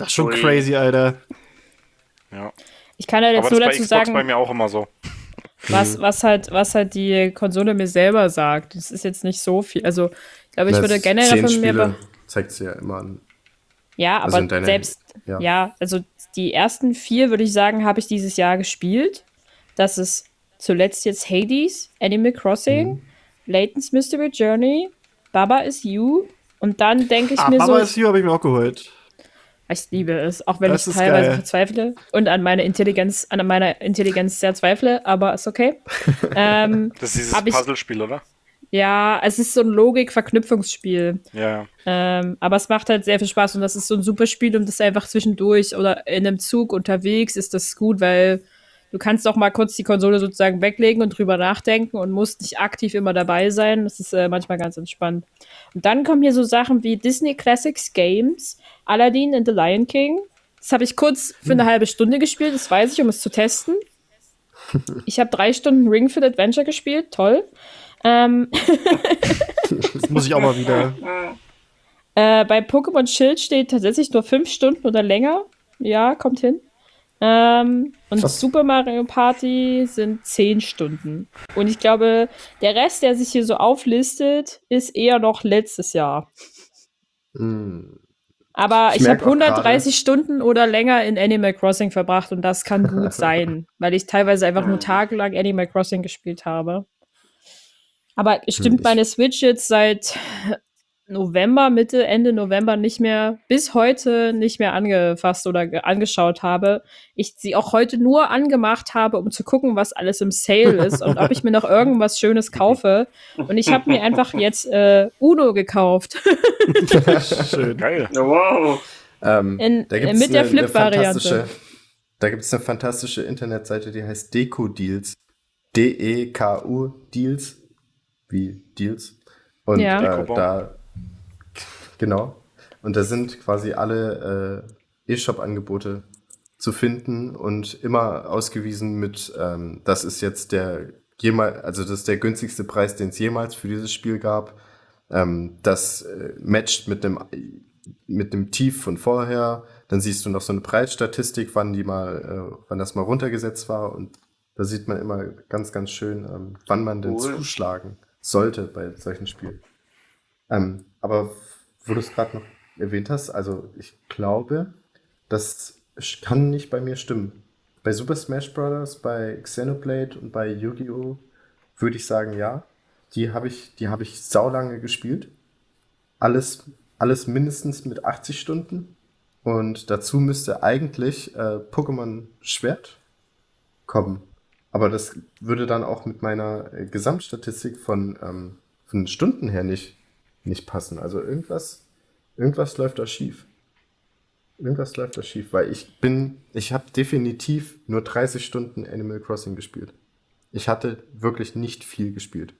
Das ist schon Ui. crazy, Alter. Ja. Ich kann halt jetzt Aber nur das bei dazu Xbox sagen, bei mir auch immer so. was, was, halt, was halt die Konsole mir selber sagt. Das ist jetzt nicht so viel. Also, ich glaube, ich würde generell zehn von mir. Spiele be- zeigt sie ja immer an. Ja, Also aber in deiner- selbst, ja. ja. also die ersten vier, würde ich sagen, habe ich dieses Jahr gespielt. Das ist zuletzt jetzt Hades, Animal Crossing, Mhm. Layton's Mystery Journey, Baba Is You und dann denke ich Ah, mir Baba so, is You habe ich mir auch geholt. ich liebe es, auch wenn Das ich ist teilweise geil. verzweifle und an meine Intelligenz, an meiner Intelligenz sehr zweifle, aber ist okay. ähm, Das ist dieses Hab ich- Puzzlespiel, oder? ja, es ist so ein Logik-Verknüpfungsspiel. Ja, ja. Ähm, aber es macht halt sehr viel Spaß und das ist so ein super Spiel, um das einfach zwischendurch oder in einem Zug unterwegs ist das gut, weil du kannst auch mal kurz die Konsole sozusagen weglegen und drüber nachdenken und musst nicht aktiv immer dabei sein. Das ist äh, manchmal ganz entspannt. Und dann kommen hier so Sachen wie Disney Classics Games, Aladdin and the Lion King. Das habe ich kurz für eine halbe Stunde gespielt, das weiß ich, um es zu testen. Ich habe drei Stunden Ring Fit Adventure gespielt, toll. Ähm, Das muss ich auch mal wieder. Äh, bei Pokémon Schild steht tatsächlich nur fünf Stunden oder länger. Ja, kommt hin. Ähm, und Krass. Super Mario Party sind zehn Stunden. Und ich glaube, der Rest, der sich hier so auflistet, ist eher noch letztes Jahr. Hm. Aber Ich ich, merk habe auch hundertdreißig Stunden oder länger in Animal Crossing verbracht und das kann gut sein, weil ich teilweise einfach nur tagelang Animal Crossing gespielt habe. Aber stimmt ich- meine Switch jetzt seit November, Mitte, Ende November nicht mehr, bis heute nicht mehr angefasst oder ge- angeschaut habe. Ich sie auch heute nur angemacht habe, um zu gucken, was alles im Sale ist und ob ich mir noch irgendwas Schönes kaufe. Und ich habe mir einfach jetzt äh, Uno gekauft. Schön. Geil. Wow. Ähm, In- da äh, gibt's mit der eine- eine Flip-Variante. fantastische- Da gibt es eine fantastische Internetseite, die heißt Deku Deals. D E K U Deals. Wie Deals. Und Ja. äh, Dekobon. da, genau. Und da sind quasi alle äh, E-Shop-Angebote zu finden und immer ausgewiesen mit, ähm, das ist jetzt der jemals, also das ist der günstigste Preis, den es jemals für dieses Spiel gab. Ähm, das äh, matcht mit dem mit dem Tief von vorher. Dann siehst du noch so eine Preisstatistik, wann die mal, äh, wann das mal runtergesetzt war. Und da sieht man immer ganz, ganz schön, ähm, wann man denn Cool. zuschlagen sollte bei solchen Spielen. Ähm, aber wo du es gerade noch erwähnt hast, also ich glaube, das kann nicht bei mir stimmen. Bei Super Smash Bros., bei Xenoblade und bei Yu-Gi-Oh! Würde ich sagen, ja. Die habe ich, die habe ich saulange gespielt. Alles, alles mindestens mit achtzig Stunden. Und dazu müsste eigentlich äh, Pokémon Schwert kommen. Aber das würde dann auch mit meiner äh, Gesamtstatistik von, ähm, von Stunden her nicht, nicht passen. Also irgendwas, irgendwas läuft da schief. Irgendwas läuft da schief, weil ich bin, ich habe definitiv nur dreißig Stunden Animal Crossing gespielt. Ich hatte wirklich nicht viel gespielt.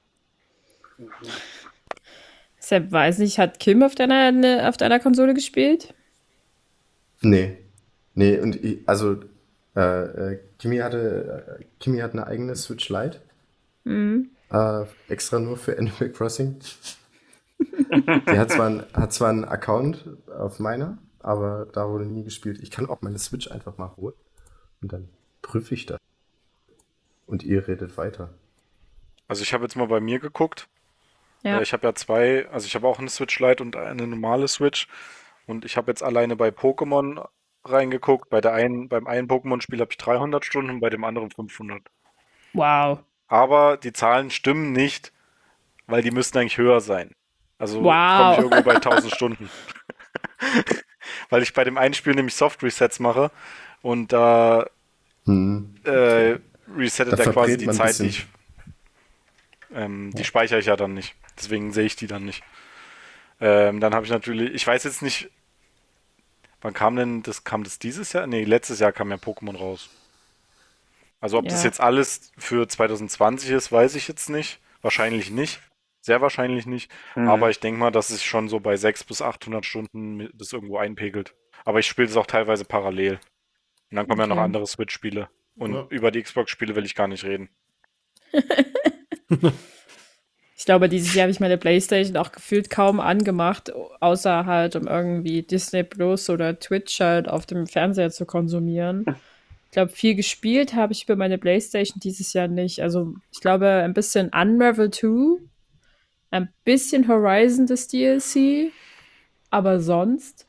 Deshalb weiß nicht, hat Kim auf deiner, ne, auf deiner Konsole gespielt? Nee. Nee, und ich, also äh, äh, Kimi hatte, äh, Kimi hat eine eigene Switch Lite. Mhm. Äh, extra nur für Animal Crossing. Die hat zwar, ein, hat zwar einen Account auf meiner, aber da wurde nie gespielt. Ich kann auch meine Switch einfach mal holen und dann prüfe ich das. Und ihr redet weiter. Also ich habe jetzt mal bei mir geguckt. Ja. Äh, Ich habe ja zwei, also ich habe auch eine Switch Lite und eine normale Switch. Und ich habe jetzt alleine bei Pokémon reingeguckt. Bei der einen, beim einen Pokémon-Spiel habe ich dreihundert Stunden und bei dem anderen fünfhundert. Wow. Aber die Zahlen stimmen nicht, weil die müssten eigentlich höher sein. Also Wow. komme ich irgendwo bei tausend Stunden. Weil ich bei dem einen Spiel nämlich Soft Resets mache und da Hm. äh, resettet Da er quasi verbrät die man ein Zeit, die bisschen. ich. Ähm, die speichere ich ja dann nicht. Deswegen sehe ich die dann nicht. Ähm, dann habe ich natürlich, ich weiß jetzt nicht, wann kam denn das, kam das dieses Jahr? Nee, letztes Jahr kam ja Pokémon raus. Also ob das Ja. jetzt alles für zwanzig zwanzig ist, weiß ich jetzt nicht. Wahrscheinlich nicht. Sehr wahrscheinlich nicht. Mhm. Aber ich denke mal, dass es schon so bei sechshundert bis achthundert Stunden mi- das irgendwo einpegelt. Aber ich spiele es auch teilweise parallel. Und dann kommen ja noch Okay. andere Switch-Spiele. Und Ja. über die Xbox-Spiele will ich gar nicht reden. Ich glaube, dieses Jahr habe ich meine Playstation auch gefühlt kaum angemacht, außer halt, um irgendwie Disney Plus oder Twitch halt auf dem Fernseher zu konsumieren. Ich glaube, viel gespielt habe ich über meine Playstation dieses Jahr nicht. Also, ich glaube, ein bisschen Unravel zwei, ein bisschen Horizon, das D L C, aber sonst.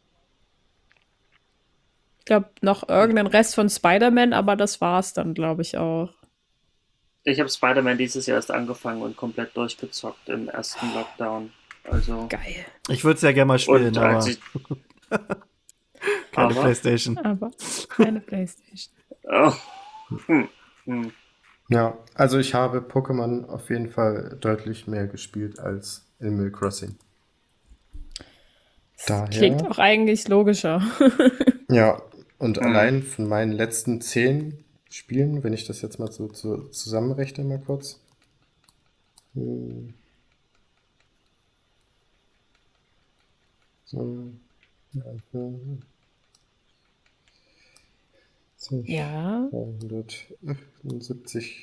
Ich glaube, noch irgendein Rest von Spider-Man, aber das war's dann, glaube ich, auch. Ich habe Spider-Man dieses Jahr erst angefangen und komplett durchgezockt im ersten Lockdown. Also Geil. Ich würde es ja gerne mal spielen, und aber als ich, keine aber- Playstation. Aber keine Playstation. oh, hm, hm. Ja, also ich habe Pokémon auf jeden Fall deutlich mehr gespielt als Animal Crossing. Daher, Klingt auch eigentlich logischer. ja, und Mhm. allein von meinen letzten zehn Spielen, wenn ich das jetzt mal so, so zusammenrechne, mal kurz. Hm. So. Ja, hm. So, Ja. zweihundertachtundsiebzig,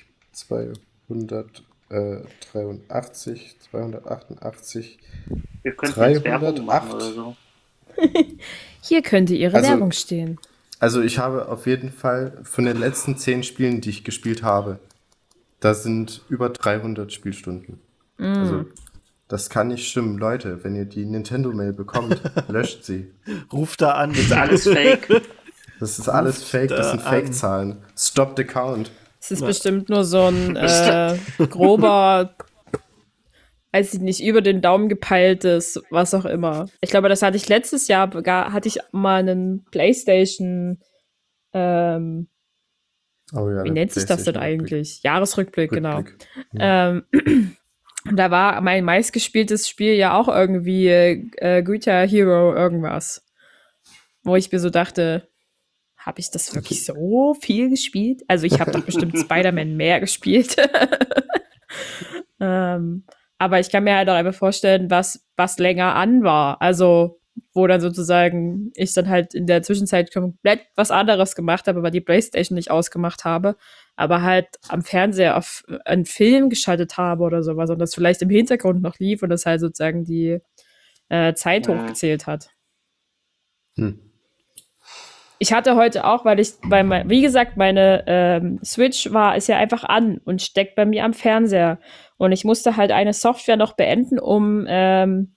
zweihundertdreiundachtzig, zweihundertachtundachtzig. Wir könnten jetzt Werbung machen dreihundertacht. oder so. Hier könnte Ihre Also- Werbung stehen. Also ich habe auf jeden Fall von den letzten zehn Spielen, die ich gespielt habe, da sind über dreihundert Spielstunden. Also das kann nicht stimmen. Leute, wenn ihr die Nintendo-Mail bekommt, löscht sie. Ruft da an. Das ist alles fake. Das ist alles Fake, das sind da an. Fake-Zahlen. Stop the count. Es ist bestimmt nur so ein äh, grober, weiß ich nicht, über den Daumen gepeiltes, was auch immer. Ich glaube, das hatte ich letztes Jahr, gar, hatte ich mal einen PlayStation, ähm, Oh ja, wie der nennt sich das denn PlayStation eigentlich? Jahresrückblick, genau. Rückblick. Ähm, da war mein meistgespieltes Spiel ja auch irgendwie äh, Guitar Hero irgendwas. Wo ich mir so dachte, habe ich das wirklich so viel gespielt? Also ich habe doch bestimmt Spider-Man mehr gespielt. ähm, aber ich kann mir halt auch einfach vorstellen, was, was länger an war. Also wo dann sozusagen ich dann halt in der Zwischenzeit komplett was anderes gemacht habe, aber die Playstation nicht ausgemacht habe, aber halt am Fernseher auf einen Film geschaltet habe oder sowas und das vielleicht im Hintergrund noch lief und das halt sozusagen die äh, Zeit Ja. hochgezählt hat. Hm. Ich hatte heute auch, weil ich, weil mein, wie gesagt, meine ähm, Switch war, ist ja einfach an und steckt bei mir am Fernseher. Und ich musste halt eine Software noch beenden, um ähm,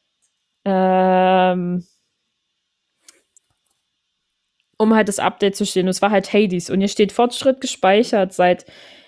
ähm, um halt das Update zu stehen. Und es war halt Hades. Und hier steht Fortschritt gespeichert seit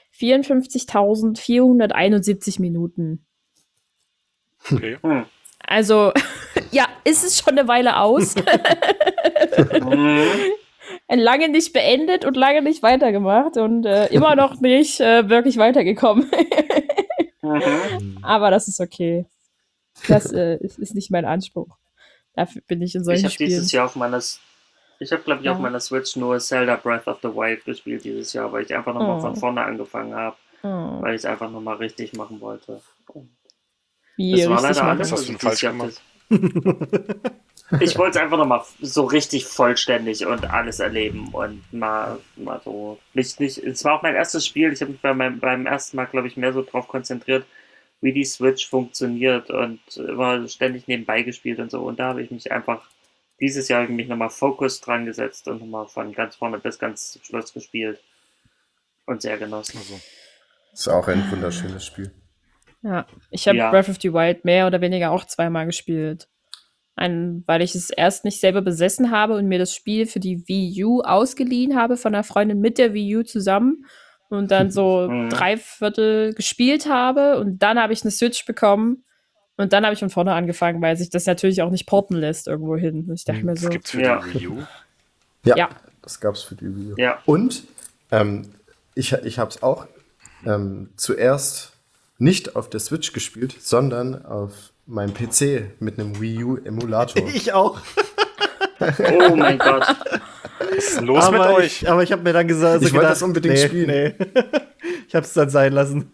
vierundfünfzigtausendvierhunderteinundsiebzig Minuten. Okay. Hm. Also, ja, ist es schon eine Weile aus. Hm. Lange nicht beendet und lange nicht weitergemacht und äh, immer noch nicht äh, wirklich weitergekommen. Mhm. Aber das ist okay. Das äh, ist, ist nicht mein Anspruch. Dafür bin ich in Ich solchen habe Spielen. dieses Jahr auf meiner S- ich habe glaube ich auf Ja. meiner Switch nur Zelda Breath of the Wild gespielt dieses Jahr, weil ich einfach nochmal Oh. von vorne angefangen habe, Oh, weil ich es einfach nochmal richtig machen wollte. wie Das war richtig leider machen. alles, Was was hast du ich denn dieses Jahr falsch das- Ich wollte es einfach nochmal so richtig vollständig und alles erleben und mal, mal so. Nicht, nicht, es war auch mein erstes Spiel. Ich habe mich bei meinem, beim ersten Mal, glaube ich, mehr so drauf konzentriert, wie die Switch funktioniert und immer ständig nebenbei gespielt und so. Und da habe ich mich einfach, dieses Jahr habe ich mich nochmal Fokus dran gesetzt und nochmal von ganz vorne bis ganz zum Schluss gespielt. Und sehr genossen. Also, Ist auch ein wunderschönes Spiel. Ja, ich habe Ja. Breath of the Wild mehr oder weniger auch zweimal gespielt. Ein, weil ich es erst nicht selber besessen habe und mir das Spiel für die Wii U ausgeliehen habe von einer Freundin mit der Wii U zusammen und dann so Mhm. drei Viertel gespielt habe und dann habe ich eine Switch bekommen und dann habe ich von vorne angefangen, weil sich das natürlich auch nicht porten lässt irgendwo hin. Und ich dachte mir das so, gibt's für Ja. die Wii U. Ja, Ja. das gab es für die Wii U. Ja. Und ähm, ich, ich habe es auch ähm, zuerst nicht auf der Switch gespielt, sondern auf meinem P C mit einem Wii U-Emulator. Ich auch. Oh mein Gott. Was ist denn los aber mit ich, euch? Aber ich habe mir dann gesagt, Ich so wollte gedacht, das unbedingt nee, spielen. Nee. Ich habe es dann sein lassen.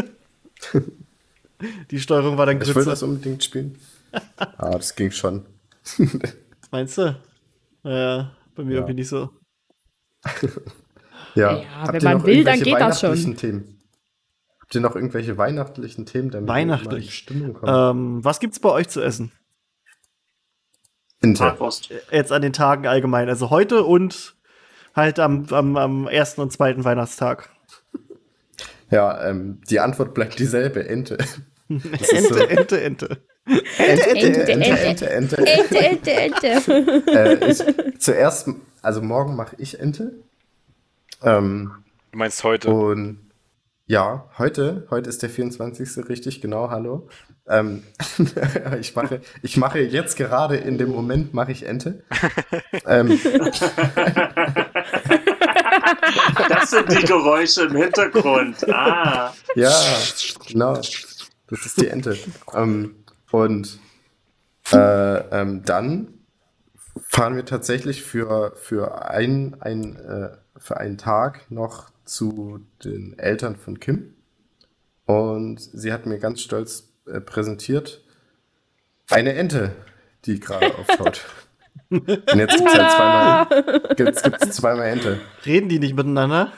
Die Steuerung war dann Ich wollte grütze. das unbedingt spielen. Ah, das ging schon. Meinst du? Ja, bei mir Ja. irgendwie nicht so. Ja, Ja, Habt wenn ihr man noch will, dann irgendwelche geht das schon. weihnachtlichen Themen? Habt ihr noch irgendwelche weihnachtlichen Themen, damit wir mal in Weihnachtlich. Stimmung kommen? Ähm, was gibt's bei euch zu essen? Inter. Bratwurst. Jetzt an den Tagen allgemein. Also heute und halt am, am, am ersten und zweiten Weihnachtstag. Ja, ähm, die Antwort bleibt dieselbe, Ente. Das ist Ente, so- Ente, Ente. Ente, Ente, Ente, Ente. Ente, Ente. Ente, Ente, Ente. äh, ich, zuerst, also morgen mache ich Ente. Ähm, Du meinst heute? und ja, heute, heute ist der vierundzwanzigste richtig, genau, hallo. Ähm, ich, mache, ich mache jetzt gerade in dem Moment mache ich Ente. ähm, Das sind die Geräusche im Hintergrund. Ah. ja, genau. Das ist die Ente. Ähm, und äh, ähm, dann fahren wir tatsächlich für, für, ein, ein, äh, für einen Tag noch zu den Eltern von Kim. Und sie hat mir ganz stolz äh, präsentiert eine Ente, die gerade aufschaut. Und jetzt gibt es halt zweimal, gibt's, gibt's zweimal Ente. Reden die nicht miteinander?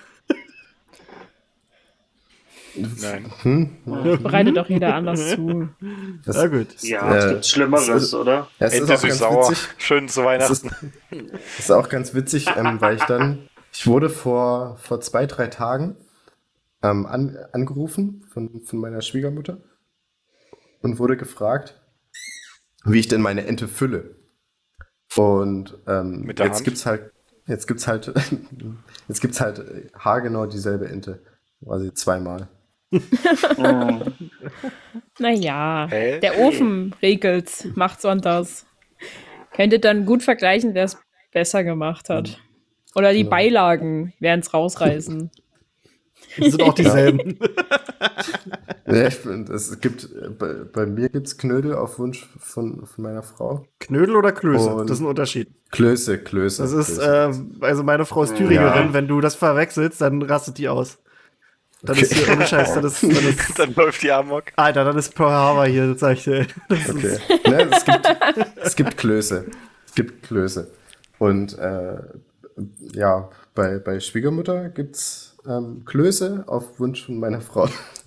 Nein. Bereitet doch jeder anders zu. Das, Ja, gut. Ja, es Äh, gibt Schlimmeres, es ist- oder? ja, es ist Ente auch ganz süß-sauer. witzig. Schön zu Das ist, Weihnachten. das ist auch ganz witzig, ähm, weil ich dann, ich wurde vor, vor zwei, drei Tagen ähm, an, angerufen von, von meiner Schwiegermutter und wurde gefragt, wie ich denn meine Ente fülle. Und ähm, Mit der jetzt Hand? gibt's halt, jetzt gibt's halt, jetzt gibt's halt äh, haargenau dieselbe Ente, quasi zweimal. Mm. Naja, Hä? der Ofen regelt's, macht's anders. Könntet dann gut vergleichen, wer es besser gemacht hat. Oder die Genau. Beilagen werden's rausreißen. Die sind auch dieselben. Ja, ich find, es gibt, äh, bei, bei mir gibt's Knödel auf Wunsch von, von meiner Frau. Knödel oder Klöße? Und- Das ist ein Unterschied. Klöße, Klöße. Das ist, Klöße. äh, also meine Frau ist Thüringerin. Ja. Wenn du das verwechselst, dann rastet die aus. Dann Okay. ist hier ohne Scheiß, dann ist, dann ist, Dann läuft die Amok. Alter, dann ist Pearl Harbor hier, das sag ich dir. Das Okay. ist, Ne, es, gibt, es gibt Klöße. Es gibt Klöße. Und äh, ja, bei, bei Schwiegermutter gibt's ähm, Klöße auf Wunsch von meiner Frau.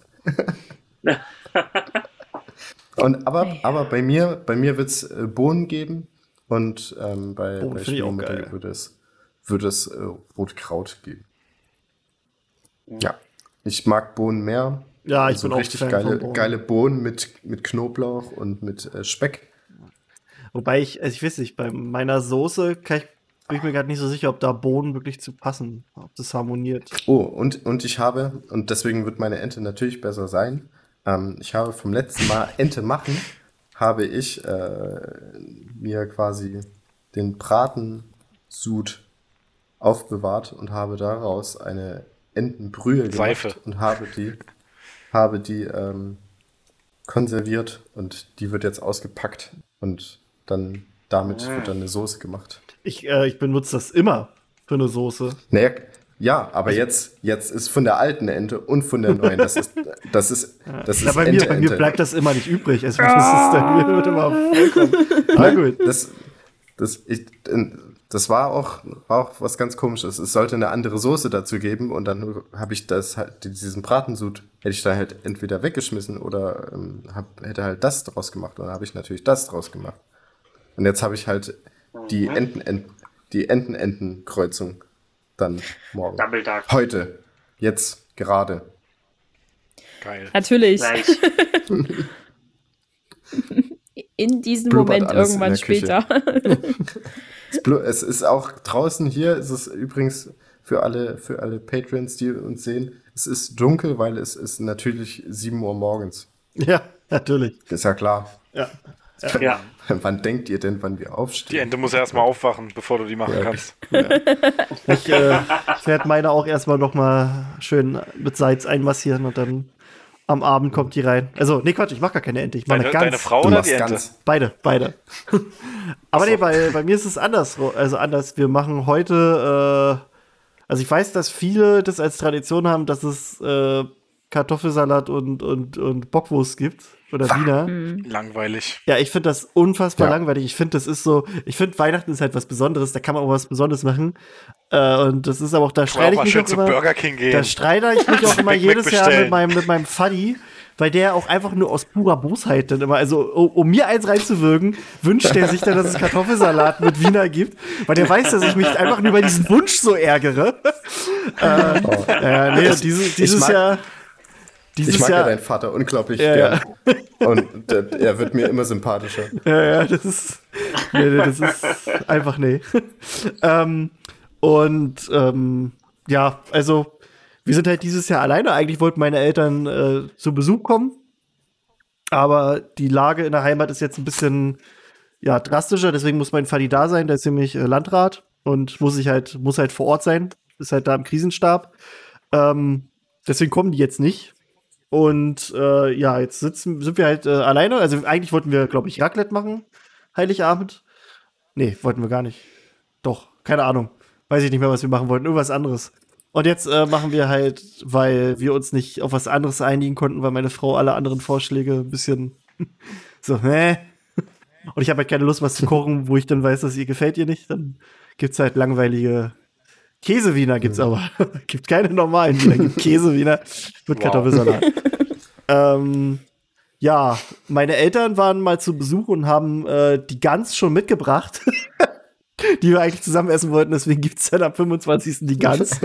Und aber, Ey. aber bei mir, bei mir wird's äh, Bohnen geben und ähm, bei, Bohnen bei finde ich auch Schwiegermutter geil. würde es, würde es äh, Rotkraut geben. Ja, ich mag Bohnen mehr. ja, ich so bin auch richtig Fan geile, von Bohnen. geile Bohnen mit, mit Knoblauch und mit äh, Speck. Wobei ich, also ich weiß nicht, bei meiner Soße kann ich, bin ich mir gerade nicht so sicher, ob da Bohnen wirklich zu passen, ob das harmoniert. Oh, und, und ich habe, und deswegen wird meine Ente natürlich besser sein, ähm, ich habe vom letzten Mal Ente machen, habe ich äh, mir quasi den Bratensud aufbewahrt und habe daraus eine Entenbrühe gemacht Seife. und habe die, habe die ähm, konserviert und die wird jetzt ausgepackt und dann damit wird dann eine Soße gemacht. Ich, äh, ich benutze das immer für eine Soße. Naja, ja, aber jetzt, jetzt ist von der alten Ente und von der neuen, das ist, das ist, das Ja, ist bei, mir, Ente, bei mir Ente. bleibt das immer nicht übrig. Also das ist dann mir wird immer vollkommen. Na gut. Das, das, ich, das war auch, war auch was ganz Komisches. Es sollte eine andere Soße dazu geben und dann habe ich das halt, diesen Bratensud hätte ich da halt entweder weggeschmissen oder ähm, hab, hätte halt das draus gemacht. Und dann habe ich natürlich das draus gemacht. Und jetzt habe ich halt die Enten, Enten, die Enten-Enten-Kreuzung dann morgen. Double Duck. Heute. Jetzt. Gerade. Geil. Natürlich. Gleich. In diesem Blubbert Moment alles in irgendwann der Küche. später. Es blu- Es ist auch draußen hier, ist es übrigens für alle, für alle Patrons, die uns sehen, es ist dunkel, weil es ist natürlich sieben Uhr morgens. Ja, natürlich. Ist ja klar. Ja. Ja. Wann denkt ihr denn, wann wir Die aufstehen? Ente muss erstmal aufwachen, bevor du die machen Ja. kannst. Ich, äh, ich werde meine auch erstmal noch mal schön mit Salz einmassieren und dann am Abend kommt die rein. Also, nee, Quatsch, ich mache gar keine Ente. Ich mache Deine, eine Gans. deine Frau Du oder machst die Ente? ganz. Beide, beide. Aber Ach so. nee, bei, bei mir ist es anders. Also anders. Wir machen heute, äh, also ich weiß, dass viele das als Tradition haben, dass es äh, Kartoffelsalat und, und, und Bockwurst gibt. Oder Wiener. Langweilig. Ja, ich finde das unfassbar Ja. langweilig. Ich finde, das ist so, ich finde, Weihnachten ist halt was Besonderes, da kann man auch was Besonderes machen. Äh, und das ist aber auch, da Kann streite auch ich mal mich schön auch zu immer, Burger King gehen. da streite ich mich auch immer Big Mac jedes Jahr mit bestellen. meinem, mit meinem Fuddy, weil der auch einfach nur aus purer Bosheit dann immer, also um, um mir eins reinzuwirken, wünscht er sich dann, dass es Kartoffelsalat mit Wiener gibt, weil der weiß, dass ich mich einfach nur über diesen Wunsch so ärgere. äh, Oh. äh, nee, dieses, dieses mag- Jahr, dieses Ich mag ja Jahr, deinen Vater unglaublich Ja, gern. Und der, er wird mir immer sympathischer. Ja, ja, das ist. Nee, nee, das ist einfach nee. ähm, und ähm, ja, also, wir sind halt dieses Jahr alleine. Eigentlich wollten meine Eltern äh, zu Besuch kommen. Aber die Lage in der Heimat ist jetzt ein bisschen ja, drastischer, deswegen muss mein Vati da sein, der ist nämlich äh, Landrat und muss sich halt, muss halt vor Ort sein, ist halt da im Krisenstab. Ähm, deswegen kommen die jetzt nicht. Und äh, ja, jetzt sitzen, sind wir halt äh, alleine. Also eigentlich wollten wir, glaube ich, Raclette machen, Heiligabend. Nee, wollten wir gar nicht. Doch, keine Ahnung. Weiß ich nicht mehr, was wir machen wollten. Irgendwas anderes. Und jetzt äh, machen wir halt, weil wir uns nicht auf was anderes einigen konnten, weil meine Frau alle anderen Vorschläge ein bisschen so, hä? Und ich habe halt keine Lust, was zu kochen, wo ich dann weiß, dass ihr gefällt ihr nicht. Dann gibt's halt langweilige Käsewiener gibt's aber. Gibt keine normalen Wiener, gibt Käsewiener mit Wow. Kartoffelsalat. ähm, ja, meine Eltern waren mal zu Besuch und haben äh, die Gans schon mitgebracht, die wir eigentlich zusammen essen wollten. Deswegen gibt's dann am fünfundzwanzigsten die Gans.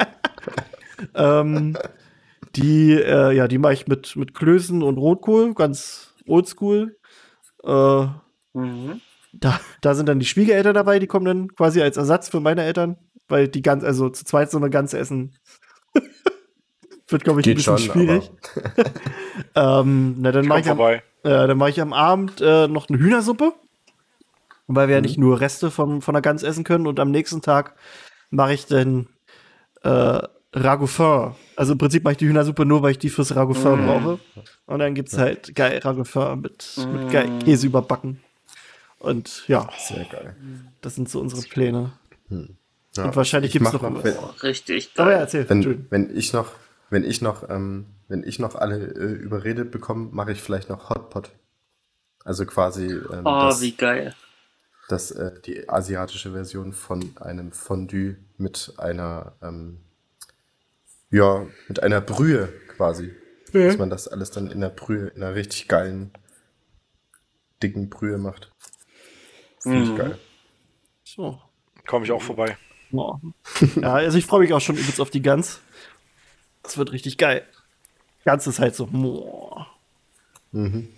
ähm, die, äh, ja, die mache ich mit, mit Klößen und Rotkohl, ganz oldschool. Äh, Mhm. da, da sind dann die Schwiegereltern dabei, die kommen dann quasi als Ersatz für meine Eltern, weil die ganz, also zu zweit so eine Gans essen, wird, glaube ich, ein Geht bisschen schon, schwierig. ähm, na, dann mache Komm ich, am- vorbei. äh, dann mach ich am Abend äh, noch eine Hühnersuppe, weil wir ja nicht nur Reste von, von der Gans essen können. Und am nächsten Tag mache ich dann äh, Ragoufin. Also im Prinzip mache ich die Hühnersuppe nur, weil ich die fürs Ragoufin Mm. brauche. Und dann gibt's halt geil Ragoufin mit, mit geil Mm. Käse überbacken. Und ja, Sehr geil. das sind so unsere Pläne. Ja. Und wahrscheinlich Ich gibt's mach- noch was. wenn, Richtig Aber ja, geil. erzähl. wenn, Entschuldigung. wenn ich noch, wenn ich noch, ähm, wenn ich noch alle äh, überredet bekomme, mache ich vielleicht noch Hotpot. Also quasi ähm, Oh, das, wie geil. das, äh, die asiatische Version von einem Fondue mit einer, ähm, ja, mit einer Brühe quasi. Ja. Dass man das alles dann in der Brühe, in einer richtig geilen, dicken Brühe macht. Finde ich Mhm. geil. So. Komme ich auch vorbei. Ja, also ich freue mich auch schon übelst auf die Gans. Das wird richtig geil. Gans ist halt so. Boah. Mhm.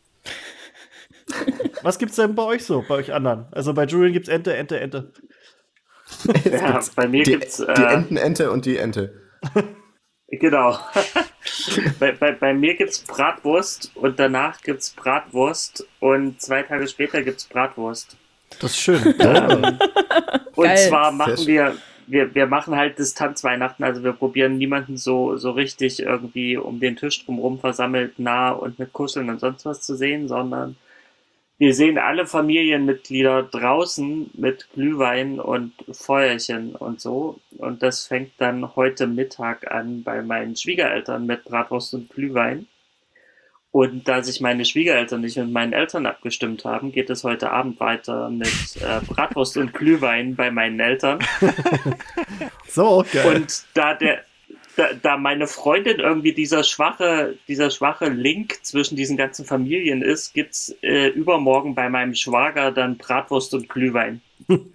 Was gibt's denn bei euch so, bei euch anderen? Also bei Julian gibt's Ente, Ente, Ente. Ja, bei mir Die, gibt's die äh, Entenente und die Ente. genau. bei, bei, bei mir gibt's Bratwurst und danach gibt's Bratwurst und zwei Tage später gibt's Bratwurst. Das ist schön. Ähm, und Geil. zwar machen schön. wir, wir, wir machen halt Distanzweihnachten, also wir probieren niemanden so, so richtig irgendwie um den Tisch drumherum versammelt nah und mit Kuscheln und sonst was zu sehen, sondern wir sehen alle Familienmitglieder draußen mit Glühwein und Feuerchen und so. Und das fängt dann heute Mittag an bei meinen Schwiegereltern mit Bratwurst und Glühwein. Und da sich meine Schwiegereltern nicht mit meinen Eltern abgestimmt haben, geht es heute Abend weiter mit äh, Bratwurst und Glühwein bei meinen Eltern. So, auch geil. Und da der, da, da meine Freundin irgendwie dieser schwache, dieser schwache Link zwischen diesen ganzen Familien ist, gibt's äh, übermorgen bei meinem Schwager dann Bratwurst und Glühwein. ähm,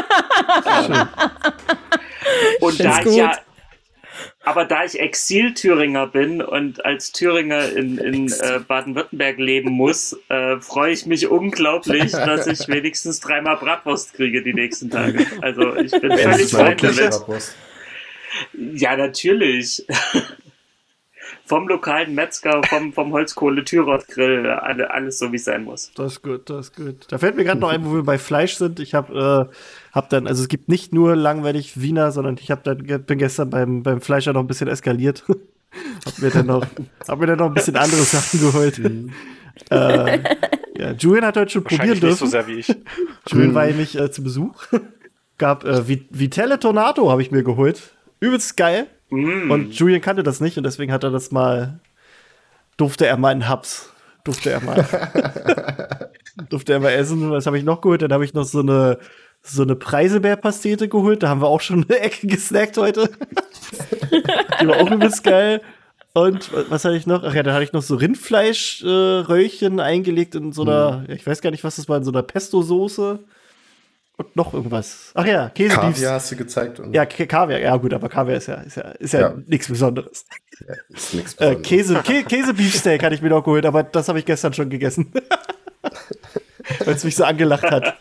und da Find's ich ja, gut. aber da ich Exil-Thüringer bin und als Thüringer in, in äh, Baden-Württemberg leben muss, äh, freue ich mich unglaublich, dass ich wenigstens dreimal Bratwurst kriege die nächsten Tage. Also ich bin völlig Endlich mal fein eine damit. Bratwurst. Ja, natürlich. Vom lokalen Metzger, vom, vom Holzkohle-Tyros-Grill, alle, alles so, wie es sein muss. Das ist gut, das ist gut. Da fällt mir gerade noch ein, wo wir bei Fleisch sind. Ich habe äh, hab dann, also es gibt nicht nur langweilig Wiener, sondern ich hab dann, bin gestern beim, beim Fleischer noch ein bisschen eskaliert. hab mir dann noch, hab mir dann noch ein bisschen andere Sachen geholt. äh, ja, Julian hat heute schon probieren Wahrscheinlich nicht so dürfen. sehr wie ich. Julian war nämlich äh, zu Besuch. Gab äh, Vi- Vitelle Tornato habe ich mir geholt. Übelst geil. Mm. Und Julian kannte das nicht und deswegen hat er das mal, durfte er mal einen Hubs. Durfte er mal. durfte er mal essen. Was habe ich noch geholt? Dann habe ich noch so eine, so eine Preiselbeerpastete geholt. Da haben wir auch schon eine Ecke gesnackt heute. Die war auch übelst geil. Und was hatte ich noch? Ach ja, da hatte ich noch so Rindfleischröllchen äh, eingelegt in so einer, Mhm. ja, ich weiß gar nicht, was das war, in so einer Pesto-Soße. Und noch irgendwas. Ach ja, Käsebeefs. Kaviar hast du gezeigt. Und Ja, K- Kaviar, ja gut, aber Kaviar ist ja, ist ja, ist ja, Ja. nichts Besonderes. ist nichts Äh, Besonderes. Käse, Kä Käsebeefsteak hatte ich mir noch geholt, aber das habe ich gestern schon gegessen. Weil es mich so angelacht hat.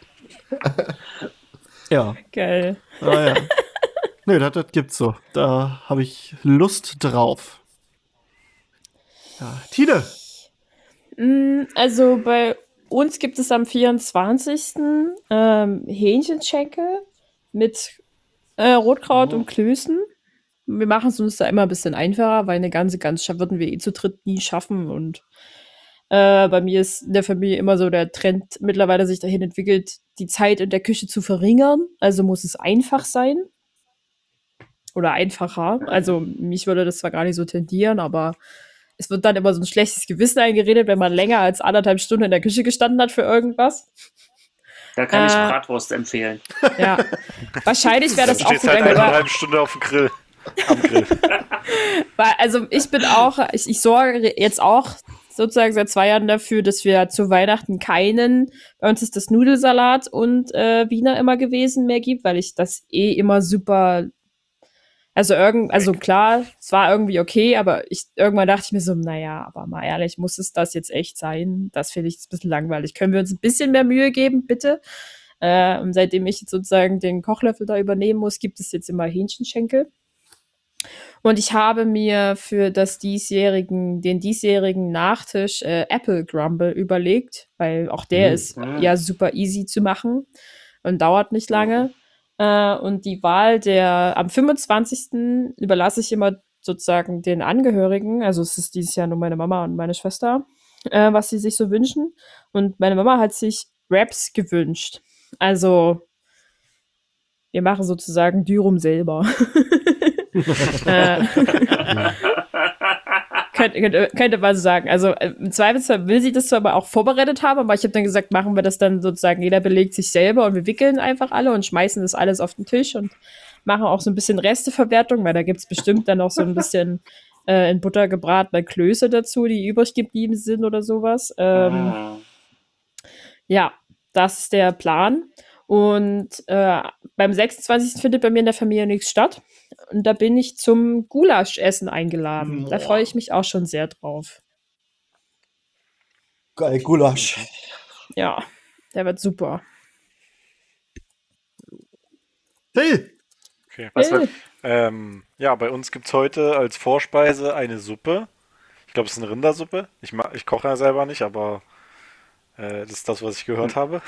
Ja, Geil. ah, ja. Nö, das, das gibt's so. Da habe ich Lust drauf. Ja, Tine. Mm, Also bei uns gibt es am vierundzwanzigsten Ähm, Hähnchenschenkel mit äh, Rotkraut und Klößen. Wir machen es uns da immer ein bisschen einfacher, weil eine ganze Gans scha- würden wir eh zu dritt nie schaffen. Und äh, bei mir ist in der Familie immer so der Trend mittlerweile sich dahin entwickelt, die Zeit in der Küche zu verringern. Also muss es einfach sein. Oder einfacher. Also mich würde das zwar gar nicht so tendieren, aber es wird dann immer so ein schlechtes Gewissen eingeredet, wenn man länger als anderthalb Stunden in der Küche gestanden hat für irgendwas. Da kann ich Äh, Bratwurst empfehlen. Ja. Wahrscheinlich wäre Dann das auch stehst gut, halt wenn wir- eineinhalb Stunden auf dem Grill. Am Grill. weil, also ich bin auch, ich, ich sorge jetzt auch sozusagen seit zwei Jahren dafür, dass wir zu Weihnachten keinen, bei uns ist das Nudelsalat und äh, Wiener immer gewesen, mehr gibt, weil ich das eh immer super, also irgend, also klar, es war irgendwie okay, aber ich irgendwann dachte ich mir so, naja, aber mal ehrlich, muss es das jetzt echt sein? Das finde ich jetzt ein bisschen langweilig. Können wir uns ein bisschen mehr Mühe geben, bitte? Äh, und seitdem ich jetzt sozusagen den Kochlöffel da übernehmen muss, gibt es jetzt immer Hähnchenschenkel. Und ich habe mir für das diesjährigen, den diesjährigen Nachtisch äh, Apple Crumble überlegt, weil auch der Mm. ist ja super easy zu machen und dauert nicht lange. Äh, und die Wahl der am fünfundzwanzigsten überlasse ich immer sozusagen den Angehörigen, also es ist dieses Jahr nur meine Mama und meine Schwester, äh, was sie sich so wünschen. Und meine Mama hat sich Wraps gewünscht. Also wir machen sozusagen Dürum selber. äh, könnte, könnte, könnte man so sagen. Also äh, im Zweifelsfall will sie das zwar aber auch vorbereitet haben, aber ich habe dann gesagt, machen wir das dann sozusagen, jeder belegt sich selber und wir wickeln einfach alle und schmeißen das alles auf den Tisch und machen auch so ein bisschen Resteverwertung, weil da gibt's bestimmt dann noch so ein bisschen äh, in Butter gebratene Klöße dazu, die übrig geblieben sind oder sowas. Ähm, Ah. ja, das ist der Plan. Und äh, beim sechsundzwanzigsten findet bei mir in der Familie nichts statt. Und da bin ich zum Gulaschessen eingeladen. Da Boah. freue ich mich auch schon sehr drauf. Geil, Gulasch. Ja, der wird super. Hey. Okay. Was Äh, wird, Ähm, ja, bei uns gibt es heute als Vorspeise eine Suppe. Ich glaube, es ist eine Rindersuppe. Ich, ma- ich koche ja selber nicht, aber äh, das ist das, was ich gehört habe.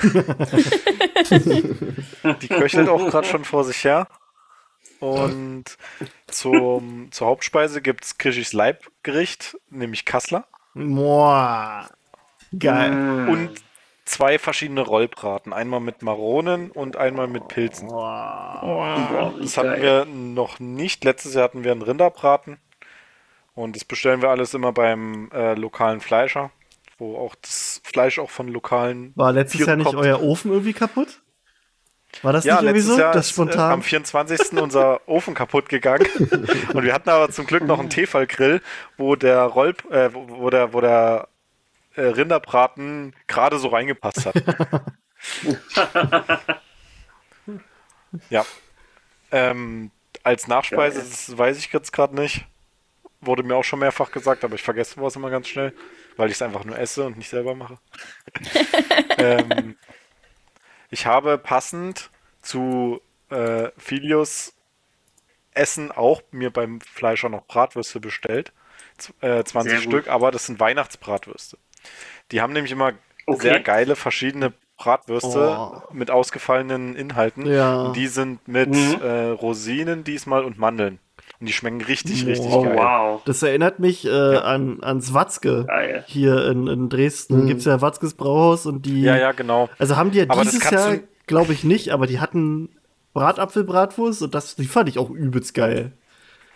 Die köchelt auch gerade schon vor sich her. Und zum, zur Hauptspeise gibt es Krischis Leibgericht, nämlich Kassler. Boah. Geil. Mm. Und zwei verschiedene Rollbraten. Einmal mit Maronen und einmal mit Pilzen. Boah. Boah, wie Das hatten geil. wir noch nicht. Letztes Jahr hatten wir einen Rinderbraten. Und das bestellen wir alles immer beim äh, lokalen Fleischer, wo auch das Fleisch auch von lokalen War letztes Tieren Jahr nicht kommt. euer Ofen irgendwie kaputt? War das Ja, nicht irgendwie letztes so? Jahr Das ist äh, spontan? am vierundzwanzigsten unser Ofen kaputt gegangen. Und wir hatten aber zum Glück noch einen Tefal-Grill, wo der Roll, äh, wo wo der, wo der äh, Rinderbraten gerade so reingepasst hat. Ja. Ähm, als Nachspeise, Geil. das weiß ich jetzt gerade nicht. Wurde mir auch schon mehrfach gesagt, aber ich vergesse was immer ganz schnell, weil ich es einfach nur esse und nicht selber mache. ähm, ich habe passend zu äh, Filius Essen auch mir beim Fleischer noch Bratwürste bestellt. Z äh, zwanzig Sehr gut. Stück, aber das sind Weihnachtsbratwürste. Die haben nämlich immer Okay. sehr geile verschiedene Bratwürste Oh. mit ausgefallenen Inhalten. Ja. Und die sind mit Mhm. äh, Rosinen diesmal und Mandeln. Und die schmecken richtig, richtig Wow. geil. Wow. Das erinnert mich äh, an, ans Watzke. Geil. Hier in, in Dresden Mhm. gibt es ja Watzkes Brauhaus und die. Ja, ja, genau. Also haben die ja Aber das dieses kannst Jahr, du- glaube ich, nicht, aber die hatten Bratapfelbratwurst und das, die fand ich auch übelst geil.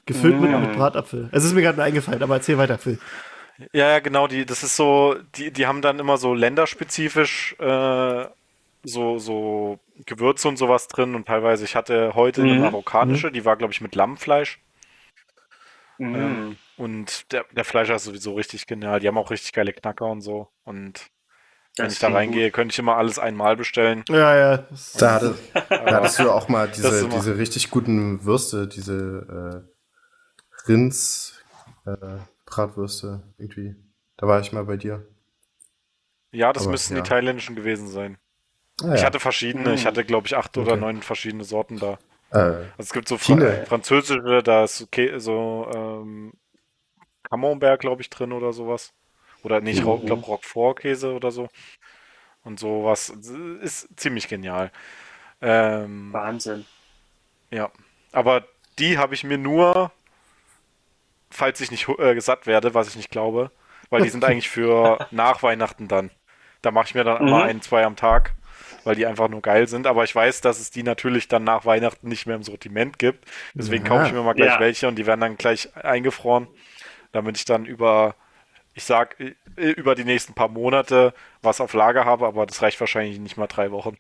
Gefüllt mit, Mm. mit Bratapfel. Es ist mir gerade nur eingefallen, aber erzähl weiter, Phil. Ja, ja, genau, die, das ist so, die, die haben dann immer so länderspezifisch äh, so, so Gewürze und sowas drin und teilweise, ich hatte heute eine Mhm. marokkanische, die war, glaube ich, mit Lammfleisch. Mhm. Ähm, und der, der Fleischer ist sowieso richtig genial. Die haben auch richtig geile Knacker und so. Und wenn Das ich da klingt reingehe, könnte ich immer alles einmal bestellen. Ja, ja. das- Da, hatte, da hattest du auch mal Das diese, ist immer- diese richtig guten Würste, diese äh, Rinds äh, Bratwürste irgendwie. Da war ich mal bei dir. Ja, das Aber, müssten ja. die thailändischen gewesen sein. Ah, Ich ja. hatte verschiedene, ich Mhm. hatte, glaube ich, acht oder Okay. neun verschiedene Sorten da. äh, Also es gibt so Fra Chile. französische, da ist okay, so ähm, Camembert, glaube ich, drin oder sowas. Oder nicht, Mhm. ich glaube Roquefort-Käse oder so. Und sowas ist ziemlich genial. Ähm, Wahnsinn. ja, aber die habe ich mir nur, falls ich nicht hu- äh, satt werde, was ich nicht glaube, weil die sind eigentlich für nach Weihnachten dann. Da mache ich mir dann Mhm. immer ein, zwei am Tag, weil die einfach nur geil sind. Aber ich weiß, dass es die natürlich dann nach Weihnachten nicht mehr im Sortiment gibt. Deswegen Ja. kaufe ich mir mal gleich Ja. welche und die werden dann gleich eingefroren, damit ich dann über, ich sag, äh, über die nächsten paar Monate was auf Lager habe, aber das reicht wahrscheinlich nicht mal drei Wochen.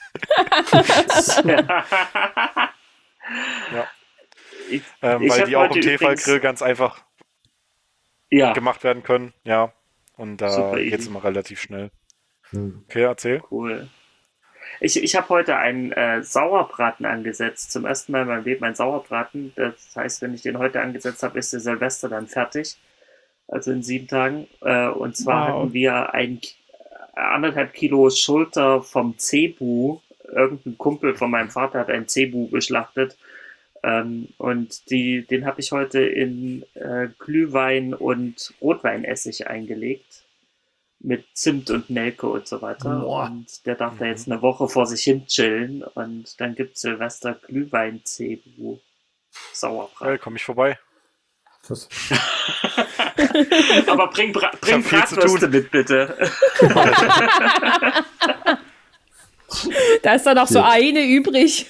Ja. Ich, Ähm, ich weil hab die auch im heute Tefal-Grill übrigens- ganz einfach ja, gemacht werden können. Ja. Und da Super geht es easy. immer relativ schnell. Hm. Okay, erzähl. cool. Ich, ich habe heute einen äh, Sauerbraten angesetzt. Zum ersten Mal in meinem Leben ein Sauerbraten. Das heißt, wenn ich den heute angesetzt habe, ist der Silvester dann fertig. Also in sieben Tagen. Äh, und zwar Wow. hatten wir ein Ki- äh, anderthalb Kilo Schulter vom Zebu. Irgendein Kumpel von meinem Vater hat ein Zebu geschlachtet. Ähm, und die, den habe ich heute in äh, Glühwein und Rotweinessig eingelegt. Mit Zimt und Nelke und so weiter. Boah. Und der darf da jetzt eine Woche vor sich hin chillen. Und dann gibt Silvester Glühwein Cebu Geil, Sauerbraten. komm ich vorbei. Was? Aber bring, Bra bring hab viel zu Bratwürste mit, bitte. Da ist dann noch so Ja. eine übrig.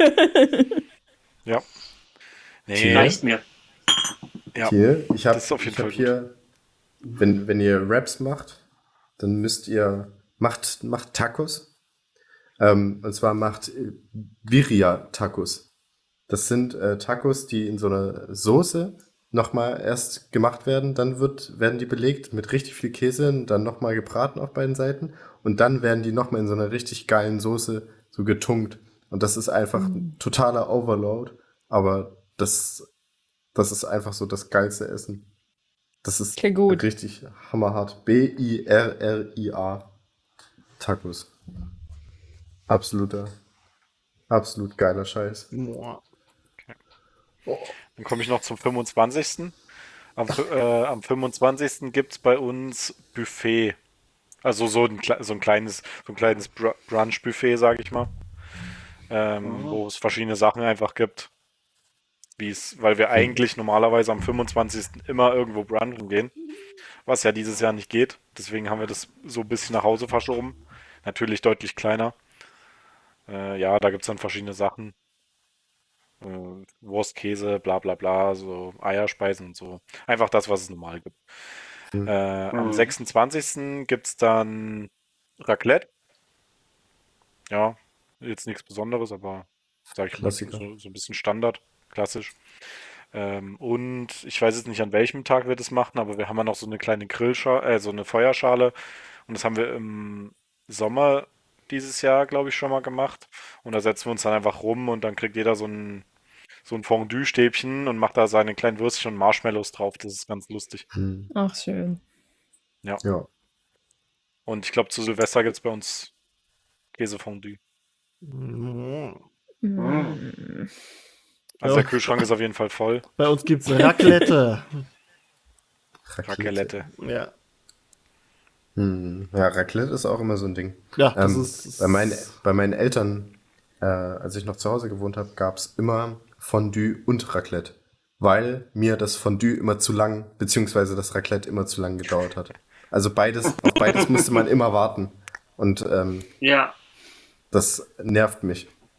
Ja. Nee, Tier. Reicht mir. ja. Hier, ich habe Das ist auf jeden ich hab Fall hier, wenn, wenn ihr Raps macht, dann müsst ihr, macht, macht Tacos. Ähm, und zwar macht äh, Birria-Tacos. Das sind äh, Tacos, die in so einer Soße nochmal erst gemacht werden. Dann wird, werden die belegt mit richtig viel Käse, und dann nochmal gebraten auf beiden Seiten. Und dann werden die nochmal in so einer richtig geilen Soße so getunkt. Und das ist einfach ein totaler Overload. Aber das, das ist einfach so das geilste Essen. Das ist Klingt gut. richtig hammerhart. B I R R I A. Tacos. Absoluter, absolut geiler Scheiß. Boah. Dann komme ich noch zum fünfundzwanzigsten. Am, fü- äh, am fünfundzwanzigsten gibt es bei uns Buffet. Also so ein, kle- so ein kleines, so ein kleines Br Brunch-Buffet, sage ich mal. Ähm, Wo es verschiedene Sachen einfach gibt. Wie es, weil wir eigentlich normalerweise am fünfundzwanzigsten immer irgendwo brunchen gehen. Was ja dieses Jahr nicht geht. Deswegen haben wir das so ein bisschen nach Hause verschoben. Natürlich deutlich kleiner. Äh, ja, da gibt es dann verschiedene Sachen. Äh, Wurst, Käse, bla bla bla, so Eierspeisen und so. Einfach das, was es normal gibt. Mhm. Äh, am Mhm. sechsundzwanzigsten gibt es dann Raclette. Ja, jetzt nichts Besonderes, aber sag ich mal, Klassiker. so, so ein bisschen Standard, klassisch. Ähm, und ich weiß jetzt nicht, an welchem Tag wir das machen, aber wir haben ja noch so eine kleine Grillschale, äh, so eine Feuerschale. Und das haben wir im Sommer dieses Jahr, glaube ich, schon mal gemacht. Und da setzen wir uns dann einfach rum und dann kriegt jeder so ein, so ein Fondue-Stäbchen und macht da seine kleinen Würstchen und Marshmallows drauf. Das ist ganz lustig. Hm. Ach, schön. Ja. Und ich glaube, zu Silvester gibt es bei uns Käsefondue. Mm. Mm. Also Ja. der Kühlschrank ist auf jeden Fall voll. Bei uns gibt's Raclette. Raclette. Ja. Hm. Ja, Raclette ist auch immer so ein Ding. Ja, das Ähm, ist. bei, meinen, bei meinen Eltern, äh, als ich noch zu Hause gewohnt habe, gab es immer Fondue und Raclette. Weil mir das Fondue immer zu lang, beziehungsweise das Raclette immer zu lang gedauert hat. Also beides, auf beides musste man immer warten. Und ähm, Ja, das nervt mich.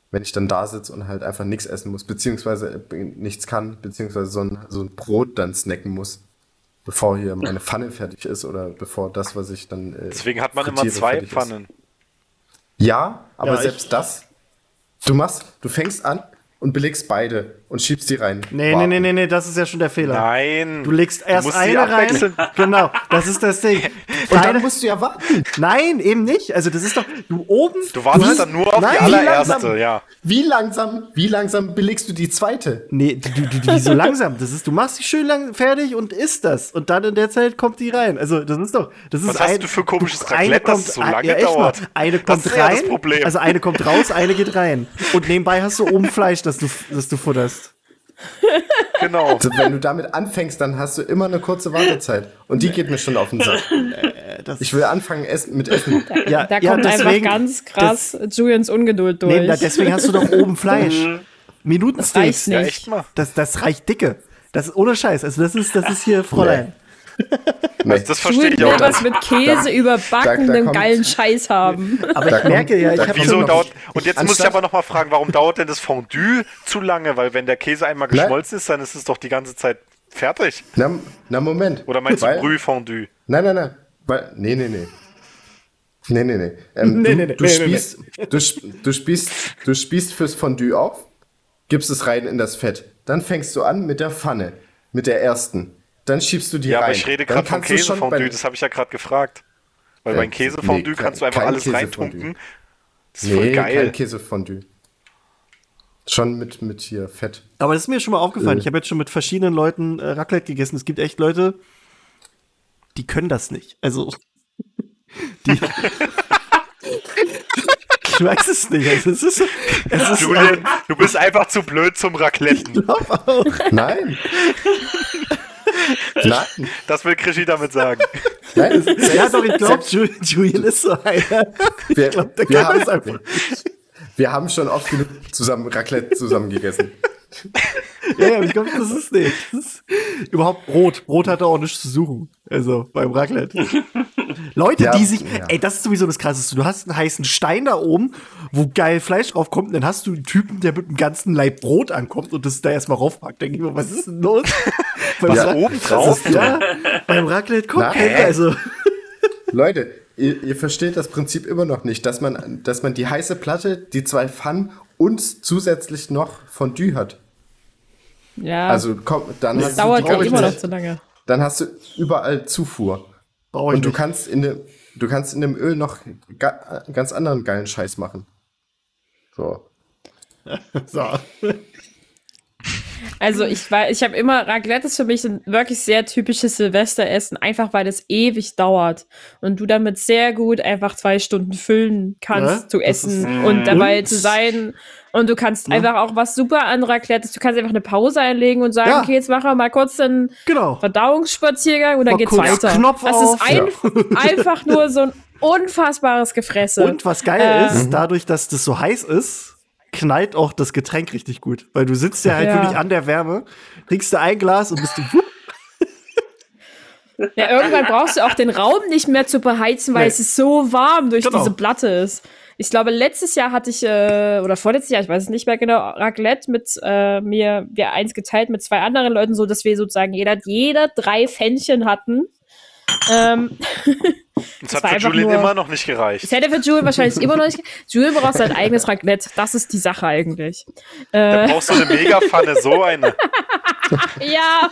wenn ich dann da sitze und halt einfach nichts essen muss, beziehungsweise nichts kann, beziehungsweise so ein, so ein Brot dann snacken muss, bevor hier meine Pfanne fertig ist oder bevor das, was ich dann äh, Deswegen hat man immer frittiere, zwei fertig ist. Pfannen. Ja, aber Ja, selbst ich- das, du machst, du fängst an und belegst beide und schiebst die rein. Nee, nee, Warten. nee, nee, nee, das ist ja schon der Fehler. Nein. Du legst erst musst sie eine rein. abwechseln. Genau, das ist das Ding. Und dann Deine- musst du ja warten. Nein, eben nicht. Also das ist doch, du oben. Du wartest hast- dann nur auf Nein, die wie allererste, langsam? ja. Wie langsam, wie langsam belegst du die zweite? Nee, du, du, du, wieso langsam? Das ist, du machst die schön lang fertig und isst das. Und dann in der Zeit kommt die rein. Also, das ist doch. Das ist Was hast ein, du für komisches eine Raclette, dass kommt- es so lange ja, echt mal. dauert? Eine Das kommt ist ja rein. das Problem. Also, eine kommt raus, eine geht rein. Und nebenbei hast du oben Fleisch, das du, das du futterst. Genau. Also, wenn du damit anfängst, dann hast du immer eine kurze Wartezeit. Und die geht mir schon auf den Sack. Das, Ich will anfangen essen, mit Essen. ja, Da ja, kommt deswegen, einfach ganz krass Julians Ungeduld durch. Nee, na, deswegen hast du doch oben Fleisch. Minutensteaks. reicht Ja, nicht. echt mal. Das, das reicht dicke. Das ist ohne Scheiß. Also, das ist, das ist hier Fräulein. Nee. Das verstehe Julian ich will auch was nicht. mit Käse überbacken, da den kommt- geilen Scheiß haben. Aber Da ich merke kommt- ja, ich da habe kommt Wieso schon noch- dauert, und jetzt muss ich Anstatt- aber noch mal fragen, warum dauert denn das Fondue zu lange? Weil wenn der Käse einmal Nein. geschmolzen ist, dann ist es doch die ganze Zeit fertig. Na, na Moment. Oder meinst Weil- du Brühfondue? Nein, nein, nein. Weil, nee, nee, nee. Nee, nee, nee. Ähm, Nee, du, nee, nee, du, nee, spießt, Du, sp- du, spießt, du spießt fürs Fondue auf, gibst es rein in das Fett. Dann fängst du an mit der Pfanne, mit der ersten. Dann schiebst du die Ja, rein. aber ich rede Dann gerade vom kannst du schon Käsefondue, bei- das habe ich ja gerade gefragt. Weil Äh, beim Käsefondue nee, kannst du einfach kein alles Käsefondue. reintunken. Das ist voll Nee, geil. kein Käsefondue. Schon mit, mit hier Fett. Aber das ist mir schon mal aufgefallen. Äh. Ich habe jetzt schon mit verschiedenen Leuten äh, Raclette gegessen. Es gibt echt Leute, die können das nicht. Also, die. Ich weiß es nicht. Also, es ist, es ist Julian, du bist einfach zu blöd zum Racletten. Nein. Nein. Das will Krischi damit sagen. Nein, es ist ja, doch, ich glaube, Julian ist so einer. Wir, glaub, der wir, kann haben, das einfach. wir haben schon oft genug zusammen Raclette zusammen gegessen. Ja, ja, ich glaube, das ist nicht. Das ist überhaupt Brot. Brot hat da auch nichts zu suchen. Also beim Raclette. Leute, Ja, die sich. ja. Ey, das ist sowieso das Krasseste. Du hast einen heißen Stein da oben, wo geil Fleisch drauf kommt, und dann hast du einen Typen, der mit einem ganzen Laib Brot ankommt und das da erstmal raufpackt. Denke ich mir, was ist denn los? Beim Was, Ra- oben drauf? Ja, beim Raclette kommt Na, kein. hä? Also. Leute, ihr, ihr versteht das Prinzip immer noch nicht, dass man, dass man die heiße Platte, die zwei Pfannen und zusätzlich noch Fondue hat. Ja, Also komm, dann das hast dauert du ja die immer ganze- noch zu lange. Dann hast du überall Zufuhr. Brauch ich Und du nicht. kannst in dem, du kannst in dem Öl noch ga, ganz anderen geilen Scheiß machen. So. So. Also ich war, ich habe immer, Raclette ist für mich ein wirklich sehr typisches Silvesteressen, einfach weil es ewig dauert und du damit sehr gut einfach zwei Stunden füllen kannst Ja, zu das essen ist- und dabei Und- zu sein. Und du kannst Ja. einfach auch, was super an Raclette ist, du kannst einfach eine Pause einlegen und sagen, Ja. okay, jetzt machen wir mal kurz einen Genau. Verdauungsspaziergang und dann Mal geht's kurz weiter. Knopf das auf. ist ein, einfach nur so ein unfassbares Gefresse. Und was geil Äh, ist, dadurch, dass das so heiß ist, knallt auch das Getränk richtig gut. Weil du sitzt ja halt Ja. wirklich an der Wärme, trinkst du ein Glas und bist du. wupp. Ja, irgendwann brauchst du auch den Raum nicht mehr zu beheizen, weil Nee. es ist so warm durch Genau. diese Platte ist. Ich glaube, letztes Jahr hatte ich, äh, oder vorletztes Jahr, ich weiß es nicht mehr genau, Raclette mit äh, mir, wir eins geteilt mit zwei anderen Leuten, so dass wir sozusagen jeder, jeder drei Pfännchen hatten. Ähm, Das war hat für einfach Julian nur- immer noch nicht gereicht. das hätte für Julian wahrscheinlich immer noch nicht. Julian braucht sein eigenes Raclette. Das ist die Sache eigentlich. Da Äh, brauchst du eine Megapfanne, so eine. ja.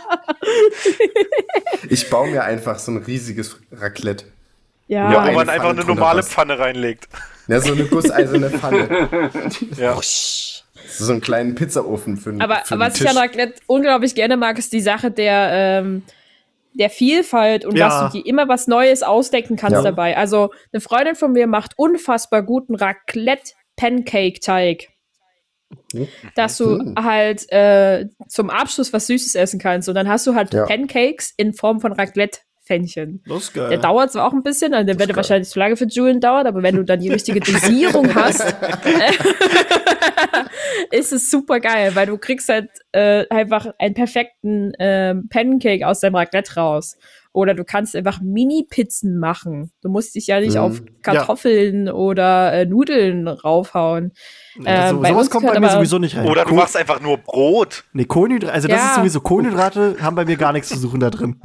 Ich baue mir einfach so ein riesiges Raclette. Ja. Ja, eine wo man einfach Pfanne eine drunter normale passt. Pfanne reinlegt. Ja, so eine gusseiserne Pfanne. Ja. So einen kleinen Pizzaofen für, Aber für den was ich Tisch. an Raclette unglaublich gerne mag, ist die Sache der, ähm, der Vielfalt und Ja. dass du dir immer was Neues ausdenken kannst Ja. dabei. Also eine Freundin von mir macht unfassbar guten Raclette-Pancake-Teig. Dass du Mhm. halt äh, zum Abschluss was Süßes essen kannst. Und dann hast du halt Ja. Pancakes in Form von Raclette-Pfännchen. Das ist geil. Der dauert zwar auch ein bisschen, also der wird geil. wahrscheinlich zu lange für Julian dauert, aber wenn du dann die richtige Dosierung hast, ist es super geil, weil du kriegst halt äh, einfach einen perfekten ähm, Pancake aus deinem Raclette raus. Oder du kannst einfach Mini-Pizzen machen. Du musst dich ja nicht Mhm. auf Kartoffeln ja. oder äh, Nudeln raufhauen. Ja, so, äh, bei sowas uns kommt bei gehört mir aber- sowieso nicht rein. Oder du Koh- machst einfach nur Brot. Nee, Kohlenhydrate, also das Ja. ist sowieso, Kohlenhydrate haben bei mir gar nichts zu suchen da drin.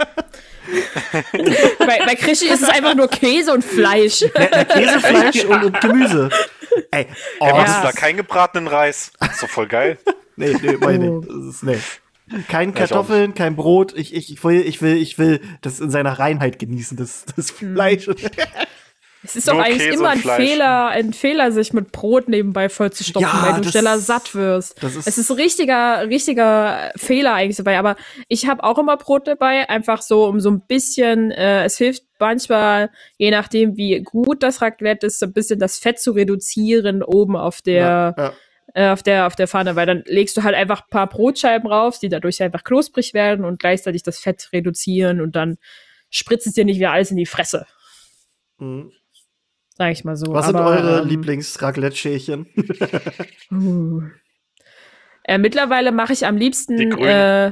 bei, bei Krischi ist es einfach nur Käse und Fleisch. Na, Käse, Fleisch und, und Gemüse. Ey, oh, Hey, Ja. machst du da keinen gebratenen Reis? Das ist doch voll geil. nee, nee, mach ich Oh. nicht. Das ist, nee. Kein ich auch Kartoffeln, kein Brot. Ich, ich, ich will, ich will, ich will das in seiner Reinheit genießen, das, das Fleisch. Es ist doch Nur eigentlich Käse immer und ein Fleisch. Fehler, ein Fehler, sich mit Brot nebenbei vollzustopfen, Ja, weil du das- schneller satt wirst. das ist- es ist ein richtiger, richtiger Fehler eigentlich dabei. Aber ich habe auch immer Brot dabei, einfach so, um so ein bisschen, äh, es hilft manchmal, je nachdem, wie gut das Raclette ist, so ein bisschen das Fett zu reduzieren oben auf der, Ja, ja. äh, auf der, auf der Pfanne, weil dann legst du halt einfach ein paar Brotscheiben rauf, die dadurch einfach knusprig werden und gleichzeitig das Fett reduzieren und dann spritzt es dir nicht wieder alles in die Fresse. Mhm. Sag ich mal so. Was sind Aber, eure ähm, Lieblings-Raclette-Schälchen? Uh. Äh, mittlerweile mache ich am Die liebsten grünen.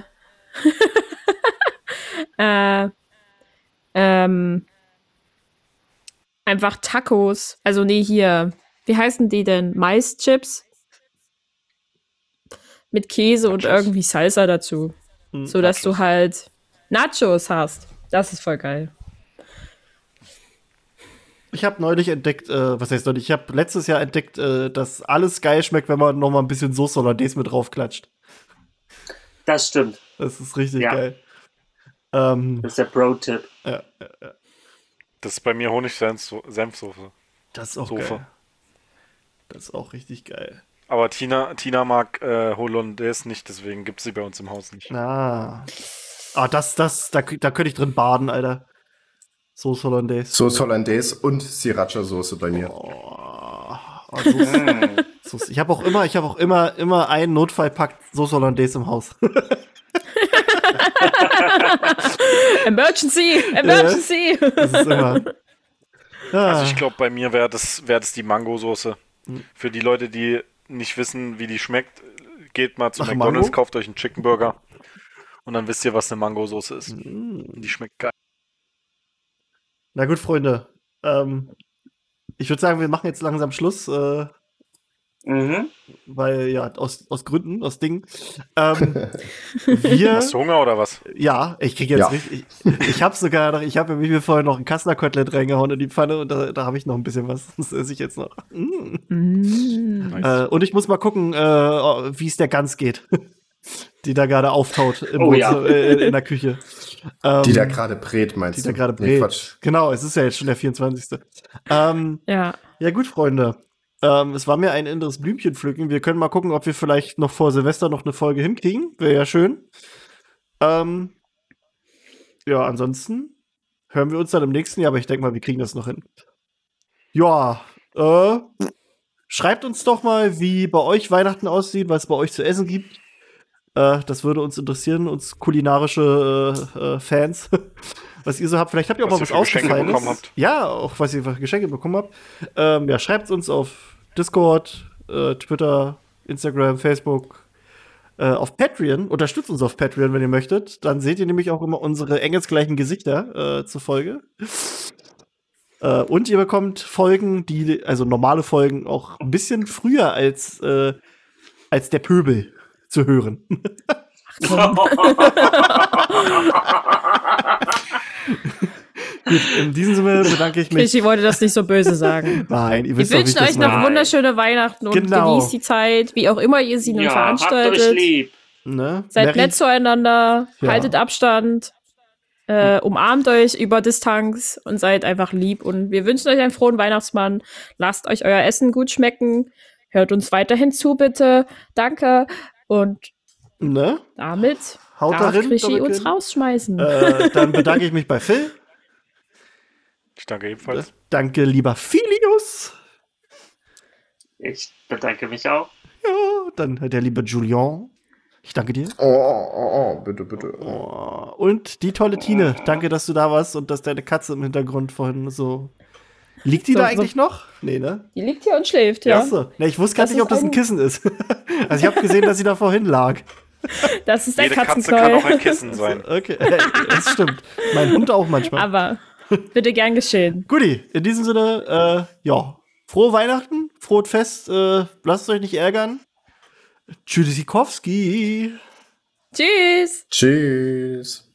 äh, äh, ähm, einfach Tacos. Also nee, hier. Wie heißen die denn? Maischips mit Käse und Nachos. irgendwie Salsa dazu. Hm, So dass du halt Nachos hast. Das ist voll geil. Ich habe neulich entdeckt, äh, was heißt neulich? Ich habe letztes Jahr entdeckt, äh, dass alles geil schmeckt, wenn man noch mal ein bisschen Soße Hollandaise mit draufklatscht. Das stimmt. Das ist richtig Ja. geil. Ähm, Das ist der Pro-Tipp. ja, Das ist bei mir Honig-Senfsoße. das ist auch Soße. geil. Das ist auch richtig geil. Aber Tina, Tina mag äh, Hollandaise nicht, deswegen gibt es sie bei uns im Haus nicht. Ah. Ah, das, das, da, da könnte ich drin baden, Alter. Soße Hollandaise. Soße Hollandaise und Sriracha-Soße bei mir. Oh, Soße, Soße. Ich habe auch immer, ich habe auch immer, immer einen Notfallpack Soße Hollandaise im Haus. Emergency! Emergency! Das ist immer. Ja. Also ich glaube, bei mir wäre das, wär das die Mango-Soße. Für die Leute, die nicht wissen, wie die schmeckt, geht mal zu Ach, McDonald's, Mango? kauft euch einen Chicken Burger und dann wisst ihr, was eine Mango-Soße ist. Und die schmeckt geil. Na gut, Freunde. Ähm, ich würde sagen, wir machen jetzt langsam Schluss, äh, Mhm. weil, ja, aus, aus Gründen, aus Dingen. Ähm, wir, Hast du Hunger oder was? ja, ich krieg jetzt Ja. richtig, ich, ich habe sogar noch, ich habe mir vorher noch ein Kassler Kotelett reingehauen in die Pfanne und da, da habe ich noch ein bisschen was, das esse ich jetzt noch. Mm. Mm. Äh, und ich muss mal gucken, äh, wie es der Gans geht, die da gerade auftaut im Oh ja. Wohnzimmer- äh, in der Küche. Ähm, Die da gerade brät, meinst die du? da gerade Nee, brät. Quatsch. Genau, es ist ja jetzt schon der vierundzwanzigste Ähm, Ja. ja gut, Freunde. Ähm, es war mir ein inneres Blümchen pflücken. Wir können mal gucken, ob wir vielleicht noch vor Silvester noch eine Folge hinkriegen. Wäre ja schön. Ähm, ja, ansonsten hören wir uns dann im nächsten Jahr, aber ich denke mal, wir kriegen das noch hin. Ja, äh, schreibt uns doch mal, wie bei euch Weihnachten aussieht, was es bei euch zu essen gibt. Äh, das würde uns interessieren, uns kulinarische äh, äh, Fans. Was ihr so habt. Vielleicht habt ihr auch Was mal ihr was für Geschenke Ausgefallenes. bekommen habt. Ja, auch was ihr für Geschenke bekommen habt. Ähm, ja, schreibt uns auf Discord, äh, Twitter, Instagram, Facebook, äh, auf Patreon. Unterstützt uns auf Patreon, wenn ihr möchtet. Dann seht ihr nämlich auch immer unsere engelsgleichen Gesichter äh, zur Folge. Äh, und ihr bekommt Folgen, die, also normale Folgen, auch ein bisschen früher als, äh, als der Pöbel zu hören. Gut, in diesem Sinne bedanke ich mich. Krischi wollte das nicht so böse sagen. Nein, ihr Wir wisst doch, wie ich wünschen das euch noch mache. wunderschöne Weihnachten und Genau. genießt die Zeit, wie auch immer ihr sie nun Ja, habt euch veranstaltet. lieb. Ne? Seid Merry- nett zueinander, Ja. haltet Abstand, äh, umarmt euch über Distanz und seid einfach lieb. Und wir wünschen euch einen frohen Weihnachtsmann. Lasst euch euer Essen gut schmecken. Hört uns weiterhin zu, bitte. Danke. Und Ne? damit Haut darf darin, Krischi Dominik. uns rausschmeißen. Äh, dann bedanke ich mich bei Phil. Ich danke ebenfalls. Danke, lieber Filius. Ich bedanke mich auch. Ja, dann der liebe Julian. Ich danke dir. Oh, oh, oh, oh, bitte, bitte. Oh, und die tolle Tine. Danke, dass du da warst und dass deine Katze im Hintergrund vorhin so. Liegt die So- da so- eigentlich noch? Nee, ne? Die liegt hier und schläft, ja. Achso. Ne, ich wusste gar Das nicht, ob ist das ein ein- Kissen ist. Also ich habe gesehen, dass sie da vorhin lag. Das ist ein Jede Katze Katzenkeulen. kann auch ein Kissen sein. Okay, das stimmt. Mein Hund auch manchmal. Aber bitte gern geschehen. Guti, in diesem Sinne, äh, ja, frohe Weihnachten, frohes Fest, äh, lasst euch nicht ärgern. Tschüssikowski. Tschüss. Tschüss.